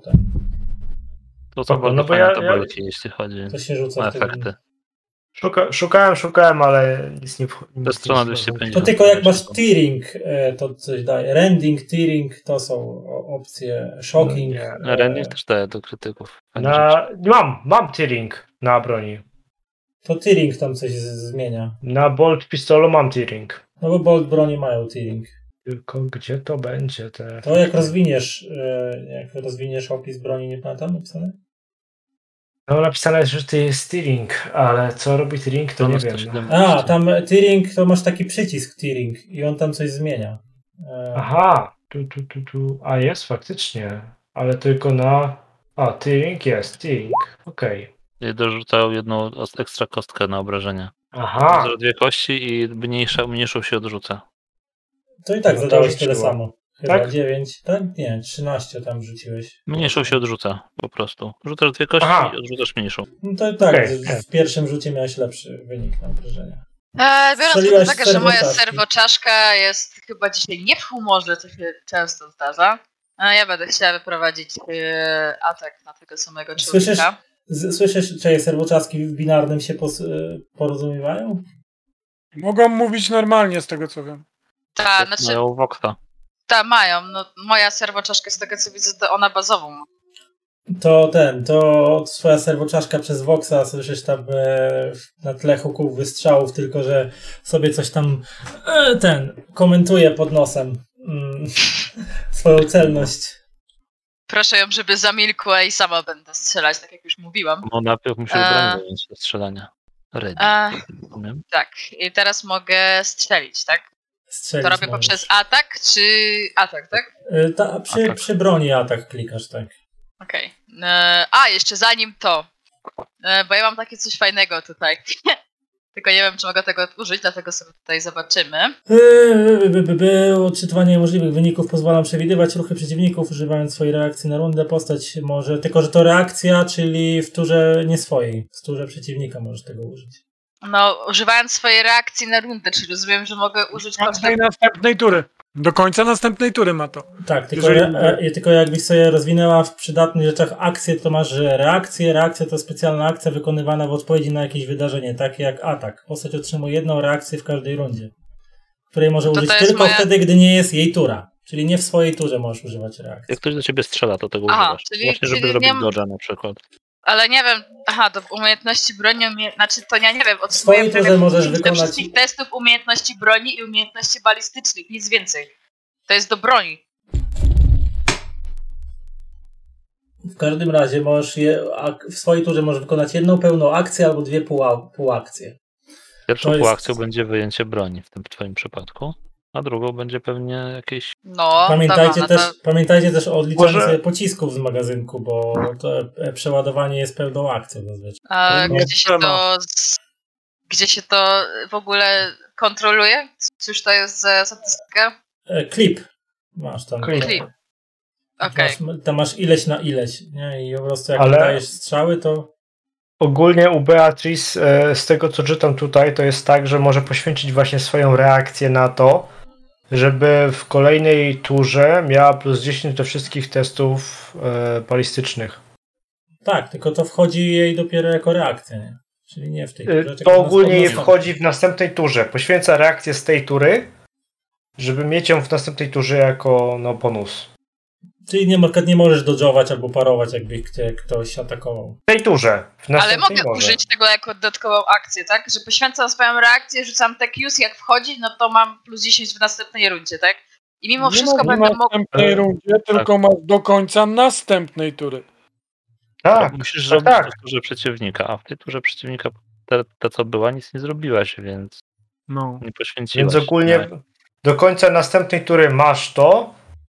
To są Spoko, bardzo no bo fajne ja- tabelki, jeśli chodzi to się o rzuca wtedy. efekty. Szukałem, ale nic nie To jest nic strona nie 250. To tylko jak masz tearing, to coś daje. Rending, tearing to są opcje. Shocking. Nie. Rending też daje do krytyków. Fajne rzeczy. Mam tearing na broni. To tearing tam coś zmienia. Na bolt pistolu mam tearing. No bo bolt broni mają tearing. Tylko gdzie to będzie? To jak rozwiniesz opis broni, nie pamiętam napisane? No napisane jest, że to jest tearing, ale co robi tearing, to nie wiem. 117. Tam tearing to masz taki przycisk tearing i on tam coś zmienia. Aha, tu. A jest faktycznie, ale tylko na... tearing jest, tearing, okej. I dorzucają jedną ekstra kostkę na obrażenia. Aha, 0,2 kości i mniejszą się odrzuca. To i tak No to zadałeś tyle rzuciło. samo. Chyba Tak? 9, tak? Nie, 13 tam rzuciłeś. Mniejszą się odrzuca po prostu. Rzucasz 2 kości Aha. i odrzucasz mniejszą. No to tak, Okej. w pierwszym rzucie miałeś lepszy wynik na obrażenia. Biorąc pod Strzeliłaś uwagę, że moja serwoczaszki. serwoczaszka jest chyba dzisiaj nie w humorze, co się często zdarza, ja będę chciała wyprowadzić atak na tego samego Słyszysz? człowieka. Słyszysz, czy serwoczaski w binarnym się porozumiewają? Mogą mówić normalnie z tego co wiem. Ta, znaczy, Mają Voxa. mają. No, moja serwoczaszka z tego co widzę, to ona bazową ma. To swoja serwoczaszka przez Voxa słyszysz tam na tle huków wystrzałów, tylko że sobie coś tam komentuje pod nosem swoją celność. Proszę ją, żeby zamilkła i sama będę strzelać, tak jak już mówiłam. Bo najpierw musisz broń wyjąć do strzelania. Ready. Rozumiem. Tak, i teraz mogę strzelić, tak? Strzelić To robię możesz. poprzez atak, czy atak, tak? Przy broni atak klikasz, tak. Okej. Jeszcze zanim to, bo ja mam takie coś fajnego tutaj. Tylko nie wiem, czy mogę tego użyć, dlatego sobie tutaj zobaczymy. Odczytywanie możliwych wyników pozwala przewidywać ruchy przeciwników, używając swojej reakcji na rundę. Postać może, tylko że to reakcja, czyli w turze nie swojej, w turze przeciwnika możesz tego użyć. No, używając swojej reakcji na rundę, czyli rozumiem, że mogę użyć Do kosztem... następnej tury. Do końca następnej tury ma to. Tak, tylko, Jeżeli- tylko jakbyś sobie rozwinęła w przydatnych rzeczach akcję, to masz reakcję. Reakcja to specjalna akcja wykonywana w odpowiedzi na jakieś wydarzenie, takie jak atak. Postać otrzymuje jedną reakcję w każdej rundzie, której może To użyć jest tylko moja- wtedy, gdy nie jest jej tura. Czyli nie w swojej turze możesz używać reakcji. Jak ktoś do ciebie strzela, to tego Aha, używasz. czyli- Właśnie, żeby czyli zrobić nie- dodge'a na przykład. Ale nie wiem, do umiejętności broni, znaczy to ja nie wiem, W swojej turze możesz do wykonać... wszystkich testów umiejętności broni i umiejętności balistycznych, nic więcej. To jest do broni. W każdym razie możesz w swojej turze możesz wykonać jedną pełną akcję albo dwie półakcje. Pierwszą To jest- półakcją będzie wyjęcie broni w tym twoim przypadku, a drugą będzie pewnie jakieś... No, Pamiętajcie, dobra, pamiętajcie też o odliczaniu Może- sobie pocisków z magazynku, bo to przeładowanie jest pełną akcją zazwyczaj. A Nie trzeba. gdzie się to w ogóle kontroluje? Cóż to jest za statystyka? Klip masz tam. Klip. Okej. Tam masz ileś na ileś, nie? I po prostu jak Ale- dajesz strzały, to ogólnie u Beatrice, z tego co czytam tutaj, to jest tak, że może poświęcić właśnie swoją reakcję na to, żeby w kolejnej turze miała plus 10 do wszystkich testów balistycznych. tak, tylko to wchodzi jej dopiero jako reakcja, nie? Czyli nie w tej turze. tylko To na ogólnie jej następnej. wchodzi w następnej turze. Poświęca reakcję z tej tury, żeby mieć ją w następnej turze jako bonus. Czyli nie możesz dodżować albo parować, jakby ktoś atakował. W tej turze. W Ale następnej mogę może. użyć tego jako dodatkową akcję, tak? Że poświęcam swoją reakcję, rzucam tech use, jak wchodzi, no to mam plus 10 w następnej rundzie, tak? I mimo wszystko Nie będę ma w mógł... następnej rundzie, tylko masz do końca następnej tury. Tak, Musisz tak, zrobić tak. to w turze przeciwnika, a w tej turze przeciwnika ta co była, nic nie zrobiłaś, więc No. nie poświęciłaś. Więc ogólnie do końca następnej tury masz to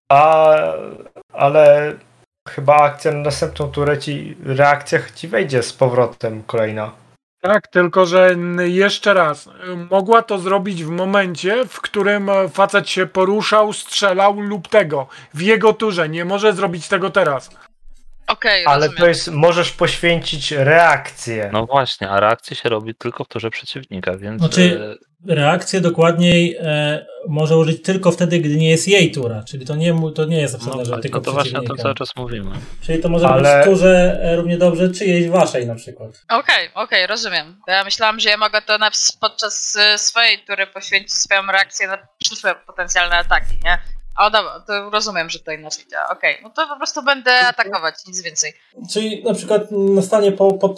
Ale chyba akcja na następną turę reakcja ci wejdzie z powrotem kolejna. Tak, tylko że jeszcze raz, mogła to zrobić w momencie, w którym facet się poruszał, strzelał lub tego. W jego turze, nie może zrobić tego teraz. Okej, Ale rozumiem. to jest, możesz poświęcić reakcję. No właśnie, a reakcję się robi tylko w turze przeciwnika, więc... Znaczy, reakcję dokładniej może użyć tylko wtedy, gdy nie jest jej tura, czyli to nie jest napisane, że tak, tylko to właśnie o tym przeciwnika. cały czas mówimy. Czyli to może Ale- być w turze równie dobrze czyjejś waszej na przykład. Okej, rozumiem. Bo ja myślałam, że ja mogę to podczas swojej tury poświęcić swoją reakcję na przyszłe potencjalne ataki, nie? O dobra, to rozumiem, że to inaczej działa. Okej, no to po prostu będę atakować, nic więcej. Czyli na przykład nastanie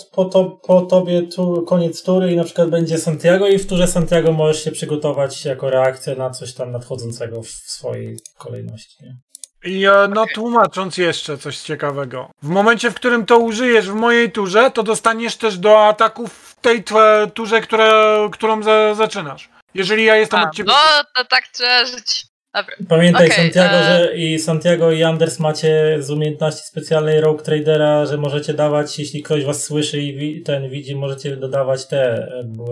po tobie koniec tury i na przykład będzie Santiago i w turze Santiago możesz się przygotować jako reakcję na coś tam nadchodzącego w swojej kolejności. Nie? I no tłumacząc jeszcze coś ciekawego. W momencie, w którym to użyjesz w mojej turze, to dostaniesz też do ataków w tej turze, którą zaczynasz. Jeżeli ja jestem od ciebie... No to tak trzeba żyć. Dobra. Pamiętaj Okej, Santiago, że Santiago i Anders macie z umiejętności specjalnej Rogue Tradera, że możecie dawać, jeśli ktoś was słyszy i widzi, możecie dodawać te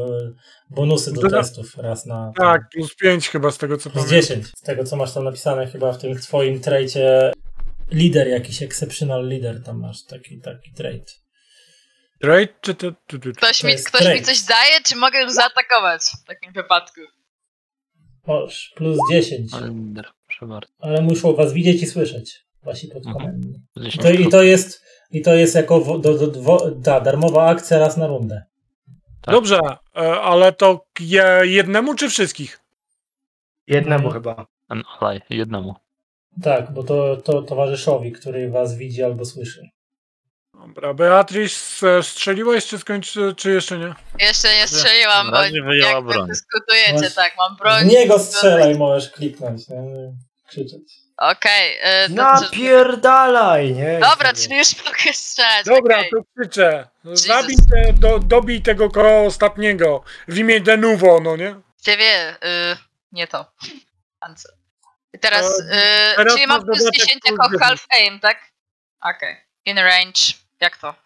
bonusy do testów raz na... Tak, +5 chyba z tego co Plus pamiętam. 10. Z tego, co masz tam napisane chyba w tym twoim trajcie. Lider jakiś, exceptional leader, tam masz taki trait. Trade czy to... Ktoś to mi jest trait. coś daje, czy mogę już zaatakować w takim wypadku? Możesz, plus 10. Lider, proszę bardzo. Ale muszą was widzieć i słyszeć. Wasi podkomendni. 10 I to jest jako darmowa akcja raz na rundę. Tak. Dobrze, ale to jednemu czy wszystkich? Jednemu chyba. Alaj, jednemu. Tak, bo to towarzyszowi, który was widzi albo słyszy. Dobra, Beatrice, strzeliłeś czy jeszcze nie? Jeszcze nie strzeliłam, Na bo razie wyjęła jak broń. dyskutujecie, Właśnie. tak, mam broń. W niego strzelaj, możesz kliknąć. Nie? Krzyczeć. Okej, Napierdalaj, nie? dobra, czyli już mogę strzelać. Dobra, okej. to krzyczę. Zabij Jesus. dobij tego koło ostatniego w imię Denuvo, no nie? Ciebie, nie to. Answer. I teraz, teraz czyli mam masz plus dodatek 10 plus jako 10. half aim, tak? Okej. In range, jak to?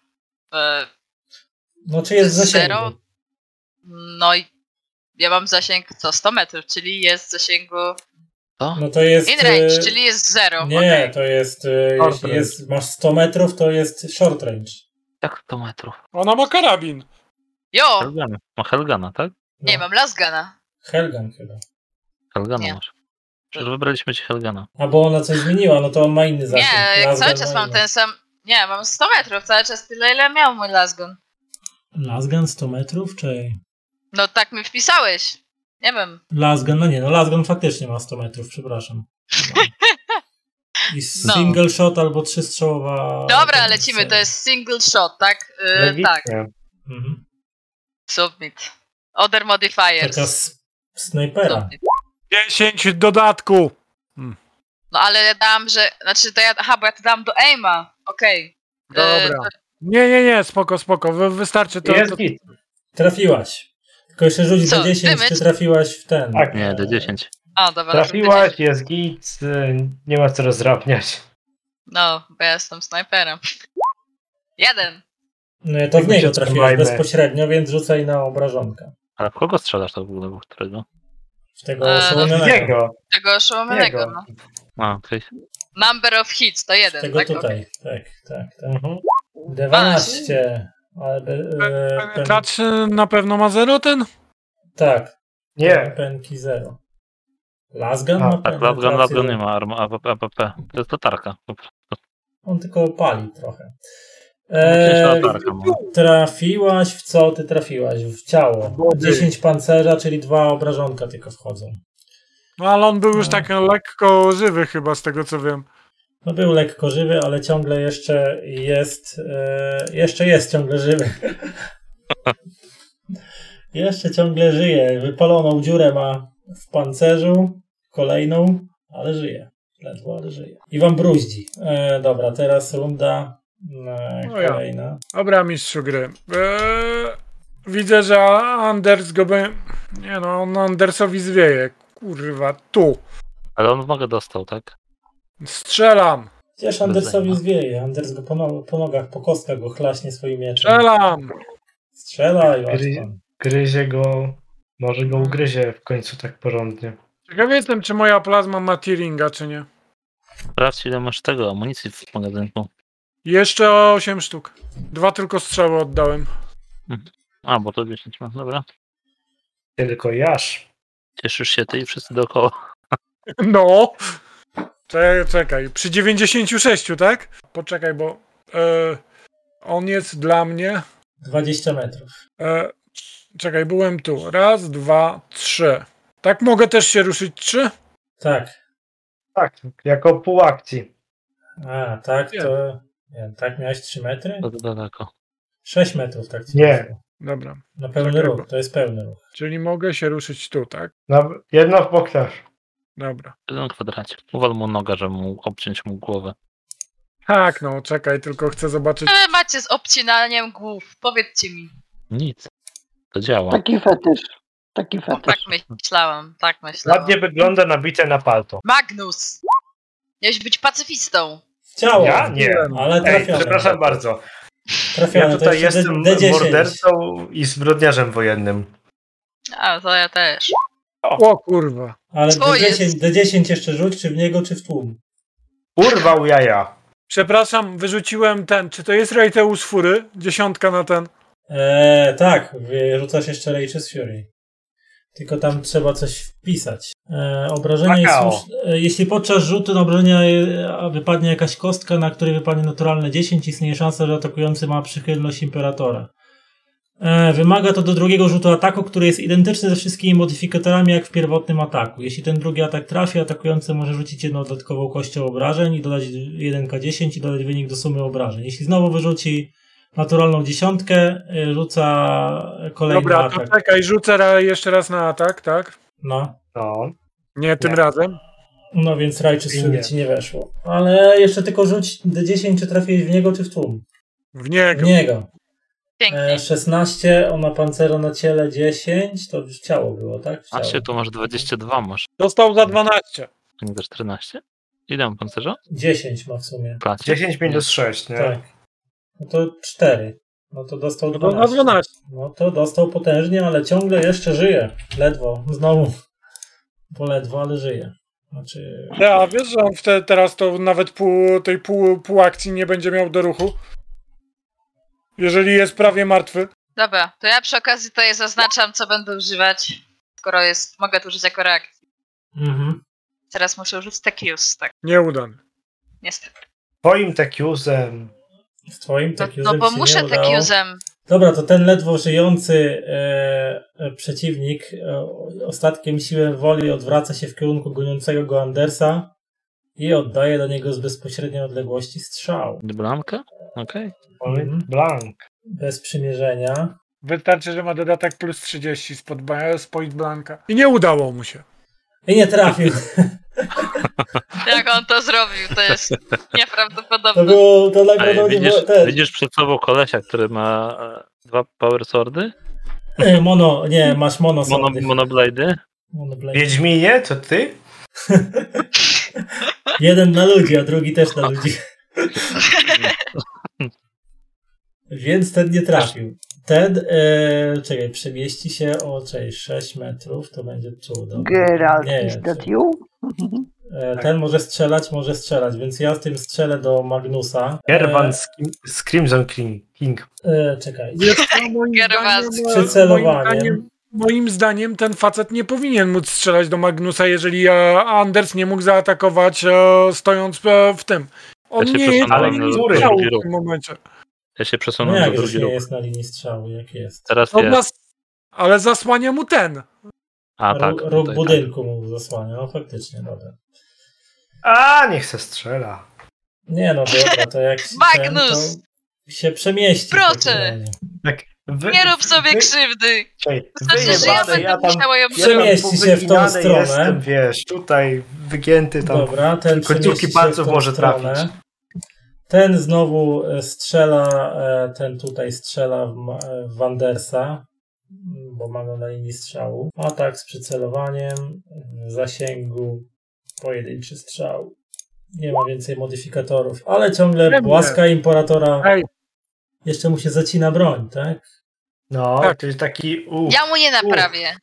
No czy jest w zasięgu? Zero? No i ja mam zasięg 100 metrów, czyli jest w zasięgu To? No to jest... in range, czyli jest 0. Nie, okej. to jest... Short jeśli range. masz 100 metrów, to jest short range. Jak 100 metrów? Ona ma karabin. Jo! Helgana. Ma Helgana, tak? Nie, mam lasgana. Helgan chyba. Helgana Nie. masz. Przecież wybraliśmy ci Helgana. A bo ona coś zmieniła, no to on ma inny zasięg. Nie, Lasgun cały czas ma mam inny. ten sam. Nie, mam 100 metrów, cały czas tyle, ile miał mój lasgun. Lasgun 100 metrów, czy... No tak mi wpisałeś. Nie wiem. Lasgun, no nie, no Lasgun faktycznie ma 100 metrów, przepraszam. I No. single shot albo 3-strzałowa... Dobra, lecimy, to jest single shot, tak? Tak, Legitnie. Mhm. submit. Other modifiers. Taka snajpera. Submit. 10 dodatku. No ale ja dałam, że. Znaczy to ja. Aha, bo ja to dałam do aima. Okej. Dobra. Nie, spoko. Wystarczy to. Jest git. Trafiłaś. Tylko jeszcze rzuć Co, D10, dymycz? czy trafiłaś w ten. Tak. Nie, D10. O, dobra. Trafiłaś, jest git, nie ma co rozdrabniać. No, bo ja jestem snajperem. 1. No to w Jakby niego się trafiłaś trzymajmy. bezpośrednio, więc rzucaj na obrażonkę. Ale w kogo strzelasz to w ogóle, w którego? W tego no, osłonionego. Jego. Tego oszałomionego, Jego. no. A, okej. Number of hits to 1, Tego tak? tutaj. Tak. Mhm. 12. Ale, Klacz na pewno ma 0 ten? tak. Nie. Penki 0. Lasgun A, ma Tak, penetrację Lasgun nie ma AWP. To jest latarka. Po prostu. On tylko pali trochę. Mniejsza latarka ma. Trafiłaś w co ty trafiłaś? W ciało. Body. 10 pancerza, czyli 2 obrażonka tylko wchodzą. No ale on był już No. tak lekko żywy chyba z tego co wiem. No był lekko żywy, ale ciągle jeszcze jest ciągle żywy. Jeszcze ciągle żyje. Wypaloną dziurę ma w pancerzu, kolejną, ale żyje. Ledwo, ale żyje. I wam bruździ. Dobra, teraz runda ja. kolejna. Dobra, mistrzu gry. Widzę, że Anders go będzie... Nie no, on Andersowi zwieje. Kurwa, tu. Ale on w nogę dostał, tak? Strzelam! Gdzież Andersowi Bez zwieje? Anders go po nogach, po kostkach go chlaśnie swoim mieczem. Strzelam! Strzelaj, Gry- Watson. Gryzie go, może go ugryzie w końcu tak porządnie. Ciekawy jestem, czy moja plazma ma Tearinga, czy nie. Sprawdź, ile masz tego amunicji w magazynku. Jeszcze 8 sztuk. 2 tylko strzały oddałem. A, bo to 10 ma, dobra. Tylko jasz. Cieszysz się ty i wszyscy dookoła. No! Czekaj, przy 96, tak? Poczekaj, bo on jest dla mnie... 20 metrów. Czekaj, byłem tu. 1, 2, 3. Tak mogę też się ruszyć 3? Tak. Tak, jako pół akcji. A, tak to... Nie, tak miałeś 3 metry? To daleko. 6 metrów, tak ci Nie. wyszło. Dobra. Na pełny Czekaj, ruch, bo- to jest pełny ruch. Czyli mogę się ruszyć tu, tak? No, jedno w bok też. Dobra. Jeden kwadracie. Uwal mu noga, żeby mu obciąć mu głowę. Tak, no, czekaj, tylko chcę zobaczyć. Co wy macie z obcinaniem głów? Powiedzcie mi. Nic. To działa. Taki fetysz. Taki Tak fetysz. myślałam, tak myślałam. Ładnie wygląda nabite na palto. Magnus! Miałeś być pacyfistą. Ciało! Ja? Nie. Ale Ej, trafione. przepraszam bardzo. Trafione, Ja to tutaj jeszcze jestem D10. mordercą i zbrodniarzem wojennym. A, to ja też. O kurwa. Ale Co jest? D10 jeszcze rzuć, czy w niego, czy w tłum. Urwał jaja. Przepraszam, wyrzuciłem ten. Czy to jest Rejteus Fury? 10 na ten. Tak, rzucasz jeszcze Righteous Fury. Tylko tam trzeba coś wpisać. Obrażenia jest Makao. słuszne. Jeśli podczas rzutu na obrażenia wypadnie jakaś kostka, na której wypadnie naturalne 10, istnieje szansa, że atakujący ma przychylność Imperatora. Wymaga to do drugiego rzutu ataku, który jest identyczny ze wszystkimi modyfikatorami jak w pierwotnym ataku. Jeśli ten drugi atak trafi, atakujący może rzucić jedną dodatkową kością obrażeń i dodać 1K10 i dodać wynik do sumy obrażeń. Jeśli znowu wyrzuci naturalną 10, rzuca kolejny Dobra, atak. to czekaj, rzucę jeszcze raz na atak, tak? No. No. Nie tym Nie. razem. No więc Righteous Fury Nie. ci nie weszło. Ale jeszcze tylko rzuć D10, czy trafiłeś w niego, czy w tłum. W niego. W niego. Pięknie. 16, on ma pancero na ciele 10, to już ciało było, tak? A Ciało. się tu masz 22, masz. Dostał za 12. A nie za 14? Ile mam pancerza? 10 ma w sumie. Placie? 10 minus 6, nie? Tak. No to 4. No to dostał No to na 12. 12. No to dostał potężnie, ale ciągle jeszcze żyje. Ledwo. Znowu. Bo ledwo, ale żyje. Znaczy... Ja, wiesz, że on teraz to nawet pół akcji nie będzie miał do ruchu? Jeżeli jest prawie martwy. Dobra, to ja przy okazji tutaj zaznaczam, co będę używać. Skoro mogę to użyć jako reakcję. Mhm. Teraz muszę użyć Tekius, tak, Nieudany. niestety. Twoim tekiuzem. W twoim No, Tekiusem no bo się muszę nie udało. Tekiusem. Dobra, to ten ledwo żyjący przeciwnik ostatkiem siły woli odwraca się w kierunku goniącego go Andersa i oddaje do niego z bezpośredniej odległości strzał. Blanka? Okej. Mhm. Blank. Bez przymierzenia. Wystarczy, że ma dodatek plus 30 z point blanka. I nie udało mu się. I nie trafił. Jak on to zrobił, to jest To nieprawdopodobne. było to Ej, nagrodzenie. widzisz przed sobą kolesia, który ma 2 power swordy? Masz mono swordy. Monoblade'y? Monoblade. Wiedźminie, to ty? Jeden na ludzi, a drugi też na ludzi. Więc ten nie trafił. Ten, przemieści się o 6 metrów, to będzie tu. Dobra. Geralt, Nie, is that you? ten może strzelać, więc ja w tym strzelę do Magnusa. Gerwan z Crimson King. Czekaj. Gerwas. Z przycelowaniem. Moim zdaniem ten facet nie powinien móc strzelać do Magnusa, jeżeli Anders nie mógł zaatakować stojąc w tym. On Ja się nie jest na przesunąłem linii na strzału drugi w ruch. tym momencie. Ja się No przesunąłem jak do już drugi nie ruch. jest na linii strzału, jak jest. Teraz No, jest. ale zasłania mu ten. A tak. Róg tutaj, budynku mu zasłania, no faktycznie, dobra. A, niech se strzela. Nie no, dobra, to jak Magnus! to się przemieści. Proszę! w takim razie. Tak, Nie rób sobie krzywdy! Znaczy, że ja wyjebane, będę musiała ją Przemieści się w tą powyginany stronę. Jestem, wiesz, tutaj wygięty tam. Dobra, ten końcówki przemieści się palców w tą może stronę. trafić. Ten znowu strzela, ten tutaj strzela w Wandersa, bo mamy na linii strzału. Atak z przycelowaniem, w zasięgu, pojedynczy strzał. Nie ma więcej modyfikatorów, ale ciągle Wiem, łaska Imperatora. Ej, Jeszcze mu się zacina broń, tak? No, Tak. to jest taki... Ja mu nie naprawię.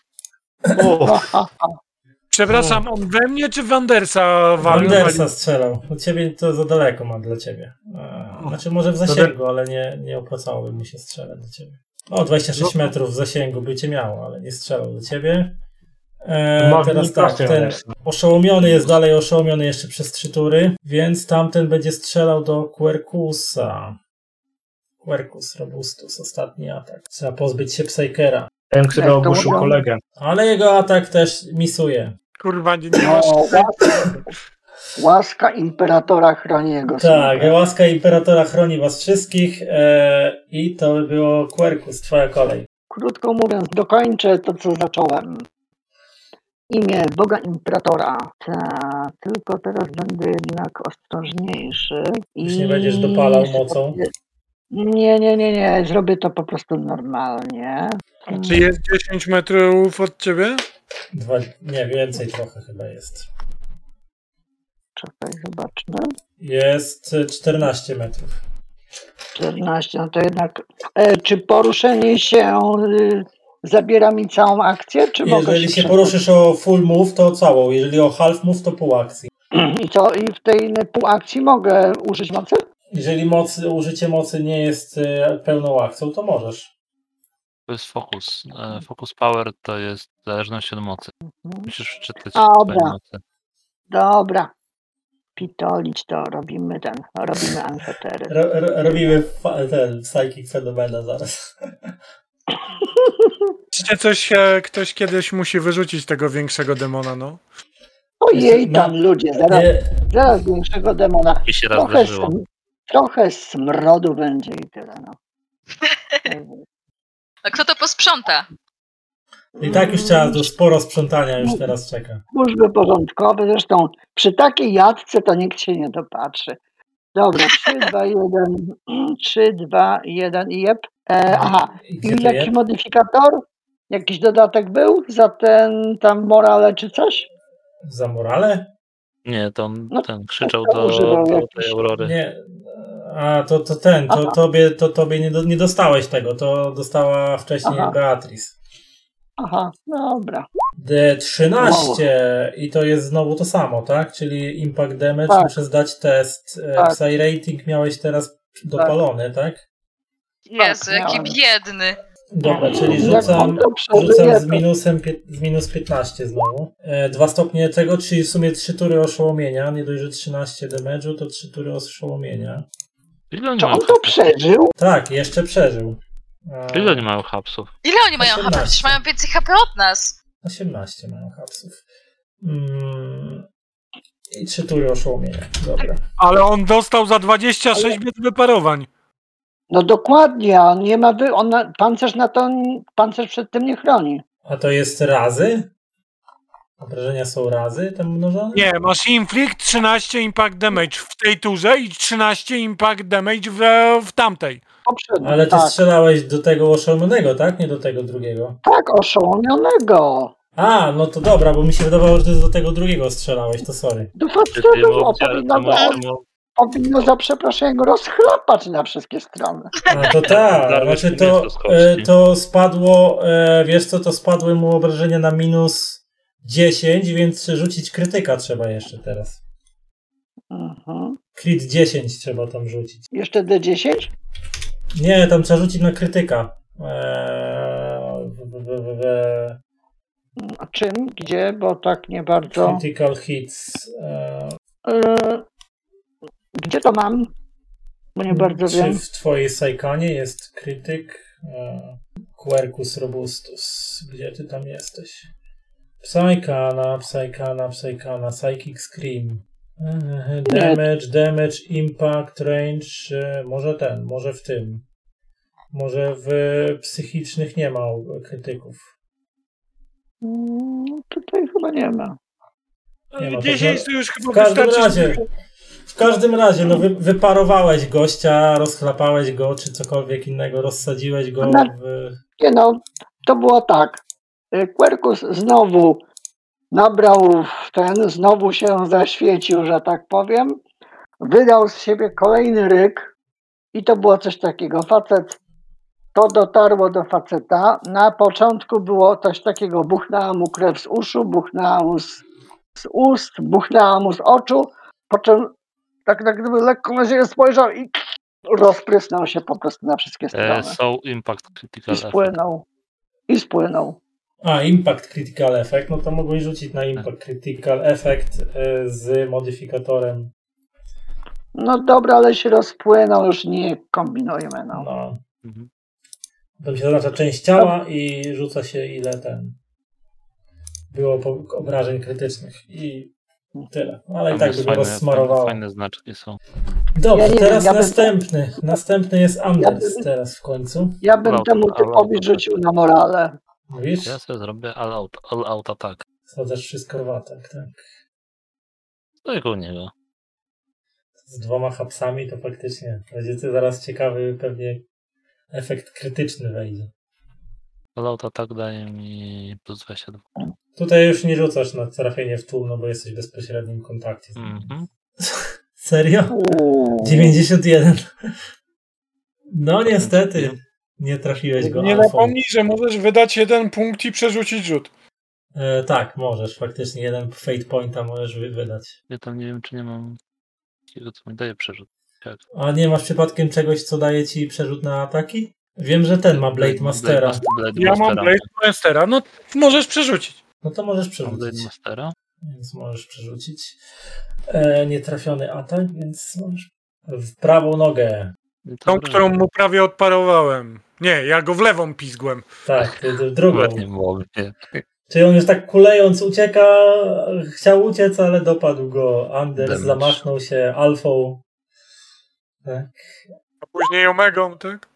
przepraszam, on we mnie czy w Wandersa walił? Wandersa strzelał. U ciebie to za daleko ma dla ciebie. Znaczy może w zasięgu, ale nie opłacałoby mu się strzelać do ciebie. O, 26 metrów w zasięgu by cię miało, ale nie strzelał do ciebie. Teraz tak, ten oszołomiony jest dalej oszołomiony jeszcze przez 3 tury, więc tamten będzie strzelał do Quercusa. Quercus Robustus, ostatni atak. Trzeba pozbyć się Psykera. Ten, który Jak to ogłuszył mówią? kolegę. Ale jego atak też misuje. Kurwa, nie No, masz... łaska Imperatora chroni jego Tak, sługę. łaska Imperatora chroni was wszystkich i to by było Quercus, twoja kolej. Krótko mówiąc, dokończę to, co zacząłem. Imię Boga Imperatora. Tylko teraz będę jednak ostrożniejszy. Już nie będziesz dopalał mocą. Nie. Zrobię to po prostu normalnie. Czy jest 10 metrów od ciebie? Nie, więcej trochę chyba jest. Czekaj, zobaczmy. Jest 14 metrów. 14, no to jednak. Czy poruszenie się zabiera mi całą akcję, czy mogę Jeżeli się przesunąć? poruszysz o full move, to całą. Jeżeli o half move, to pół akcji. I co? I w tej pół akcji mogę użyć mocy? Jeżeli użycie mocy nie jest pełną akcją, to możesz. To jest fokus. Focus power to jest zależność od mocy. Musisz wczytać Dobra. swoje mocy. Dobra. Pitolić to, robimy amfetery. Robimy ten Psychic Fenomena zaraz. Wiecie coś, ktoś kiedyś musi wyrzucić tego większego demona, no. Ojej, tam ludzie, zaraz większego demona. I się raz zdarzyło. Trochę smrodu będzie i tyle, no. A kto to posprząta? I tak już trzeba, to sporo sprzątania już teraz czeka. Służby porządkowe, zresztą przy takiej jadce to nikt się nie dopatrzy. Dobra, 3, 2, 1 i jeb. Aha, I gdzie i to jaki jest? modyfikator? Jakiś dodatek był za ten tam morale czy coś? Za morale? Nie, to on No, ten krzyczał to do używał tej jakiś- Aurory. Nie. A, to Aha. tobie nie dostałeś tego, to dostała wcześniej Aha. Beatrice. Aha, dobra. D13 i to jest znowu to samo, tak? Czyli impact damage, Tak. muszę zdać test. Tak. Psy rating miałeś teraz dopalony, tak? Jezu, jaki miałem. biedny. Dobra, czyli Jak rzucam on to przeżyje, z to- minus 15 znowu. 2 stopnie tego, czyli w sumie 3 tury oszołomienia. Nie dość, że 13 damage'u, to 3 tury oszołomienia. Ile oni Czy mają on to hapsów? przeżył? Tak, jeszcze przeżył. Ile oni mają hapsów? Ile oni mają 18. HP? Przecież mają więcej HP od nas. 18 mają hapsów. I 3 tury oszołomienia. Dobra. Ale on dostał za 26 bez wyparowań. No dokładnie, on nie ma pancerz przed tym nie chroni. A to jest razy? Obrażenia są razy tam mnożone? Nie, masz inflict, 13 impact damage w tej turze i 13 impact damage w tamtej. Poprzednio, Ale ty tak, strzelałeś do tego oszałomionego, tak? Nie do tego drugiego. tak, oszołomionego. A, no to dobra, bo mi się wydawało, że ty do tego drugiego strzelałeś, to sorry. Do Czy facetów ty mu powinno za przeproszeniem go rozchlapać na wszystkie strony. A to tak, Darłeś znaczy mi mięso z kostki. to spadło, wiesz co, to spadły mu obrażenia na minus 10, więc rzucić krytyka trzeba jeszcze teraz. Mhm. Crit 10 trzeba tam rzucić. Jeszcze D10? Nie, tam trzeba rzucić na krytyka. A czym? Gdzie? Bo tak nie bardzo. Critical hits. Gdzie to mam? Bo nie bardzo Czy wiem. w twojej sajkanie jest krytyk? Quercus Robustus. Gdzie ty tam jesteś? Psykana, Psychic Scream. Damage, impact, range. Może w tym. Może w psychicznych nie ma krytyków. Tutaj chyba nie ma. Nie ma, 10 to już chyba W każdym wystarczy. razie, no wyparowałeś gościa, rozchlapałeś go, czy cokolwiek innego, rozsadziłeś go w... Nie no, to było tak. Quercus znowu nabrał znowu się zaświecił, że tak powiem, wydał z siebie kolejny ryk i to było coś takiego. To dotarło do faceta. Na początku było coś takiego, buchnęła mu krew z uszu, buchnęła mu z ust, buchnęła mu z oczu, po czym tak gdyby lekko na siebie spojrzał i rozprysnął się po prostu na wszystkie strony. So Impact Critical I Effect. spłynął. A, Impact Critical Effect, no to mogłeś rzucić na Impact Critical Effect z modyfikatorem. No dobra, ale się rozpłynął, już nie kombinujmy. No. No. Mhm. To się zaznacza część ciała i rzuca się ile było obrażeń krytycznych i tyle. Ale i tak by go rozsmarowało. Fajne znaczki są. Dobrze, Ja nie teraz wiem, następny. Następny jest Anders teraz w końcu. Ja bym No, temu ale- typowi rzucił na morale. Mówisz? Ja sobie zrobię all out attack. Sadzasz wszystko w atak, tak. To u niego. Z 2 hapsami to faktycznie będzie to zaraz ciekawy pewnie efekt krytyczny wejdzie. All out attack daje mi plus 22. Tutaj już nie rzucasz na trafienie w tłum, no bo jesteś w bezpośrednim kontakcie. Mhm. Serio? 91. No niestety, nie trafiłeś go Nie alfą. zapomnij, że możesz wydać 1 punkt i przerzucić rzut. Tak, możesz, faktycznie 1 fate pointa możesz wydać. Ja tam nie wiem, czy nie mam takiego, co mi daje przerzut. Tak. A nie masz przypadkiem czegoś, co daje ci przerzut na ataki? Wiem, że ten ma Blade Mastera. Ja mam Blade Mastera, no możesz przerzucić. No to możesz Mam przerzucić. Blade Mastera. Więc możesz przerzucić. Nietrafiony atak, więc możesz w prawą nogę. I to Tą, dobra. którą mu prawie odparowałem. Nie, ja go w lewą pizgłem. Tak, ty drugą. Ładnie było, nie. Czyli on już tak kulejąc ucieka, chciał uciec, ale dopadł go Anders, Damage. zamachnął się alfą. Tak. A później omegą, tak?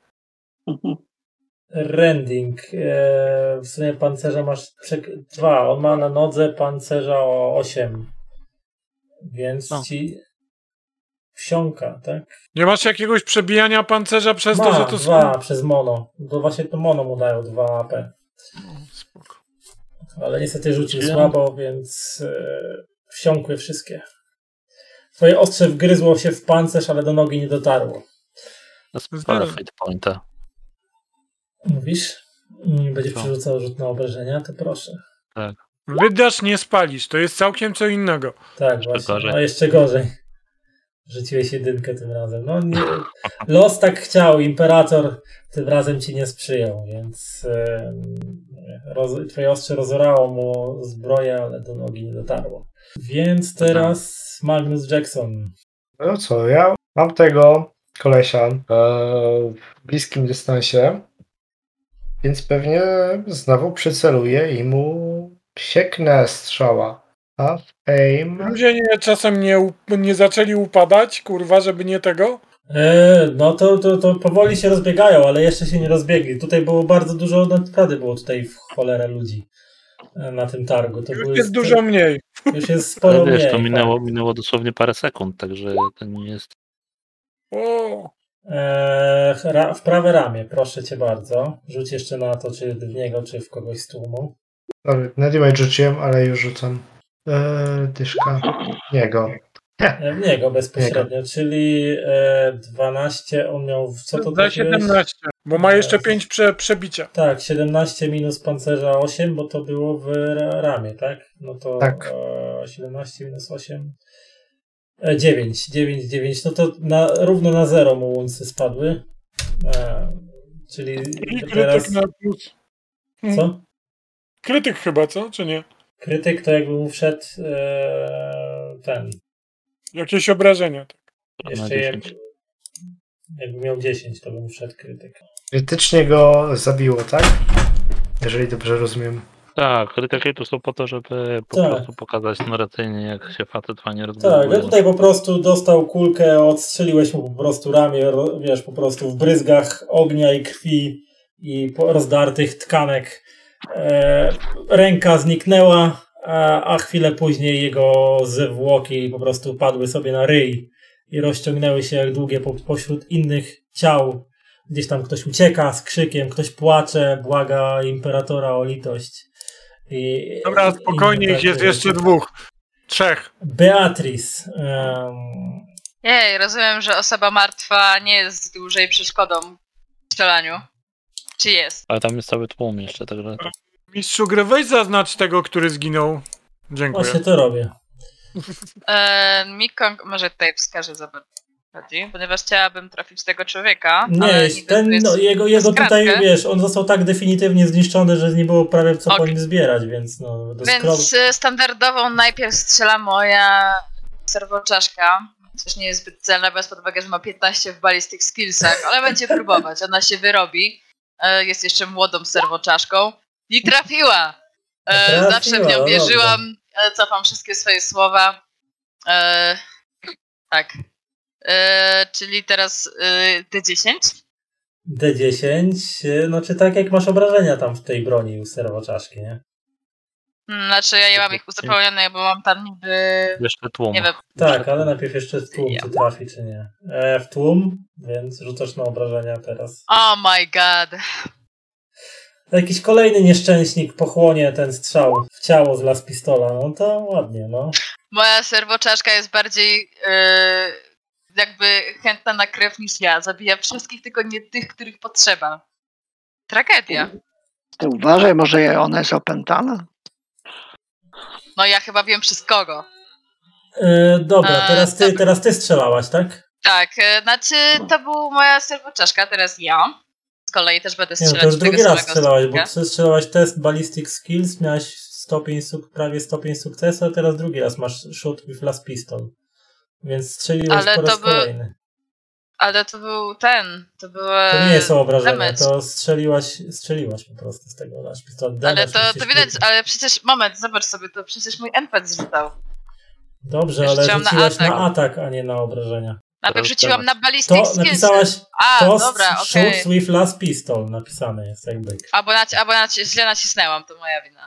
Rending. W sumie pancerza masz 2. On ma na nodze pancerza o 8. Więc No. ci wsiąka, tak? Nie masz jakiegoś przebijania pancerza przez to, Ma że to 2 przez mono. To właśnie to mono mu dają 2 AP. Spoko. Ale niestety rzucił Ja- słabo, więc wsiąkły wszystkie. Twoje ostrze wgryzło się w pancerz, ale do nogi nie dotarło. To jest parę fate pointa. Mówisz? Będzie Co? przerzucał rzut na obrażenia, to proszę. Wydasz, nie spalisz. To jest całkiem co innego. Tak, Jeszcze właśnie. gorzej. No jeszcze gorzej. Rzuciłeś 1 tym razem. No nie, los tak chciał, imperator tym razem ci nie sprzyjał, więc twoje ostrze rozorało mu zbroję, ale do nogi nie dotarło. Więc teraz Magnus Jackson. No co, ja mam tego kolesia w bliskim dystansie, więc pewnie znowu przyceluję i mu sieknę strzała. A w aim... Ludzie czasem nie zaczęli upadać, kurwa, żeby nie tego. No to powoli się rozbiegają, ale jeszcze się nie rozbiegli. Tutaj było bardzo dużo, naprawdę było tutaj w cholerę ludzi na tym targu. To Już jest dużo mniej. Już jest sporo Ale wiesz, mniej. to tak. minęło dosłownie parę sekund, także to nie jest... O, W prawe ramię, proszę cię bardzo. Rzuć jeszcze na to, czy w niego, czy w kogoś z tłumu. Dobra, Nedimate rzuciłem, ale już rzucam. Dyszka. Niego. W niego bezpośrednio, czyli 12, on miał, co to za trafiłeś? 17, bo ma jeszcze 5 przebicia. Tak, 17 minus pancerza 8, bo to było w ramię, tak? No to Tak. 17 minus 8. 9, no to równo na 0 mu łące spadły. Czyli I teraz... krytyk na plus. Co? Krytyk chyba, co? Czy nie? Krytyk to jakby mu wszedł ten... Jakieś obrażenia. na Jeszcze 10. jakby miał 10, to by mu wszedł krytyk. Krytycznie go zabiło, tak? Jeżeli dobrze rozumiem. Tak, krytyki tu są po to, żeby po Tak. prostu pokazać narracyjnie, jak się facet fajnie rozbudowuje. Tak, no tutaj po prostu dostał kulkę, odstrzeliłeś mu po prostu ramię, wiesz, po prostu w bryzgach ognia i krwi i rozdartych tkanek. Ręka zniknęła, a chwilę później jego zwłoki po prostu padły sobie na ryj i rozciągnęły się jak długie pośród innych ciał. Gdzieś tam ktoś ucieka z krzykiem, ktoś płacze, błaga imperatora o litość. Dobra, spokojnie, ich jest jeszcze 2. 3. Beatrice. Jej, rozumiem, że osoba martwa nie jest dłużej przeszkodą w strzelaniu. Czy jest? Ale tam jest cały tłum jeszcze, także... Mistrzu gry, weź zaznacz tego, który zginął. Dziękuję. Właśnie to robię. Może tutaj wskażę za bardziej, ponieważ chciałabym trafić tego człowieka. Nie, ale jest niby ten, tu jest no, jego przez tutaj, kratkę. wiesz, on został tak definitywnie zniszczony, że nie było prawie co po Okej. nim zbierać, więc no... Więc standardową najpierw strzela moja serwoczaszka. Coś nie jest zbyt celne, biorąc pod uwagę, że ma 15 w ballistic skillsach, ale będzie próbować. Ona się wyrobi. Jest jeszcze młodą serwoczaszką. I trafiła! Zawsze w nią no wierzyłam. Cofam wszystkie swoje słowa. Tak. Czyli teraz D10? D10, no czy tak jak masz obrażenia tam w tej broni u serwoczaszki, nie? Znaczy ja nie mam ich uzupełnionych, bo mam tam niby... Jeszcze tłum. Nie wiem. Tak, ale najpierw jeszcze w tłum, czy trafi, czy nie. W tłum, więc rzucasz na obrażenia teraz. Oh my god. Jakiś kolejny nieszczęśnik pochłonie ten strzał w ciało z las pistola, no to ładnie, no. Moja serwoczaszka jest bardziej jakby chętna na krew niż ja. Zabija wszystkich, tylko nie tych, których potrzeba. Tragedia. Ty uważaj, może ona jest opętana? No ja chyba wiem przez kogo. Dobra, teraz ty strzelałaś, tak? Tak, znaczy to był moja serwoczaszka, teraz ja. Z kolei też będę Nie, no strzelać to już w tego drugi raz samego strzelałaś, bo stopnia. ty strzelałaś test ballistic skills, miałaś prawie stopień sukcesu, a teraz drugi raz masz shoot with last pistol. Więc strzeliłeś Ale po raz to był kolejny. Ale to był to był... To nie są obrażenia, damage. to strzeliłaś po prostu z tego last pistol. Ale to widać, ale przecież, moment, zobacz sobie, to przecież mój NPC rzucał. Dobrze, Jeszcze ale chciałam na rzuciłaś atak. na atak, a nie na obrażenia. Najpierw rzuciłam na ballistic To skills. napisałaś A, dobra, okej. shoots with last pistol, napisane jest jakby. Źle nacisnęłam, to moja wina.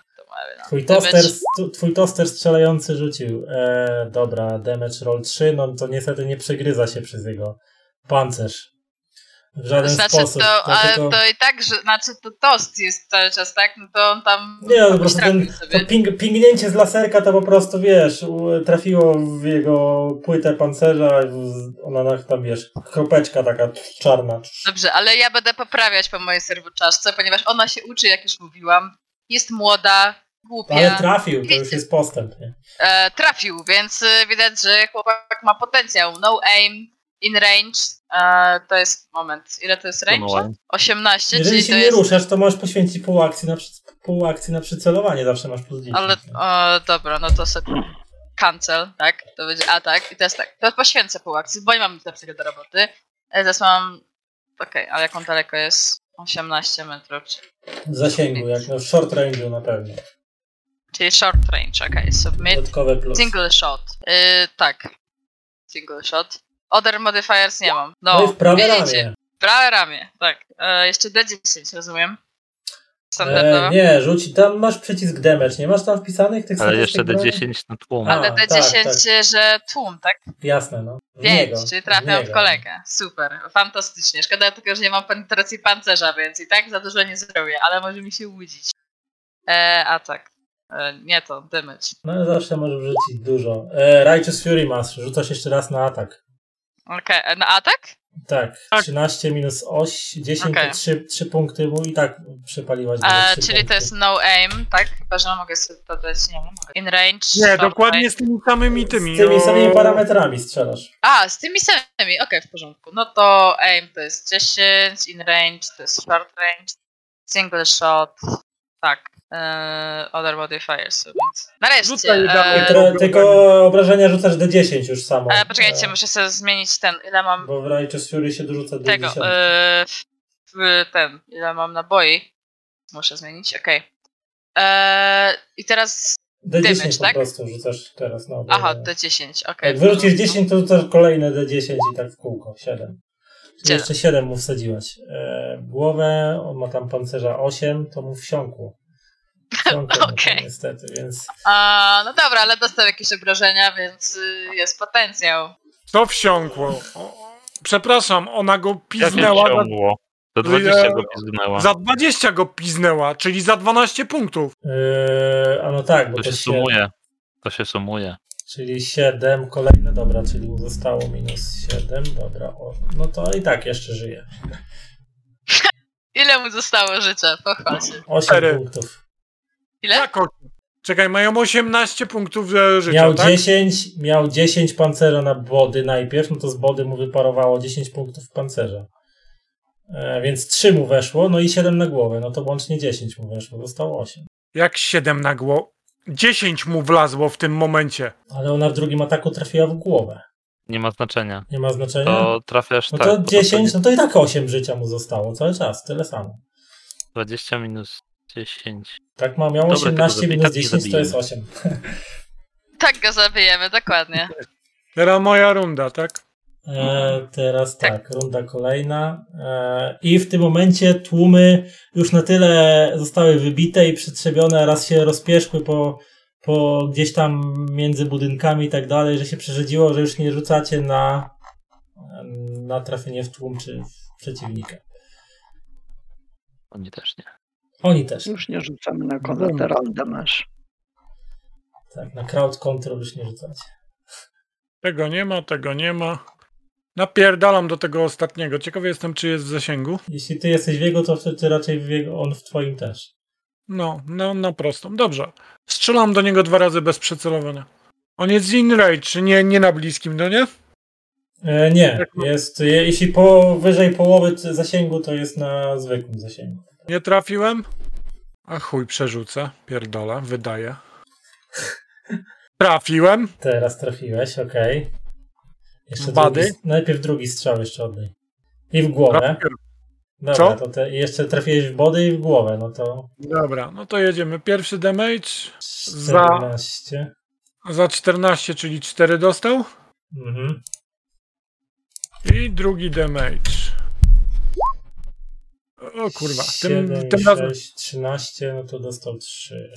Twój toster strzelający rzucił. Dobra, damage roll 3, no to niestety nie przegryza się przez jego pancerz. W żaden sposób. Ale to i tak, że to tost jest cały czas, tak? No to on tam... Nie, no po prostu to pingnięcie z laserka to po prostu, wiesz, trafiło w jego płytę pancerza, ona tam, wiesz, kropeczka taka czarna. Dobrze, ale ja będę poprawiać po mojej serwoczaszce, ponieważ ona się uczy, jak już mówiłam. Jest młoda, głupia. Ale trafił, to już jest postęp, nie? Trafił, więc widać, że chłopak ma potencjał. No aim, in range. To jest, moment, ile to jest range? 18, jeżeli czyli się to nie jest... ruszasz, to możesz poświęcić pół akcji na przycelowanie, zawsze masz plus 10. Ale, dobra, no to sobie cancel, tak? To będzie atak i teraz tak, to poświęcę pół akcji, bo nie mam nic lepszego do roboty. Teraz mam... Okej, ale jak on daleko jest? 18 metrów. W zasięgu, jak no w short range'u na pewno. Czyli short range, okej, submit. Dodatkowe plus. Single shot. Tak. Single shot. Other modifiers nie mam. No i w prawe widzicie, ramię. Prawe ramię, tak. Jeszcze D10, rozumiem. Standardowo. Nie, rzuć, tam masz przycisk damage, nie masz tam wpisanych tych Ale jeszcze statystyk broni? D10 na tłum. Ale tak, D10, że tłum, tak? Jasne, no. 5, czyli trafiam w kolegę. Super, fantastycznie. Szkoda tylko, że nie mam penetracji pancerza, więc i tak za dużo nie zrobię, ale może mi się łudzić. Atak. Nie to, damage. No zawsze możesz wrzucić dużo. Righteous Fury masz, rzucasz jeszcze raz na atak. Okej, na atak? Tak, 13 minus 8, 10 Okej. to 3 punkty mu i tak przepaliłaś. Czyli to jest no aim, tak? Chyba, że mogę sobie dodać, nie mogę. In range. Nie, short dokładnie range. z tymi samymi tymi. Z tymi samymi parametrami strzelasz. Z tymi samymi, okej, w porządku. No to aim to jest 10, in range to jest short range, single shot, tak. Other modifiers, więc nareszcie. Rzucaj dalej. Tylko obrażenia rzucasz D10 już samo. Poczekajcie, muszę sobie zmienić ten, ile mam Bo w Righteous Fury się dorzuca tego, D10. ile mam naboi. Muszę zmienić, okej. I teraz D10 damage, po tak? prostu rzucasz teraz na Aha, obrażenia. D10, okej. Jak wyrzucisz 10, to rzucasz kolejne D10 i tak w kółko, 7. Czyli 7. jeszcze 7 mu wsadziłaś. Głowę, on ma tam pancerza 8, to mu wsiąkło. Okej. Niestety, więc... No dobra, ale dostał jakieś obrażenia, więc jest potencjał. To wsiąkło. Przepraszam, ona go Jak piznęła. ciągło. To 20 go pizgnęła. Za 20 go piznęła, czyli za 12 punktów. A no tak, bo To to się sumuje. To się sumuje. Czyli 7, kolejne, dobra, czyli mu zostało minus 7, dobra, no to i tak jeszcze żyje. Ile mu zostało życia? Pochwal się. 8 4. punktów. Ile? Jak Czekaj, mają 18 punktów życia, Miał tak? 10 pancera na body najpierw, no to z body mu wyparowało 10 punktów pancerza. Więc 3 mu weszło, no i 7 na głowę, no to łącznie 10 mu weszło, zostało 8. Jak 7 na głowę? 10 mu wlazło w tym momencie. Ale ona w drugim ataku trafiła w głowę. Nie ma znaczenia. Nie ma znaczenia? To trafiasz No tak. to bo 10, no to i tak 8 życia mu zostało, cały czas, tyle samo. 20 minus 10. Tak ma, miał Dobra, 18 tylko minus tak nie 10 to jest zabijemy. 8. Tak go zabijemy, dokładnie. Teraz moja runda, tak? Teraz tak, runda kolejna. I w tym momencie tłumy już na tyle zostały wybite i przetrzebione, raz się rozpieszkły po gdzieś tam między budynkami i tak dalej, że się przerzedziło, że już nie rzucacie na trafienie w tłum czy w przeciwnika. Oni też nie. Oni też. Już nie rzucamy na collateral damage. Tak, na crowd control już nie rzucacie. Tego nie ma. Napierdalam do tego ostatniego. Ciekawy jestem, czy jest w zasięgu. Jeśli ty jesteś w jego, to wtedy raczej on w twoim też. No, na prostą. Dobrze. Strzelam do niego 2 razy bez przecelowania. On jest in range, czy nie na bliskim, no nie? Nie, jest, jeśli wyżej połowy zasięgu, to jest na zwykłym zasięgu. Nie trafiłem? A chuj, przerzucę. Pierdolę, wydaje. Trafiłem. Teraz trafiłeś, okej. Jeszcze Bady? najpierw drugi strzał jeszcze oddaj. I w głowę. Trafiłem. Dobra, Co? to jeszcze trafiłeś w body i w głowę, no to Dobra, no to jedziemy. Pierwszy damage 14. za 14, czyli 4 dostał. Mhm. I drugi damage. O kurwa, 7, tym razem 6, 13, no to dostał 3.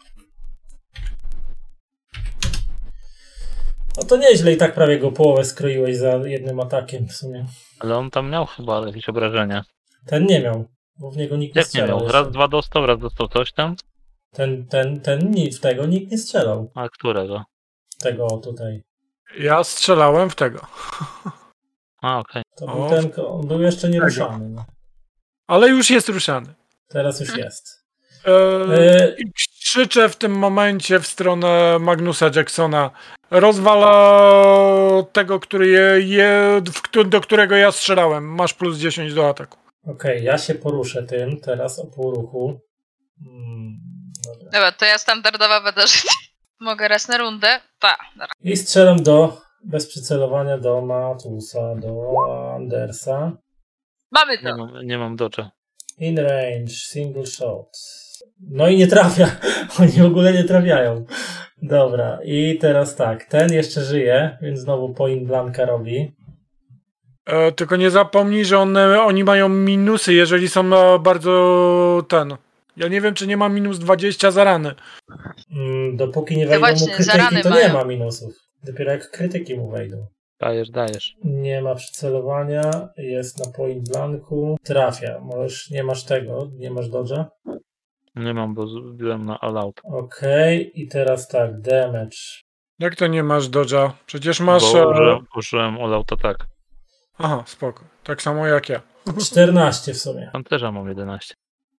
No to nieźle i tak prawie go połowę skroiłeś za jednym atakiem w sumie. Ale on tam miał chyba jakieś obrażenia. Ten nie miał, bo w niego nikt nie Jak nie strzelał. miał? jeszcze. Raz dostał coś tam? W tego nikt nie strzelał. A którego? Tego tutaj. ja strzelałem w tego. A, okej. To był O, on był jeszcze nie ruszany. No. Ale już jest ruszany. Teraz już jest. I krzyczę w tym momencie w stronę Magnusa Jacksona. Rozwala tego, do którego ja strzelałem. Masz plus 10 do ataku. Okej, ja się poruszę tym teraz o pół ruchu. Dobra. Dobra, to ja standardowo będę żyć. Mogę raz na rundę? I strzelam bez przycelowania do Matusa, do Andersa. Mamy to. Nie mam dodge'a. In range, single shot. No i nie trafia. Oni w ogóle nie trafiają. Dobra, i teraz tak. Ten jeszcze żyje, więc znowu point blanka robi. Tylko nie zapomnij, że oni mają minusy, jeżeli są bardzo Ja nie wiem, czy nie ma minus 20 za rany. Dopóki nie To wejdą mu właśnie, krytyki, zarany to nie mają. ma minusów. Dopiero jak krytyki mu wejdą. Dajesz. Nie ma przycelowania, jest na point blanku. Trafia. Nie masz tego, nie masz dodge'a. Nie mam, bo zbiłem na all out. Okej, i teraz tak, damage. Jak to nie masz dodge'a? Przecież masz... Bo użyłem all outa tak. Aha, spoko. Tak samo jak ja. 14 w sumie. Pancerza mam 11.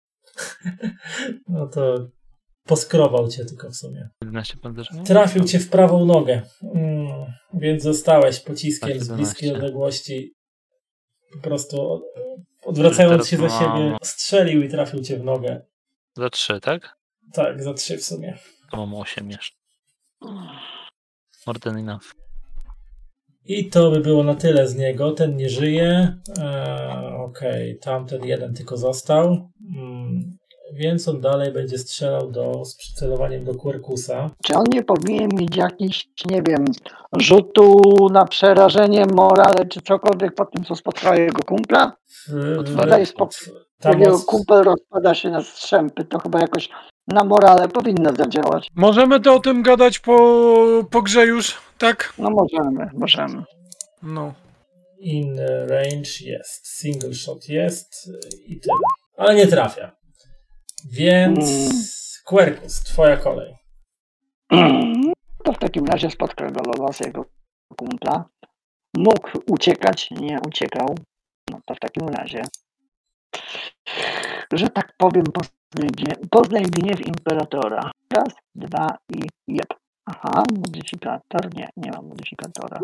No to poskrobał cię tylko w sumie. 11 pancerza? No. Trafił cię w prawą nogę. Więc zostałeś pociskiem z 11. bliskiej odległości. Po prostu odwracając się za Teraz mam- siebie, strzelił i trafił cię w nogę. Za 3, tak? Tak, za 3 w sumie. To mam 8 jeszcze. More than enough. I to by było na tyle z niego. Ten nie żyje. Okej, tamten jeden tylko został. Więc on dalej będzie strzelał z przycelowaniem do Quercusa. Czy on nie powinien mieć jakiś, nie wiem, rzutu na przerażenie, morale, czy cokolwiek po tym, co spotkało jego kumpla? Daj spokój. Jak jego kumpel rozpada się na strzępy, to chyba jakoś na morale powinno zadziałać. Możemy to o tym gadać po grze już, tak? No możemy. No. In range jest. Single shot jest i tyle. Ale nie trafia. Więc Quercus, twoja kolej. To w takim razie spotkał go los jego kumpla. Mógł uciekać, nie uciekał. No to w takim razie, że tak powiem, poznaj gniew imperatora. Raz, dwa i jeb. Aha, modyfikator. Nie mam modyfikatora.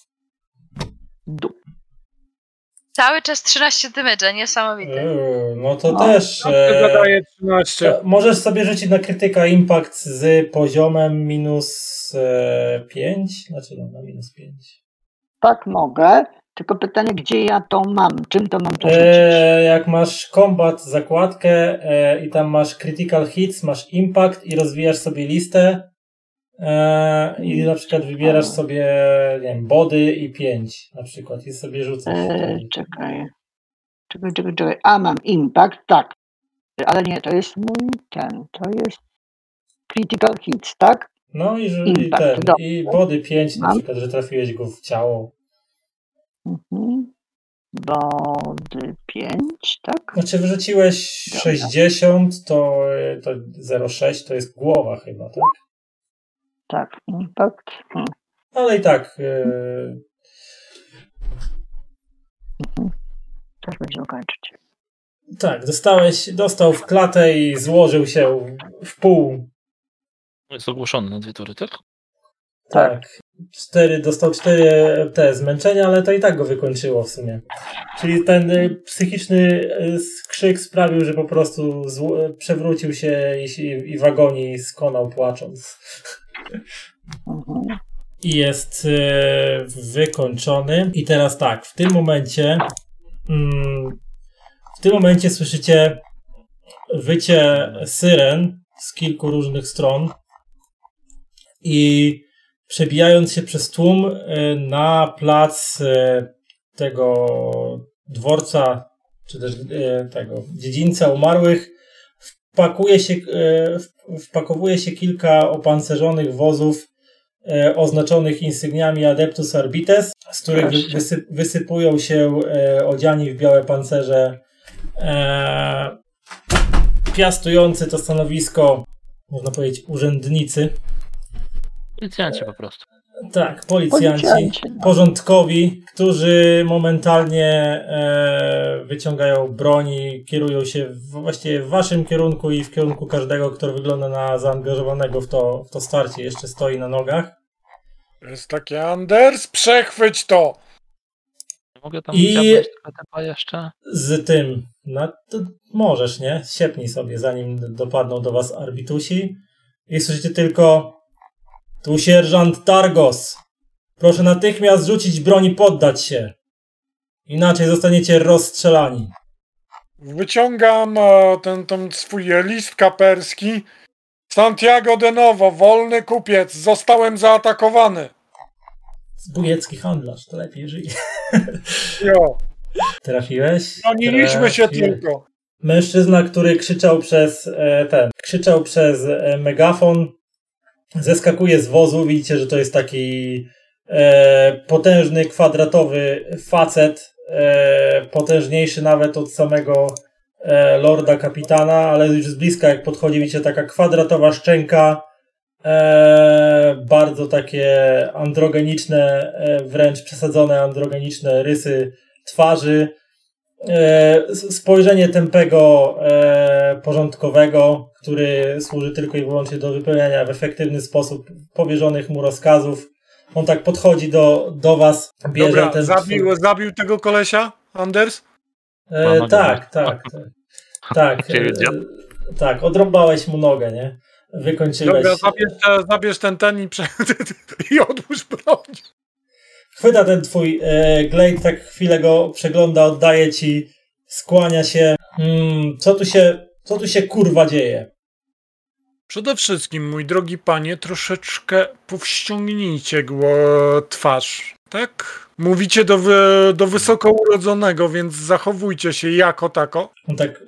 Cały czas 13 damage'a, niesamowite. No to No. też. Zadaje 13. To możesz sobie rzucić na krytyka impact z poziomem minus 5. Znaczy na minus 5. Tak mogę, tylko pytanie, gdzie ja to mam? Czym to mam to rzucić? Jak masz combat, zakładkę i tam masz critical hits, masz impact i rozwijasz sobie listę i na przykład wybierasz sobie, nie wiem, body i 5 na przykład i sobie rzucasz. Czekaj. A, mam impact, tak. Ale nie, to jest mój to jest critical hits, tak? No Impact, dobrze. i body 5 na Mam. przykład, że trafiłeś go w ciało. Body 5, tak? Znaczy wyrzuciłeś Dobra. 60, to 0,6 to jest głowa chyba, tak? Tak, impact. Ale i tak Też będzie kończyć. tak, dostał w klatę i złożył się w pół. Jest ogłoszony na 2 tury, tak? Tak. Dostał 4 te zmęczenia, ale to i tak go wykończyło w sumie. Czyli ten psychiczny krzyk sprawił, że po prostu przewrócił się i w agonii skonał płacząc. I jest wykończony. I teraz tak, w tym momencie słyszycie wycie syren z kilku różnych stron i przebijając się przez tłum na plac tego dworca, czy też tego dziedzińca umarłych, wpakowuje się kilka opancerzonych wozów oznaczonych insygniami Adeptus Arbites, z których wysypują się odziani w białe pancerze piastujący to stanowisko, można powiedzieć, urzędnicy. Policjanci po prostu. Tak, policjanci porządkowi, którzy momentalnie wyciągają broni, kierują się właściwie w waszym kierunku i w kierunku każdego, kto wygląda na zaangażowanego w to starcie, jeszcze stoi na nogach. Jest taki Anders, przechwyć to! Mogę tam I dziabnąć trochę tempa jeszcze? z tym, no to możesz, nie? Siepnij sobie, zanim dopadną do was arbitusi i słyszycie tylko: tu sierżant Targos. Proszę natychmiast rzucić broń i poddać się. Inaczej zostaniecie rozstrzelani. Wyciągam ten swój list kaperski. Santiago de Novo, wolny kupiec, zostałem zaatakowany. Zbójecki handlarz, to lepiej żyje. Jo, Trafiłeś? broniliśmy się tylko. Mężczyzna, który krzyczał przez megafon, zeskakuje z wozu. Widzicie, że to jest taki potężny, kwadratowy facet, potężniejszy nawet od samego lorda kapitana, ale już z bliska jak podchodzi, widzicie, taka kwadratowa szczęka, bardzo takie androgeniczne, wręcz przesadzone androgeniczne rysy twarzy, spojrzenie tępego, porządkowego, który służy tylko i wyłącznie do wypełniania w efektywny sposób powierzonych mu rozkazów. On tak podchodzi do was, bierze Dobra, ten... zabił tego kolesia, Anders? Tak, odrąbałeś mu nogę, nie? Wykończyłeś. Dobra, zabierz ten i odłóż broń. Chwyta ten twój glejt, tak chwilę go przegląda, oddaje ci, skłania się. Co tu się kurwa dzieje? Przede wszystkim, mój drogi panie, troszeczkę powściągnijcie twarz, tak? Mówicie do wysoko urodzonego, więc zachowujcie się jako tako. On tak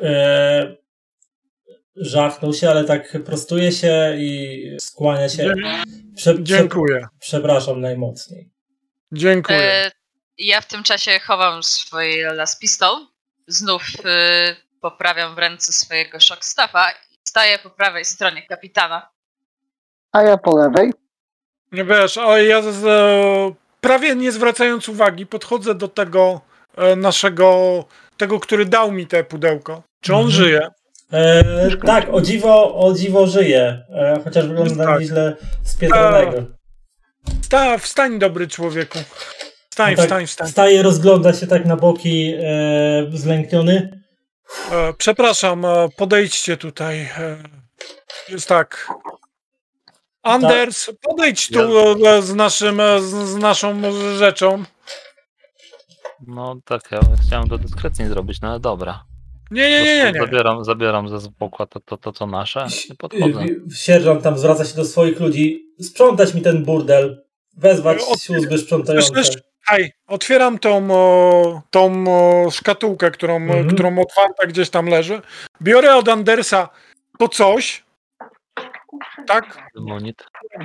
żachnął się, ale tak prostuje się i skłania się. Dziękuję. Przepraszam najmocniej. Dziękuję. Ja w tym czasie chowam swój Las Pistol, znów poprawiam w ręce swojego shockstaffa i staję po prawej stronie kapitana. A ja po lewej. Nie wiesz, ale ja prawie nie zwracając uwagi podchodzę do tego tego, który dał mi te pudełko. Czy on żyje? Tak, o dziwo żyje, chociaż wygląda Tak. nieźle spietronego. Wstań, dobry człowieku. Wstań, Tak wstań. Wstaje, rozgląda się tak na boki, zlękniony. Przepraszam, podejdźcie tutaj. Jest tak. Anders, podejdź tu z naszą rzeczą. No tak, ja chciałem to dyskretnie zrobić, no ale dobra. Nie. Zabieram ze zwłokła to co nasze i podchodzę. Sierżant tam zwraca się do swoich ludzi. Sprzątać mi ten burdel. Wezwać służby sprzątające. Otwieram tą szkatułkę, którą otwarta gdzieś tam leży. Biorę od Andersa to coś. Tak? Demonit.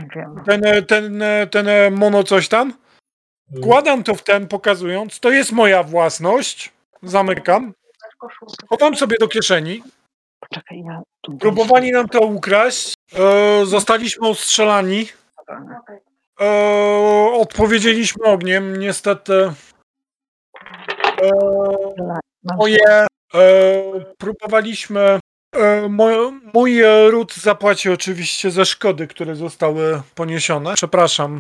Ten mono coś tam. Wkładam to pokazując. To jest moja własność. Zamykam. Chowam sobie do kieszeni. Poczekaj, ja tu Próbowali nam to ukraść. Zostaliśmy ostrzelani. Odpowiedzieliśmy ogniem. Niestety próbowaliśmy. Mój ród zapłaci oczywiście za szkody, które zostały poniesione. Przepraszam.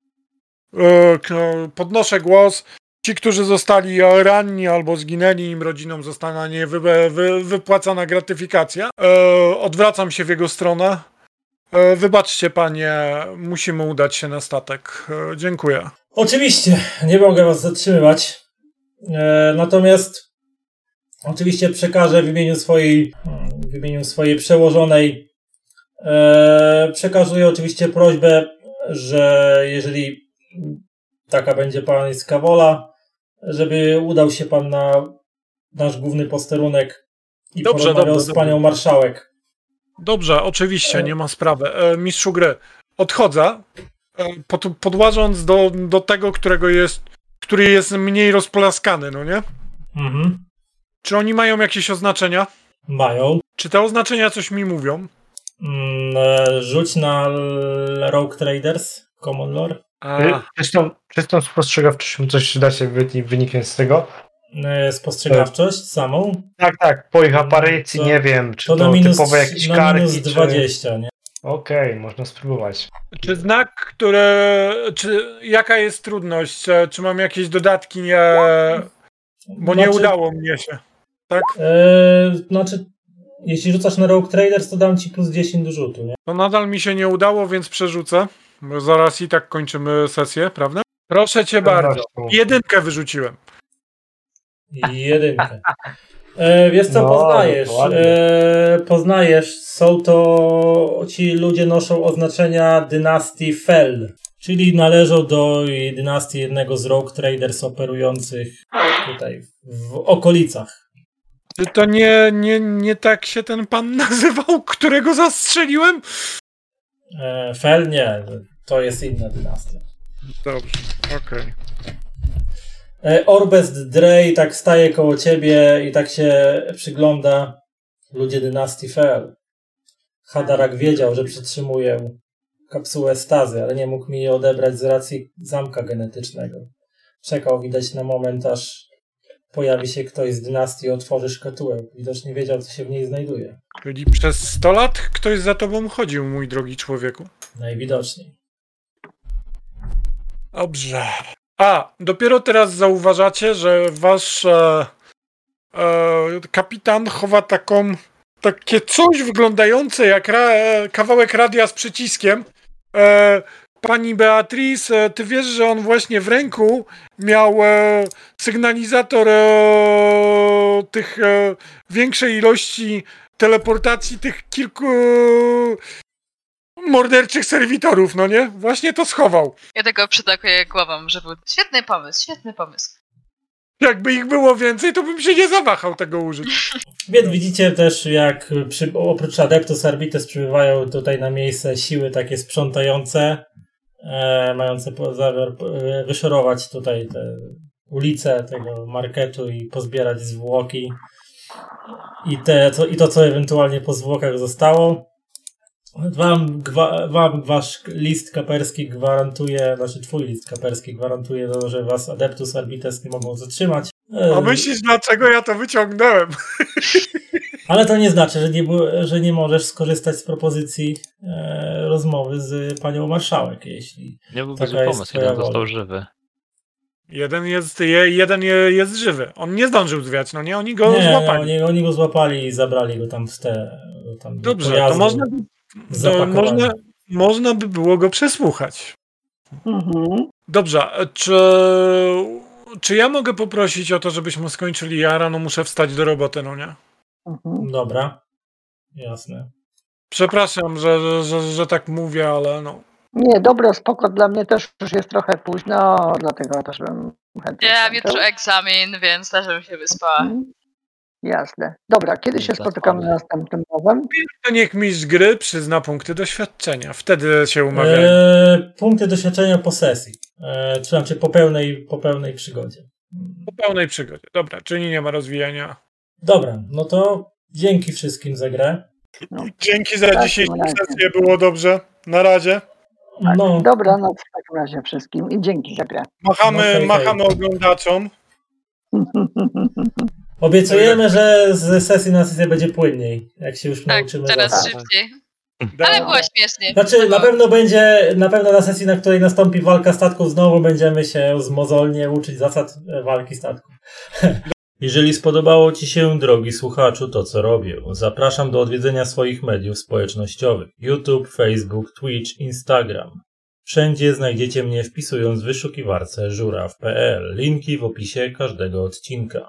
Podnoszę głos. Ci, którzy zostali ranni albo zginęli, im rodzinom zostanie wypłacana gratyfikacja. Odwracam się w jego stronę. Wybaczcie, panie, musimy udać się na statek. Dziękuję. Oczywiście, nie mogę was zatrzymywać. Natomiast oczywiście przekażę w imieniu swojej przełożonej przekazuję oczywiście prośbę, że jeżeli taka będzie pańska wola, żeby udał się pan na nasz główny posterunek i porozmawiał z panią marszałek. Dobrze, oczywiście, nie ma sprawy. Mistrzu gry, odchodzę, podłażąc do tego, który jest mniej rozplaskany, no nie? Mhm. Czy oni mają jakieś oznaczenia? Mają. Czy te oznaczenia coś mi mówią? Rzuć na Rogue Traders, Common Lore. Czystą spostrzegawczością coś da się wyniknąć z tego? Spostrzegawczość samą? Tak, po ich aparycji nie wiem, czy to typowe jakieś karki, minus 20, nie? Okej, można spróbować. Czy znak, jaka jest trudność? Czy mam jakieś dodatki? Bo nie udało mnie się. Tak? Znaczy, jeśli rzucasz na Rogue Traders, to dam ci plus 10 do rzutu, nie? To nadal mi się nie udało, więc przerzucę. Bo zaraz i tak kończymy sesję, prawda? Proszę cię bardzo. 1 wyrzuciłem. 1. Wiesz co, poznajesz. Poznajesz, są to ci ludzie noszą oznaczenia dynastii Fell, czyli należą do dynastii jednego z Rogue Traders operujących tutaj w okolicach. Czy to nie tak się ten pan nazywał, którego zastrzeliłem? Fell nie, to jest inna dynastia. Dobrze, okej. Orbest Drey tak staje koło ciebie i tak się przygląda. Ludzie dynastii Fell. Hadarak wiedział, że przytrzymuję kapsułę stazy, ale nie mógł mi jej odebrać z racji zamka genetycznego. Czekał widać na moment, aż pojawi się ktoś z dynastii i otworzy szkatułę. Widocznie wiedział, co się w niej znajduje. Czyli przez 100 lat ktoś za tobą chodził, mój drogi człowieku. Najwidoczniej. Dobrze. Dopiero teraz zauważacie, że wasz kapitan chowa takie coś wyglądające jak kawałek radia z przyciskiem. Pani Beatrice, ty wiesz, że on właśnie w ręku miał sygnalizator tych większej ilości teleportacji tych kilku morderczych serwitorów, no nie? Właśnie to schował. Ja tego przytakuję głową, że był świetny pomysł. Jakby ich było więcej, to bym się nie zawahał tego użyć. Więc widzicie też, jak oprócz Adeptus Arbites przybywają tutaj na miejsce siły takie sprzątające, mające zamiar wyszorować tutaj te ulice tego marketu i pozbierać zwłoki i to, co ewentualnie po zwłokach zostało. Wam wasz list kaperski gwarantuje, znaczy twój list kaperski gwarantuje to, że was Adeptus Arbites nie mogą zatrzymać. A myślisz, dlaczego ja to wyciągnąłem? Ale to nie znaczy, że nie możesz skorzystać z propozycji rozmowy z panią marszałek, jeśli Nie byłby taka zły jest pomysł, twoja jeden został wola. żywy. Jeden jest żywy. On nie zdążył zwiać, no nie? Oni go Nie, złapali. oni go złapali i zabrali go tam tam do Dobrze, to pojazdu, można, można by było go przesłuchać. Mhm. Dobrze, czy ja mogę poprosić o to, żebyśmy skończyli? Ja rano muszę wstać do roboty, no nie? Mhm. Dobra, jasne. Przepraszam, że tak mówię, ale no. Nie, dobra, spoko, dla mnie też już jest trochę późno, dlatego też bym chętnie Ja mam skończył. jutro egzamin, więc też bym się wyspała. Mhm. Jasne. Dobra, kiedy się spotykamy następnym razem? To niech mistrz gry przyzna punkty doświadczenia. Wtedy się umawiamy. Punkty doświadczenia po sesji, czy znaczy po pełnej przygodzie. Po pełnej przygodzie. Dobra, czyli nie ma rozwijania. Dobra, no to dzięki wszystkim za grę. Dzięki za Tak, dzisiejszą na razie. sesję, było dobrze. Na razie. No, Dobranoc w takim razie wszystkim i dzięki za grę. Machamy, No hej, machamy oglądaczom. obiecujemy, że z sesji na sesję będzie płynniej, jak się już Tak, nauczymy. coraz zasad. szybciej. Dobra. Ale było śmiesznie. Znaczy, na pewno na sesji, na której nastąpi walka statków, znowu będziemy się mozolnie uczyć zasad walki statków. Jeżeli spodobało Ci się, drogi słuchaczu, to co robię, zapraszam do odwiedzenia swoich mediów społecznościowych: YouTube, Facebook, Twitch, Instagram. Wszędzie znajdziecie mnie wpisując w wyszukiwarce żuraw.pl. Linki w opisie każdego odcinka.